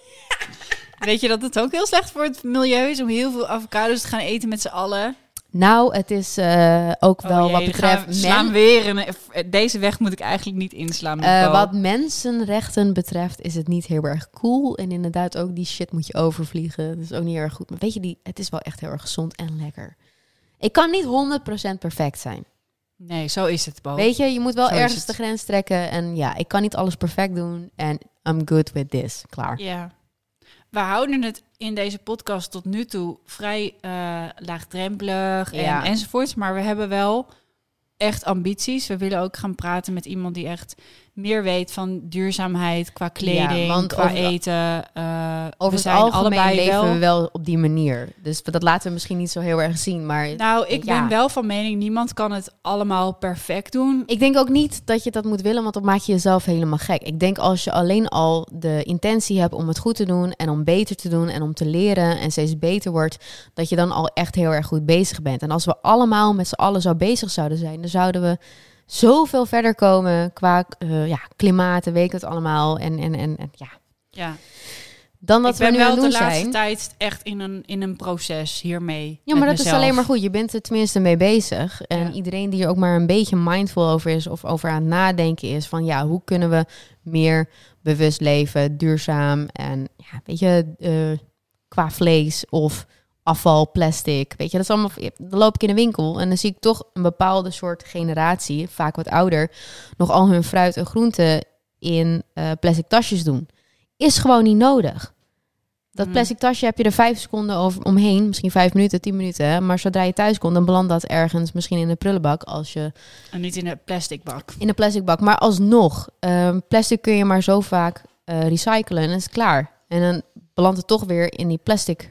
Weet je dat het ook heel slecht voor het milieu is om heel veel avocados te gaan eten met z'n allen? Nou, het is uh, ook wel oh, jee, wat dan betreft... gaan we- slaan men- weer een, deze weg moet ik eigenlijk niet inslaan. Uh, Nico. wat mensenrechten betreft is het niet heel erg cool. En inderdaad ook die shit moet je overvliegen. Dat is ook niet erg goed. Maar weet je, die, het is wel echt heel erg gezond en lekker. Ik kan niet honderd procent perfect zijn. Nee, zo is het, Bo. Weet je, je moet wel Zo is ergens het. de grens trekken. En ja, ik kan niet alles perfect doen. En I'm good with this. Klaar. Ja. We houden het in deze podcast tot nu toe vrij uh, laagdrempelig en, Ja. enzovoorts. Maar we hebben wel echt ambities. We willen ook gaan praten met iemand die echt meer weet van duurzaamheid qua kleding, want qua over- eten. Uh, Over we het zijn algemeen allebei leven wel... we wel op die manier. Dus dat laten we misschien niet zo heel erg zien. Maar Nou, ik Ja. ben wel van mening, niemand kan het allemaal perfect doen. ik denk ook niet dat je dat moet willen, want dan maak je jezelf helemaal gek. Ik denk als je alleen al de intentie hebt om het goed te doen en om beter te doen en om te leren en steeds beter wordt, dat je dan al echt heel erg goed bezig bent. En als we allemaal met z'n allen zo bezig zouden zijn, dan zouden we zoveel verder komen qua uh, ja, klimaat, weet ik het allemaal. En, en, en, en ja, Ja. dan dat ik we ben nu wel aan het de doen laatste zijn. tijd echt in een, in een proces hiermee. Ja, maar met dat is mezelf. alleen maar goed. Je bent er tenminste mee bezig. En Ja. iedereen die er ook maar een beetje mindful over is of over aan het nadenken is van ja, hoe kunnen we meer bewust leven, duurzaam en ja, weet je, uh, qua vlees of afval, plastic, weet je, dat is allemaal. Dan loop ik in de winkel en dan zie ik toch een bepaalde soort generatie, vaak wat ouder, nog al hun fruit en groenten in uh, plastic tasjes doen. Is gewoon niet nodig. Dat Mm. plastic tasje heb je er vijf seconden over omheen, misschien vijf minuten, tien minuten, hè? Maar zodra je thuis komt, dan belandt dat ergens, misschien in de prullenbak, als je En niet in een plastic bak. in een plastic bak. Maar alsnog, um, plastic kun je maar zo vaak uh, recyclen en dan is het klaar. En dan belandt het toch weer in die plastic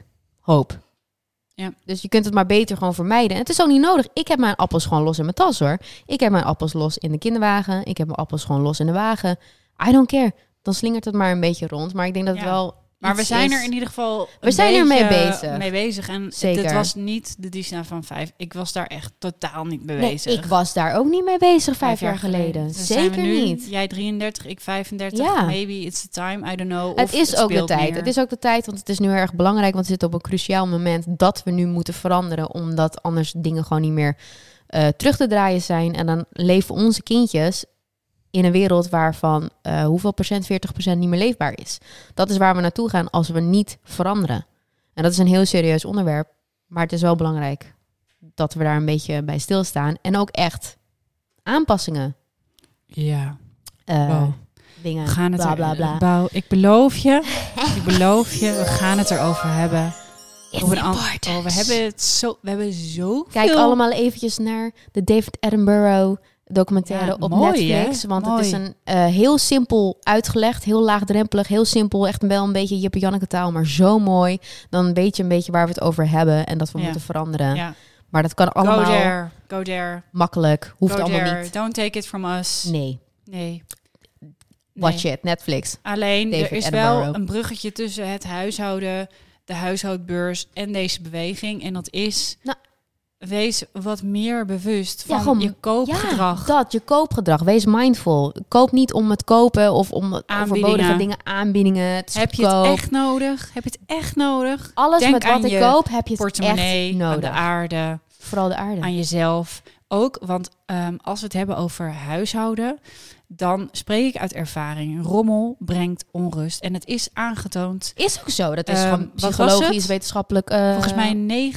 hoop. Ja. Dus je kunt het maar beter gewoon vermijden. En het is ook niet nodig. Ik heb mijn appels gewoon los in mijn tas, hoor. Ik heb mijn appels los in de kinderwagen. Ik heb mijn appels gewoon los in de wagen. I don't care. Dan slingert het maar een beetje rond. Maar ik denk dat het Ja. wel... Maar we iets zijn is. er in ieder geval We een zijn er mee beetje bezig. mee bezig. En Zeker. dit was niet de Disna van vijf. Ik was daar echt totaal niet mee Nee, bezig. ik was daar ook niet mee bezig vijf, jaar geleden. Dus zijn Zeker we nu, niet. Jij drieëndertig, ik vijfendertig. Ja. Maybe it's the time, I don't know. Het Of is ook de speelt tijd. meer. Het is ook de tijd, want het is nu heel erg belangrijk. Want we zitten op een cruciaal moment dat we nu moeten veranderen. Omdat anders dingen gewoon niet meer uh, terug te draaien zijn. En dan leven onze kindjes in een wereld waarvan uh, hoeveel procent, veertig procent niet meer leefbaar is. Dat is waar we naartoe gaan als we niet veranderen. En dat is een heel serieus onderwerp. Maar het is wel belangrijk dat we daar een beetje bij stilstaan. En ook echt aanpassingen. Ja. Uh, Wow. Dingen, We gaan het bla er, bla bla. Bouw, ik beloof je, ik beloof je, we gaan het erover hebben. It's Over een an- important. oh, we hebben het zo, we hebben zo Kijk veel... allemaal eventjes naar de David Attenborough documentaire Ja, op mooi, Netflix. hè? Want Mooi. het is een uh, heel simpel uitgelegd, heel laagdrempelig, heel simpel. Echt wel een beetje Jippe Janneke taal, maar zo mooi. Dan weet je een beetje waar we het over hebben en dat we Ja. moeten veranderen. Ja. Maar dat kan allemaal Go there, go there, makkelijk. Hoeft go allemaal there. niet. Don't take it from us. Nee. Nee. Watch Nee. it, Netflix. Alleen, David er is Attenborough. wel een bruggetje tussen het huishouden, de huishoudbeurs en deze beweging. En dat is, Nou. wees wat meer bewust Ja, van gewoon- je koopgedrag. Ja, dat, je koopgedrag. Wees mindful. Koop niet om het kopen of om het Aanbiedingen. overbodige dingen, aanbiedingen. Het is Heb je het goedkoop. echt nodig? Heb je het echt nodig? Alles Denk met wat aan ik je koop, heb je het Portemonnee, echt aan nodig. de aarde, Vooral de aarde. aan jezelf. Ook, want um, als we het hebben over huishouden, dan spreek ik uit ervaring. Rommel brengt onrust. En het is aangetoond. Is ook zo. Dat is Ehm, gewoon wat was psychologisch, het? wetenschappelijk. uh, Volgens mij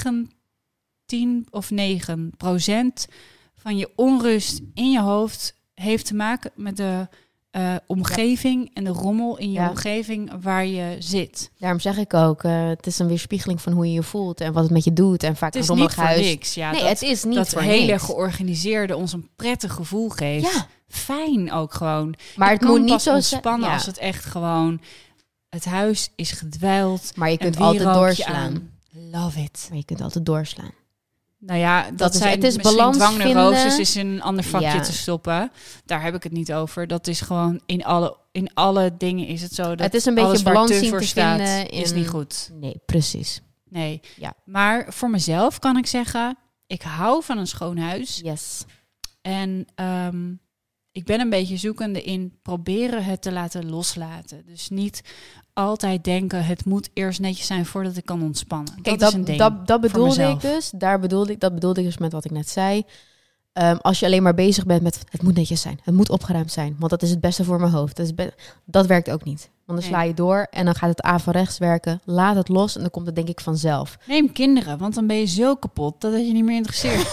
negentien of negen procent van je onrust in je hoofd heeft te maken met de uh, omgeving en de rommel in je Ja. omgeving waar je zit. Daarom zeg ik ook, uh, het is een weerspiegeling van hoe je je voelt en wat het met je doet. En vaak Het is een niet rommelig voor huis. niks. Ja, nee, dat, het is niet dat voor hele niks. georganiseerde ons een prettig gevoel geeft. Ja, Fijn ook gewoon. maar Je het kan moet niet pas zo ontspannen zijn. Ja. als het echt gewoon... Het huis is gedwijld. Maar je kunt en altijd wierookje doorslaan. aan. Love it. Maar je kunt altijd doorslaan. Nou ja, dat, Dat is- zijn het is misschien balans dwangneuroses vinden. is in een ander vakje Ja. te stoppen. Daar heb ik het niet over. Dat is gewoon in alle, in alle dingen is het zo. Dat Het is een beetje alles waar balans te zien voor te staat, vinden is in- niet goed. Nee, precies. Nee. Ja. Maar voor mezelf kan ik zeggen, ik hou van een schoon huis. Yes. En ehm, ik ben een beetje zoekende in proberen het te laten loslaten. Dus niet altijd denken, het moet eerst netjes zijn voordat ik kan ontspannen. Kijk, dat, is een ding. dat, dat bedoelde mezelf. ik dus. Daar bedoelde ik, dat bedoelde ik dus met wat ik net zei. Um, als je alleen maar bezig bent met het moet netjes zijn, het moet opgeruimd zijn, want dat is het beste voor mijn hoofd. Dat, is be- dat werkt ook niet. Want dan Nee. sla je door en dan gaat het averechts werken. Laat het los en dan komt het denk ik vanzelf. Neem kinderen, want dan ben je zo kapot dat het je niet meer interesseert.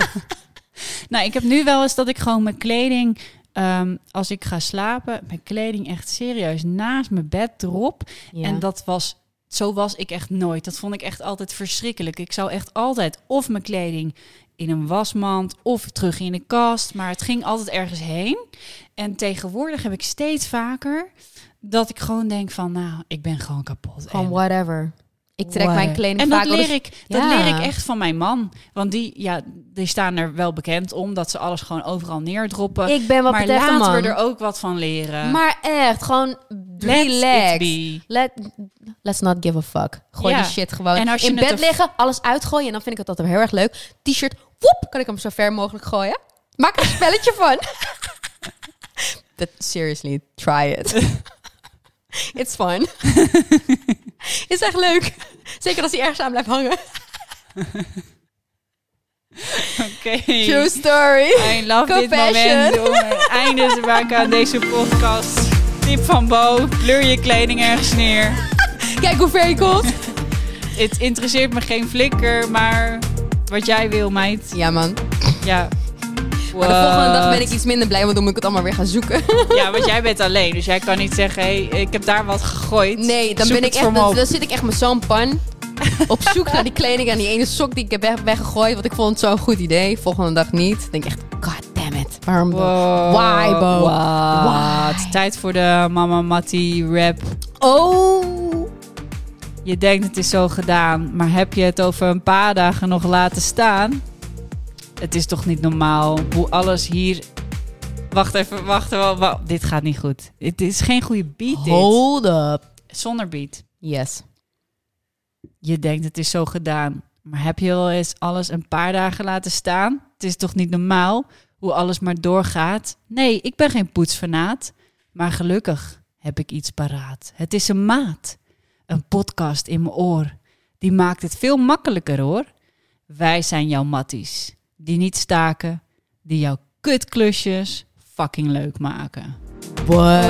Nou, ik heb nu wel eens dat ik gewoon mijn kleding, um, als ik ga slapen, mijn kleding echt serieus naast mijn bed erop. Ja. En dat was, zo was ik echt nooit. Dat vond ik echt altijd verschrikkelijk. Ik zou echt altijd of mijn kleding in een wasmand of terug in de kast. Maar het ging altijd ergens heen. En tegenwoordig heb ik steeds vaker dat ik gewoon denk van, nou, ik ben gewoon kapot. Gewoon En whatever. Ik trek whatever. mijn kleding En vaak dat wel leer eens- ik, dat Ja. leer ik echt van mijn man. Want die, ja, die staan er wel bekend om dat ze alles gewoon overal neerdroppen. Ik ben wat maar betreft een laten man. we er ook wat van leren. Maar echt, gewoon Let relax. it be. Let, let's not give a fuck. Gooi Ja. die shit gewoon En als je in het bed er- liggen, alles uitgooien. En dan vind ik het altijd heel erg leuk. T-shirt, woep, kan ik hem zo ver mogelijk gooien. Maak er een spelletje van. That, seriously, try it. It's fun. Is echt leuk. Zeker als hij ergens aan blijft hangen. Oké. True story. I love dit Confession. moment om een einde te maken aan deze podcast. Tip van Bo, pleur je kleding ergens neer. Kijk hoe ver je komt. Het interesseert me geen flikker, maar wat jij wil, meid. Ja, man. Ja. Maar de volgende dag ben What? ik iets minder blij, want dan moet ik het allemaal weer gaan zoeken. Ja, want jij bent alleen, dus jij kan niet zeggen, hé, hey, ik heb daar wat gegooid. Nee, dan Zoek ben ik het voor echt, me dan, op. dan zit ik echt met zo'n pan op zoek naar die kleding en die ene sok die ik heb weg, weggegooid, want ik vond het zo'n goed idee. Volgende dag niet. Dan denk ik echt, god damn it. Waarom dan? Wow. Why, Bo? What? Why? Tijd voor de Mama Matti rap. Oh. Je denkt het is zo gedaan, maar heb je het over een paar dagen nog laten staan? Het is toch niet normaal hoe alles hier... Wacht even, wacht even. Wacht. Dit gaat niet goed. Het is geen goede beat dit. Hold up. Zonder beat. Yes. Je denkt het is zo gedaan, maar heb je wel eens alles een paar dagen laten staan? Het is toch niet normaal hoe alles maar doorgaat? Nee, ik ben geen poetsfanaat, maar gelukkig heb ik iets paraat. Het is een maat, een podcast in mijn oor. Die maakt het veel makkelijker hoor. Wij zijn jouw matties, die niet staken, die jouw kutklusjes fucking leuk maken. What?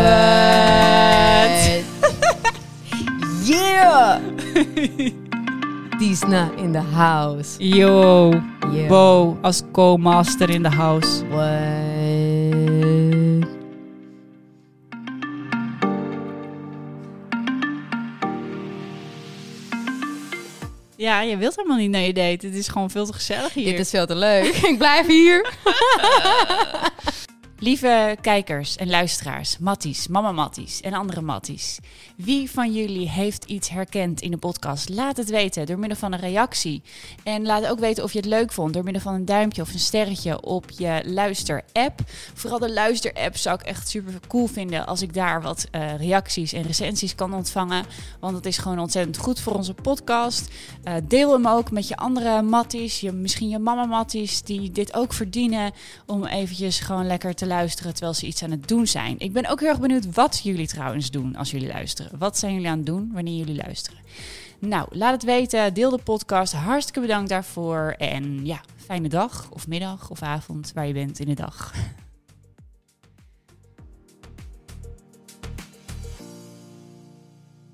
Yeah! Disna in the house. Yo, Yeah. Bo als co-master in de house. What? Ja, je wilt helemaal niet naar je date. Het is gewoon veel te gezellig hier. Dit is veel te leuk. Ik blijf hier. Lieve kijkers en luisteraars, matties, mama matties en andere matties. Wie van jullie heeft iets herkend in de podcast? Laat het weten door middel van een reactie. En laat ook weten of je het leuk vond door middel van een duimpje of een sterretje op je luisterapp. Vooral de luisterapp zou ik echt super cool vinden als ik daar wat uh, reacties en recensies kan ontvangen. Want het is gewoon ontzettend goed voor onze podcast. Uh, deel hem ook met je andere matties, je, misschien je mama matties die dit ook verdienen om eventjes gewoon lekker te luisteren terwijl ze iets aan het doen zijn. Ik ben ook heel erg benieuwd wat jullie trouwens doen als jullie luisteren. Wat zijn jullie aan het doen wanneer jullie luisteren? Nou, laat het weten. Deel de podcast. Hartstikke bedankt daarvoor. En ja, fijne dag of middag of avond waar je bent in de dag.